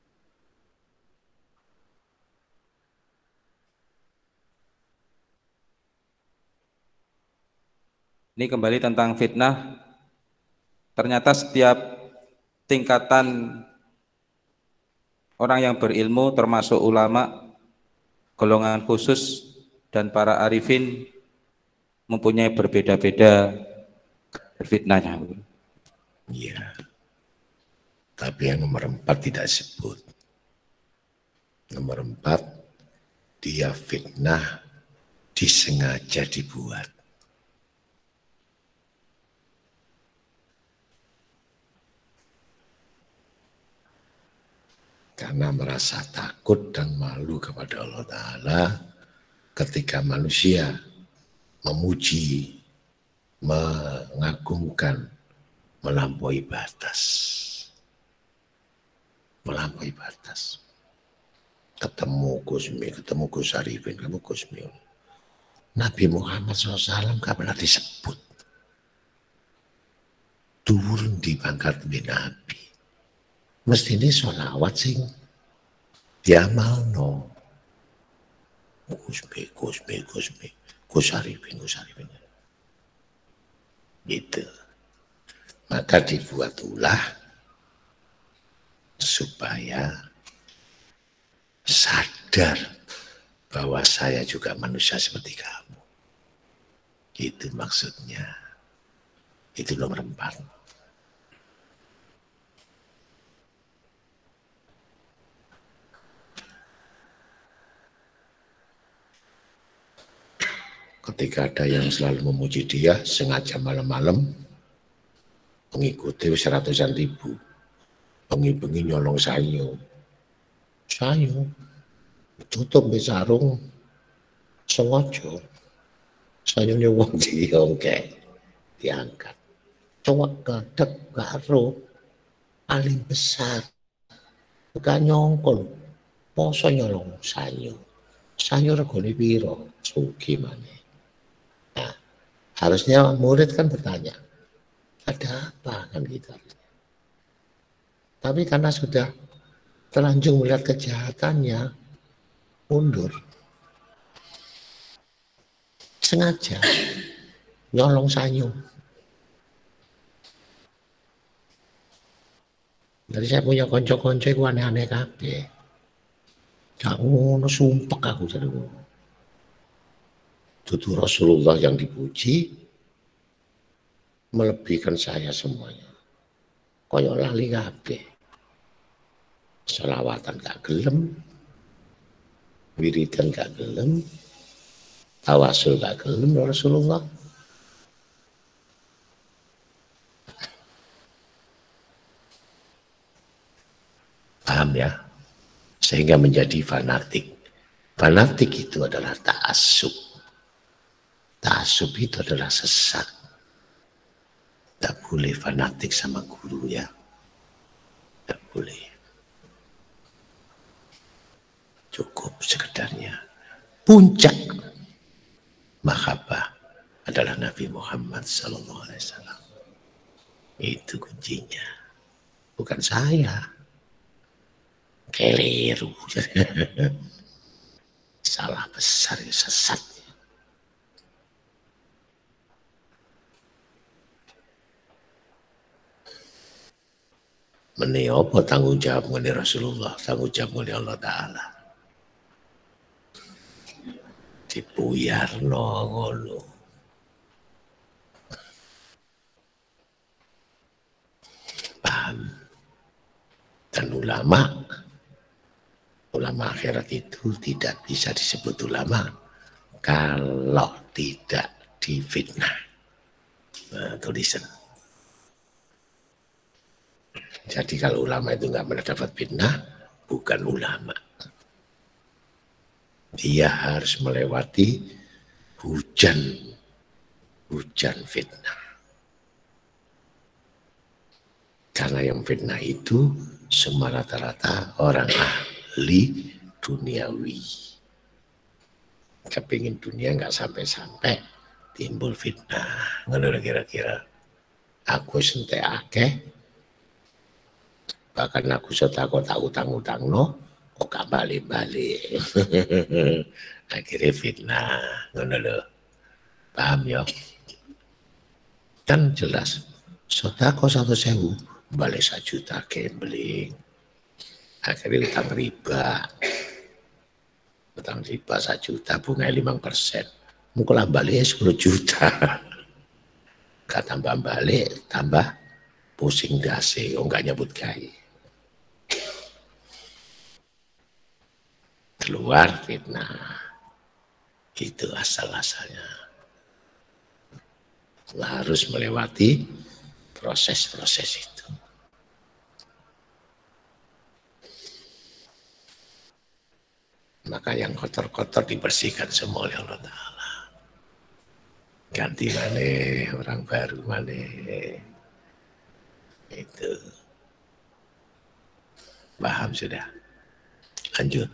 Ini kembali tentang fitnah. Ternyata setiap tingkatan orang yang berilmu, termasuk ulama, golongan khusus, dan para arifin mempunyai berbeda-beda fitnahnya. Iya. Tapi yang nomor empat tidak sebut. Nomor empat, dia fitnah disengaja dibuat. Karena merasa takut dan malu kepada Allah Ta'ala ketika manusia memuji, mengagungkan, melampaui batas. Melampaui batas. Ketemu Gusmi, ketemu Gus Arifin, ketemu Gusmi. Nabi Muhammad shallallahu alaihi wasallam gak pernah disebut. Turun di pangkat Nabi. Mesti ini sholawat sing diamalno. Gusmi, Gusmi, Gusmi, Gus Arifin, Gus Arifin. Gitu. Maka dibuat ulah supaya sadar bahwa saya juga manusia seperti kamu. Itu maksudnya. Itu nomor empat. Ketika ada yang selalu memuji dia, sengaja malam-malam, mengikuti seratusan ribu, bengi-bengi nyolong sayu, sayu, tutup di sarung, sengaja, sayunya wong diongke, diangkat, cowok gedek karo paling besar, bukan nyongkol, poso nyolong sayu, sayu regone piro, sugi maneh. Nah, harusnya murid kan bertanya, ada apa kan gitu. Tapi karena sudah terlanjur melihat kejahatannya, mundur. Sengaja nyolong sayu. Jadi saya punya konco-konco itu aneh-aneh kabeh. Gak ngono, sumpek aku jadi ngono. Itu Rasulullah yang dipuji melebihkan saya semuanya. Koyok lali kabeh. Selawatan gak gelem, wiridan gak gelem, tawasul gak gelem Rasulullah. Paham ya? Sehingga menjadi fanatik. Fanatik itu adalah ta'assub. Ta'assub itu adalah sesat. Tak boleh fanatik sama guru ya. Tak boleh. cukup sekedarnya. Puncak mahabbah adalah Nabi Muhammad Sallallahu Alaihi Wasallam. Itu kuncinya, bukan saya. Keliru, salah besar, sesat. Meni apa tanggung jawab meni Rasulullah, tanggung jawab meni Allah Ta'ala. Dipuyarno ngono. Paham? Dan ulama, ulama akhirat itu tidak bisa disebut ulama kalau tidak difitnah. Nah, tulisan. Jadi kalau ulama itu nggak pernah dapat fitnah, bukan ulama. Dia harus melewati hujan, hujan fitnah. Karena yang fitnah itu semua rata-rata orang ahli duniawi. Kepingin dunia nggak sampai-sampai timbul fitnah. Ngono kira-kira. Aku sentek akeh. Bahkan aku setako tak utang-utang no, kok gak balik-balik. Akhirnya fitnah, ngono lho. Paham ya? Kan jelas, setako satu sewu, balik satu juta gambling. Akhirnya utang riba. Utang riba satu juta, bunga lima persen. Mungkin baliknya sepuluh juta. Gak tambah balik, tambah pusing dasi, oh gak nyebut gaya. Keluar fitnah, itu asal-asalnya. Harus melewati proses-proses itu. Maka yang kotor-kotor dibersihkan semua oleh Allah Ta'ala. Ganti mana orang baru mana. Itu. Paham sudah? Lanjut.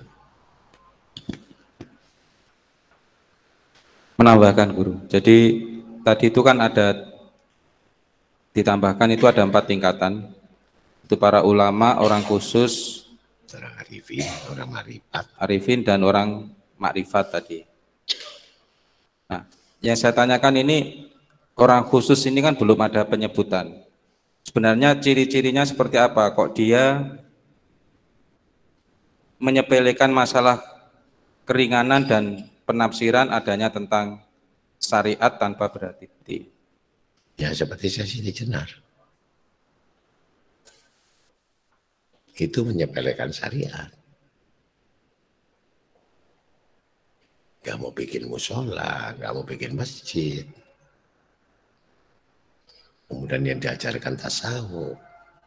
Menambahkan guru. Jadi tadi itu kan ada ditambahkan itu ada empat tingkatan. Itu para ulama, orang khusus, Orang arifin, orang marifat. arifin dan orang makrifat tadi. Nah, yang saya tanyakan ini orang khusus ini kan belum ada penyebutan. Sebenarnya ciri-cirinya seperti apa? Kok dia menyepelekan masalah keringanan dan penafsiran adanya tentang syariat tanpa berarti. Ya seperti saya Siti Jenar. Itu menyepelekan syariat. Gak mau bikin musola, gak mau bikin masjid. Kemudian yang diajarkan tasawuf.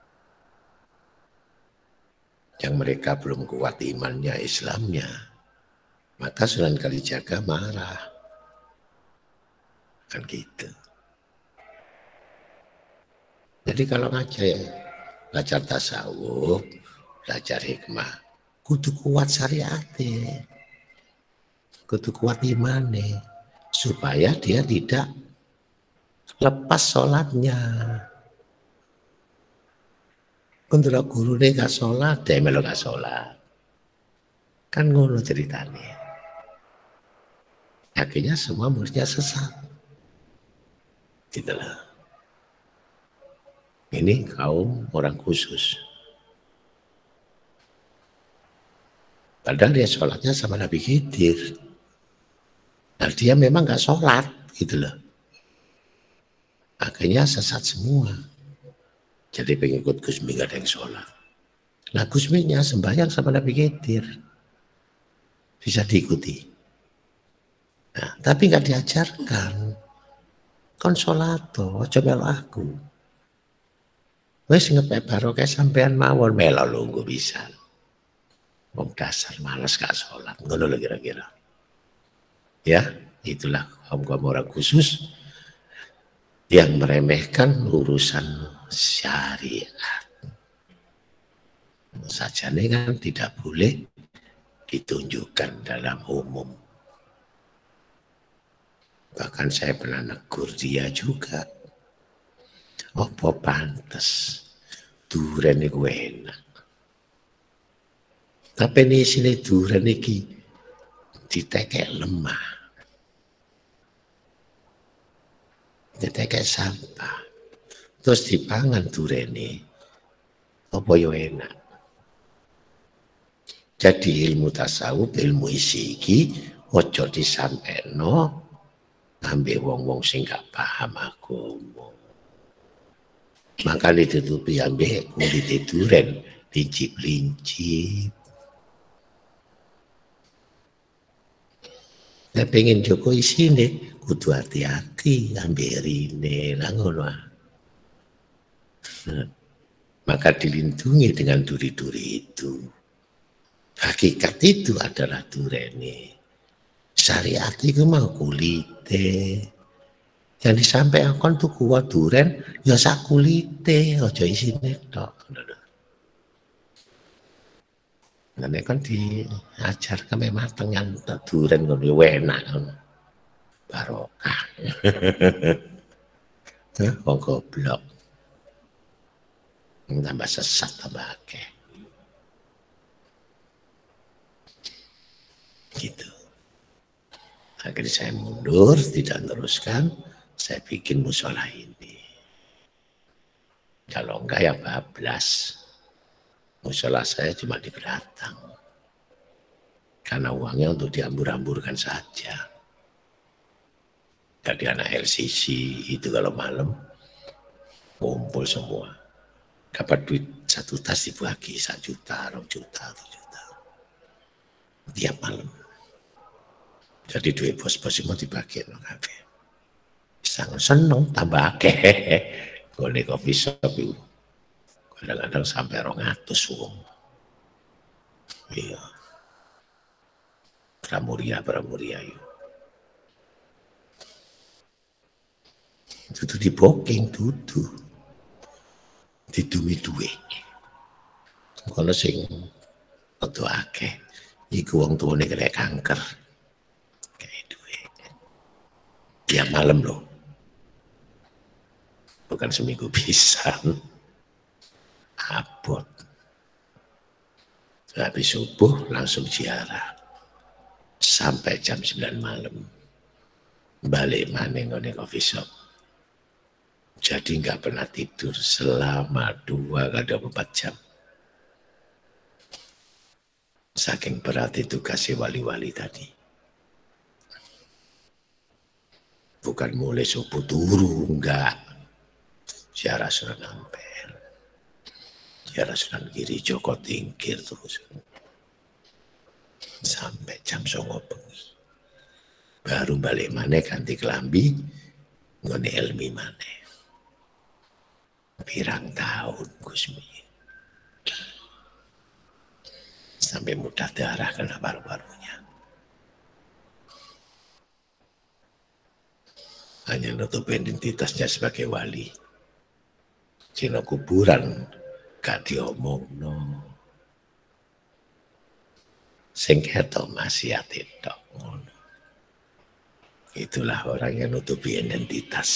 Yang mereka belum kuat imannya, Islamnya. Maka Sunan Kalijaga marah. Kan gitu. Jadi kalau ngajar, belajar tasawuf, belajar hikmah, kudu kuat syariatnya. Kudu kuat imannya. Supaya dia tidak lepas sholatnya. Kalau guru ini gak sholat, dia melo gak sholat. Kan ngono ceritanya. Akhirnya semua muridnya sesat. Gitulah. Ini kaum orang khusus. Padahal dia sholatnya sama Nabi Khidir. Nah dia memang gak sholat gitu loh. Akhirnya sesat semua. Jadi pengikut Gusmi gak ada yang sholat. Nah Gusminya sembahyang sama Nabi Khidir. Bisa diikuti. Nah, tapi nggak diajarkan. Konsolato, coba aku. Wes ngepek barokah sampean mawon melo lungguh bisa. Wong dasar malas gak sholat. Ngono lho kira-kira. Ya, itulah kaum-kaum orang khusus yang meremehkan urusan syariat. Sajane kan tidak boleh ditunjukkan dalam umum. Bahkan saya pernah negur dia juga. Apa pantes duren iku enak. Tapi ini sini duren iki ditekek lemah. Ditekek sampah. Terus dipangan durene. Apa yo enak. Jadi ilmu tasawuf, ilmu isi iki ojo disampaikan ambil wong-wong sing gak paham agama. Maka ditutupi ambil kulit duren, lincip-lincip. Nah pengen Joko isine, kudu hati-hati ambil rine, lah ngono. Maka dilindungi dengan duri-duri itu. Hakikat itu adalah durene. Syariat itu mau kulite. Yang disampaikan tuh kuat duren, ya sak kulite, aja isine tok. Nah, kan diajarkan memang tengah duren ngono enak ngono. Barokah. Heh, wong goblok. Tambah sesat tambah akeh. Gitu. Akhirnya saya mundur, tidak teruskan, saya bikin musola ini. Kalau enggak ya bablas. Musola saya cuma di Beratang. Karena uangnya untuk diambur-amburkan saja. Jadi anak L C C itu kalau malam kumpul semua. Dapat duit satu tas dibagi, satu juta, dua juta, satu juta. Tiap malam. Jadi duit bos-bos semua dibagi loh kabeh. Sangat seneng tambah akeh. Gone coffee shop itu. Kadang-kadang sampai rong atus wong. Iya. Pramuria, pramuria itu. Itu di booking dudu. Didumi duit. Kalau sing waktu akeh, iku wong tuane kena kanker. Tiap malam loh, bukan seminggu pisan, abot. Habis subuh langsung ziarah sampai jam sembilan malam, balik maning ngone coffee shop. Jadi nggak pernah tidur selama dua kali dua puluh empat jam. Saking berat itu kasih wali-wali tadi. Bukan mulai subuh turu, enggak. Ziarah Sunan Ampel. Ziarah Sunan Giri, Joko Tingkir terus. Sampai jam songo bengi. Baru balik maneh ganti kelambi, ngone ilmi maneh. Pirang tahun Gusmi. Sampai mudah darah kena paru-parunya. Hanya nutup identitasnya sebagai wali. Cina kuburan gak diomong no. Sing ketok masih ati tok ngono. Itulah orang yang nutupi identitas.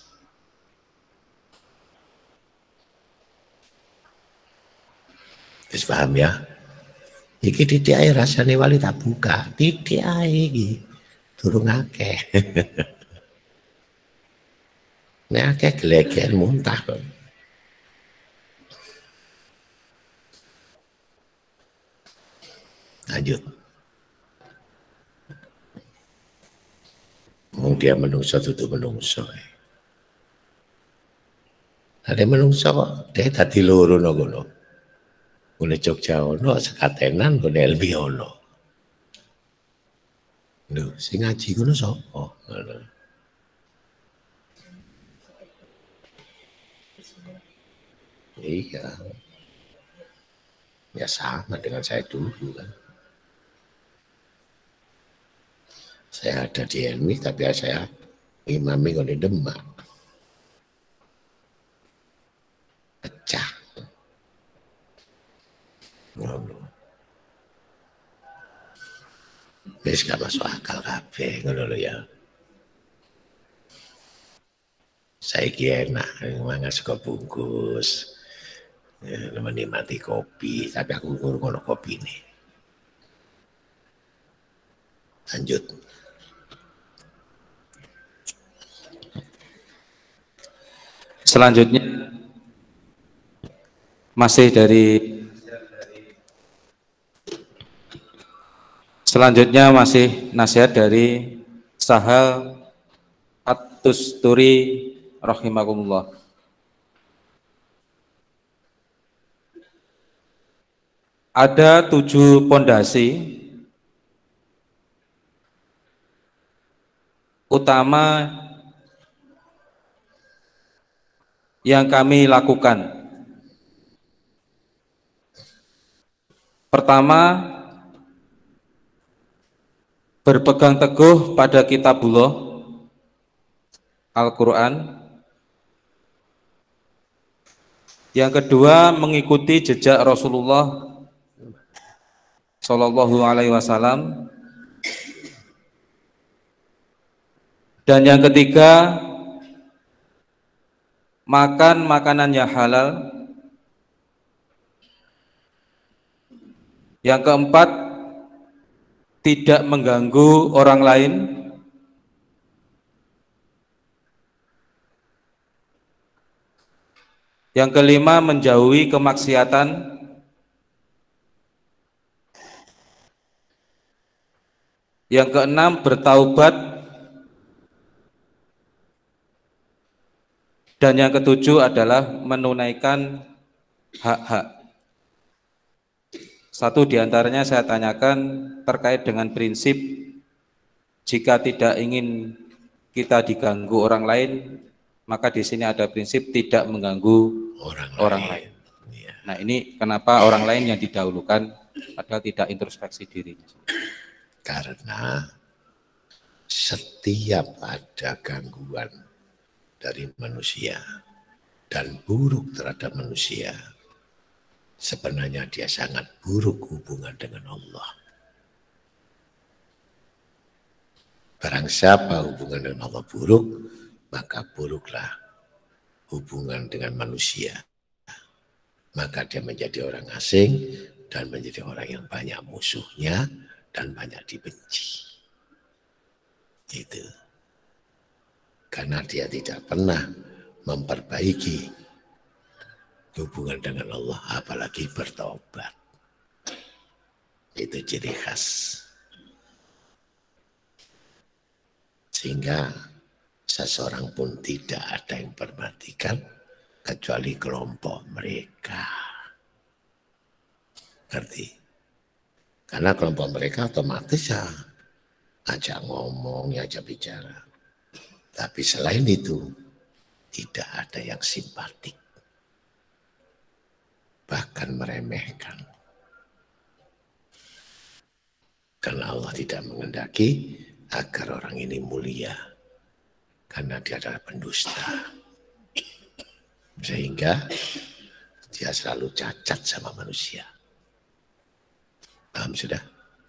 Wis paham ya? Iki titik ae rasane wali tak buka, titik ae iki. Durung akeh. Nek akeh gelegen muntah kok. Lanjut. Wong dia menungso tutu menungso. Ada menungso kok, dia tadi loro no kono. Kune Jogja ono, sekatenan kune Elmi ono. Lho, sing ngaji kono sapa? Iya. Ya sama dengan saya dulu kan. Saya ada di Elmi tapi saya imami kone Demak. Pecah. Wis gak masuk akal kabeh ngono lho ya. Saiki enak mangan sego bungkus. Ya, menikmati kopi, tapi aku ngono kopi ini. Lanjut. Selanjutnya masih dari selanjutnya masih nasihat dari Sahal At-Tusturi rahimakumullah. Ada tujuh pondasi utama yang kami lakukan. Pertama, berpegang teguh pada kitabullah Al-Quran. Yang kedua, mengikuti jejak Rasulullah Shallallahu Alaihi Wasallam. Dan yang ketiga, makan makanan yang halal. Yang keempat, tidak mengganggu orang lain. Yang kelima, menjauhi kemaksiatan. Yang keenam, bertaubat. Dan yang ketujuh adalah menunaikan hak-hak. Satu diantaranya saya tanyakan terkait dengan prinsip jika tidak ingin kita diganggu orang lain, maka di sini ada prinsip tidak mengganggu orang, orang lain. lain. Ya. Nah ini kenapa orang lain yang didahulukan padahal tidak introspeksi diri? Karena setiap ada gangguan dari manusia dan buruk terhadap manusia, sebenarnya dia sangat buruk hubungan dengan Allah. Barang siapa hubungan dengan Allah buruk, maka buruklah hubungan dengan manusia. Maka dia menjadi orang asing dan menjadi orang yang banyak musuhnya dan banyak dibenci. Itu. Karena dia tidak pernah memperbaiki hubungan dengan Allah, apalagi bertobat. Itu ciri khas. Sehingga seseorang pun tidak ada yang perhatikan kecuali kelompok mereka. Ngerti? Karena kelompok mereka otomatis ya ajak ngomong, ya ajak bicara. Tapi selain itu tidak ada yang simpatik. Bahkan meremehkan. Karena Allah tidak menghendaki agar orang ini mulia. Karena dia adalah pendusta. Sehingga dia selalu cacat sama manusia. Paham sudah?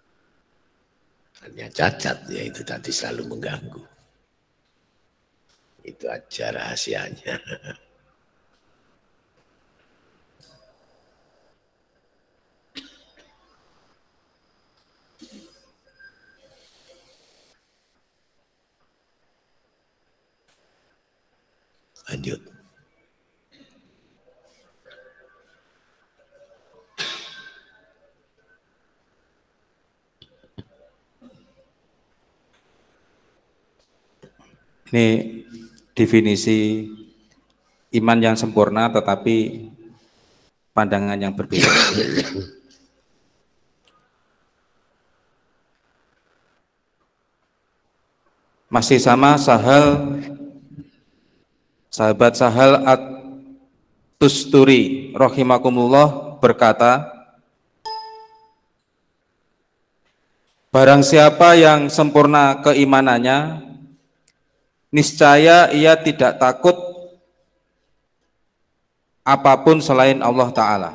Hanya cacat, yaitu tadi selalu mengganggu. Itu aja rahasianya. Lanjut. Ini definisi iman yang sempurna tetapi pandangan yang berbeda. Masih sama Sahal, sahabat Sahal At-Tusturi rahimakumullah berkata, barang siapa yang sempurna keimanannya, niscaya ia tidak takut apapun selain Allah Ta'ala.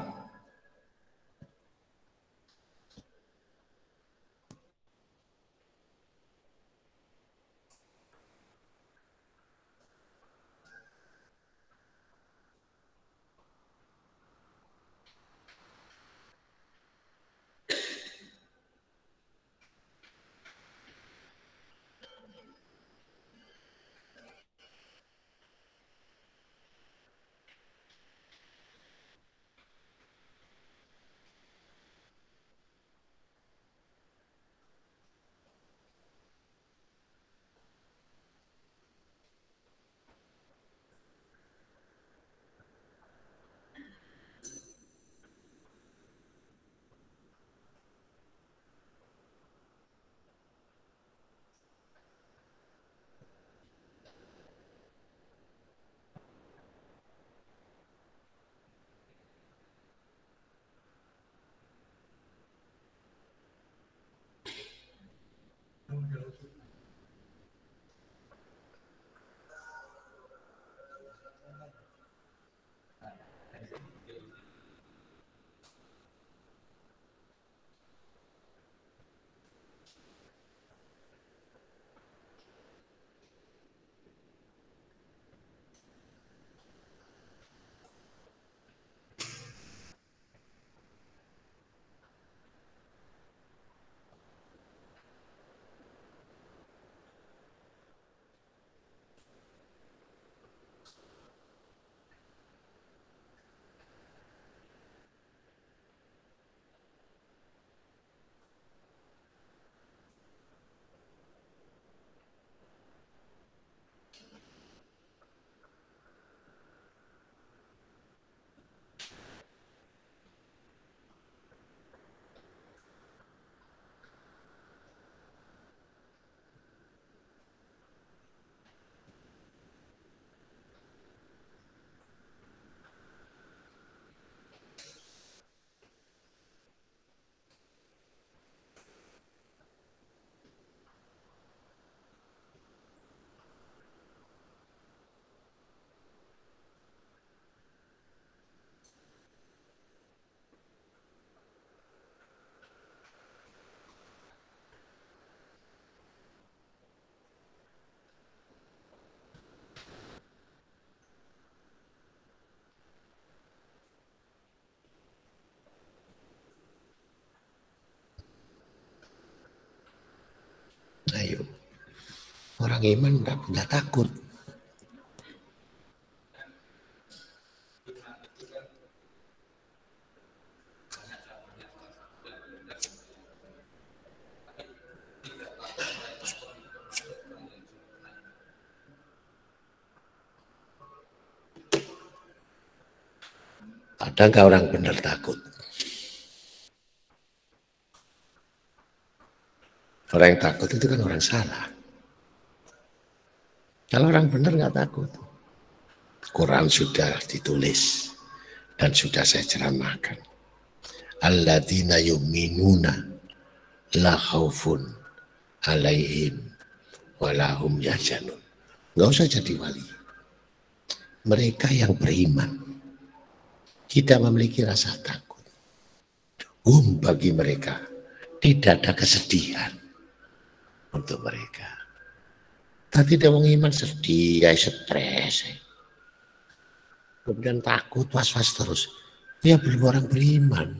Orang iman tidak punya takut. Ada nggak orang benar takut? Orang yang takut itu kan orang salah. Kalau orang benar nggak takut. Quran sudah ditulis dan sudah saya ceramahkan. Alladzina yu'minuna la khaufun alaihim walahum yahzanun. Nggak usah jadi wali. Mereka yang beriman tidak memiliki rasa takut. Um, bagi mereka tidak ada kesedihan untuk mereka. Tadi dia mau iman sedih, kayak stres, kemudian takut, was-was terus. Ya belum orang beriman.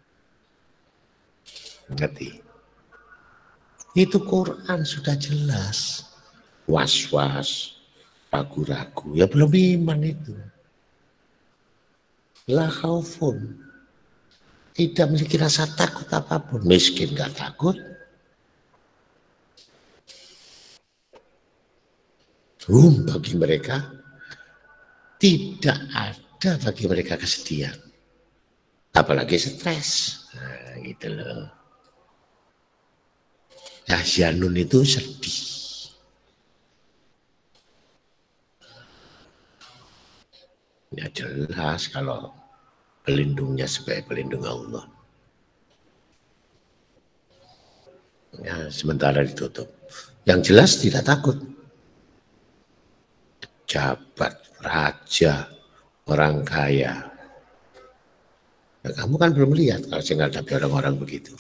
Ngerti? Itu Quran sudah jelas. Was-was, ragu-ragu, ya belum iman itu. La khaufun, tidak memiliki rasa takut apapun. Miskin gak takut, hum, bagi mereka tidak ada bagi mereka kesedihan, apalagi stres. Nah, gitu loh. Yahzanun itu sedih. Ya jelas kalau pelindungnya sebagai pelindung Allah. Ya sementara ditutup. Yang jelas tidak takut. Jabat, raja, orang kaya. Nah, kamu kan belum lihat kalau saya menghadapi orang-orang begitu.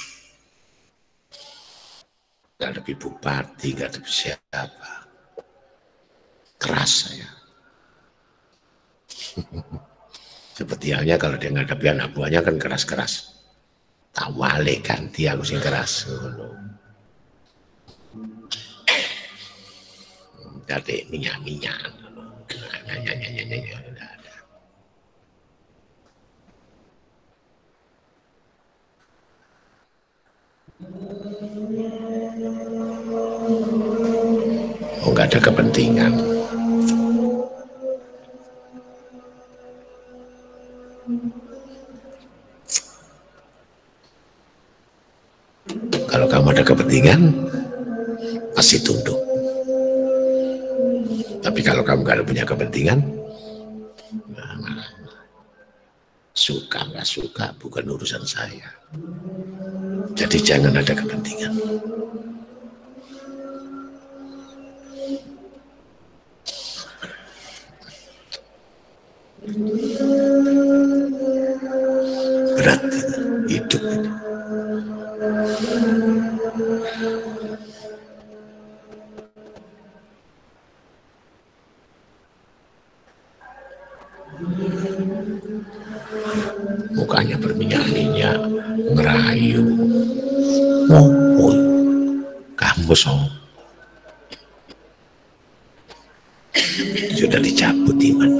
Menghadapi bupati, menghadapi siapa. Keras saya. Seperti halnya kalau dia menghadapi anak buahnya kan keras-keras. Tak wale ganti aku sing keras. Jadi minyak-minyak. Oh, nggak ada kepentingan. Kalau kamu ada kepentingan, pasti tunduk. Tapi kalau kamu nggak punya kepentingan, nah, suka nggak suka bukan urusan saya. Jadi jangan ada kepentingan. Berat hidup ini. Mukanya berminyak-minyak, ngerayu. Oh, oh, kamu so sudah dicabut iman.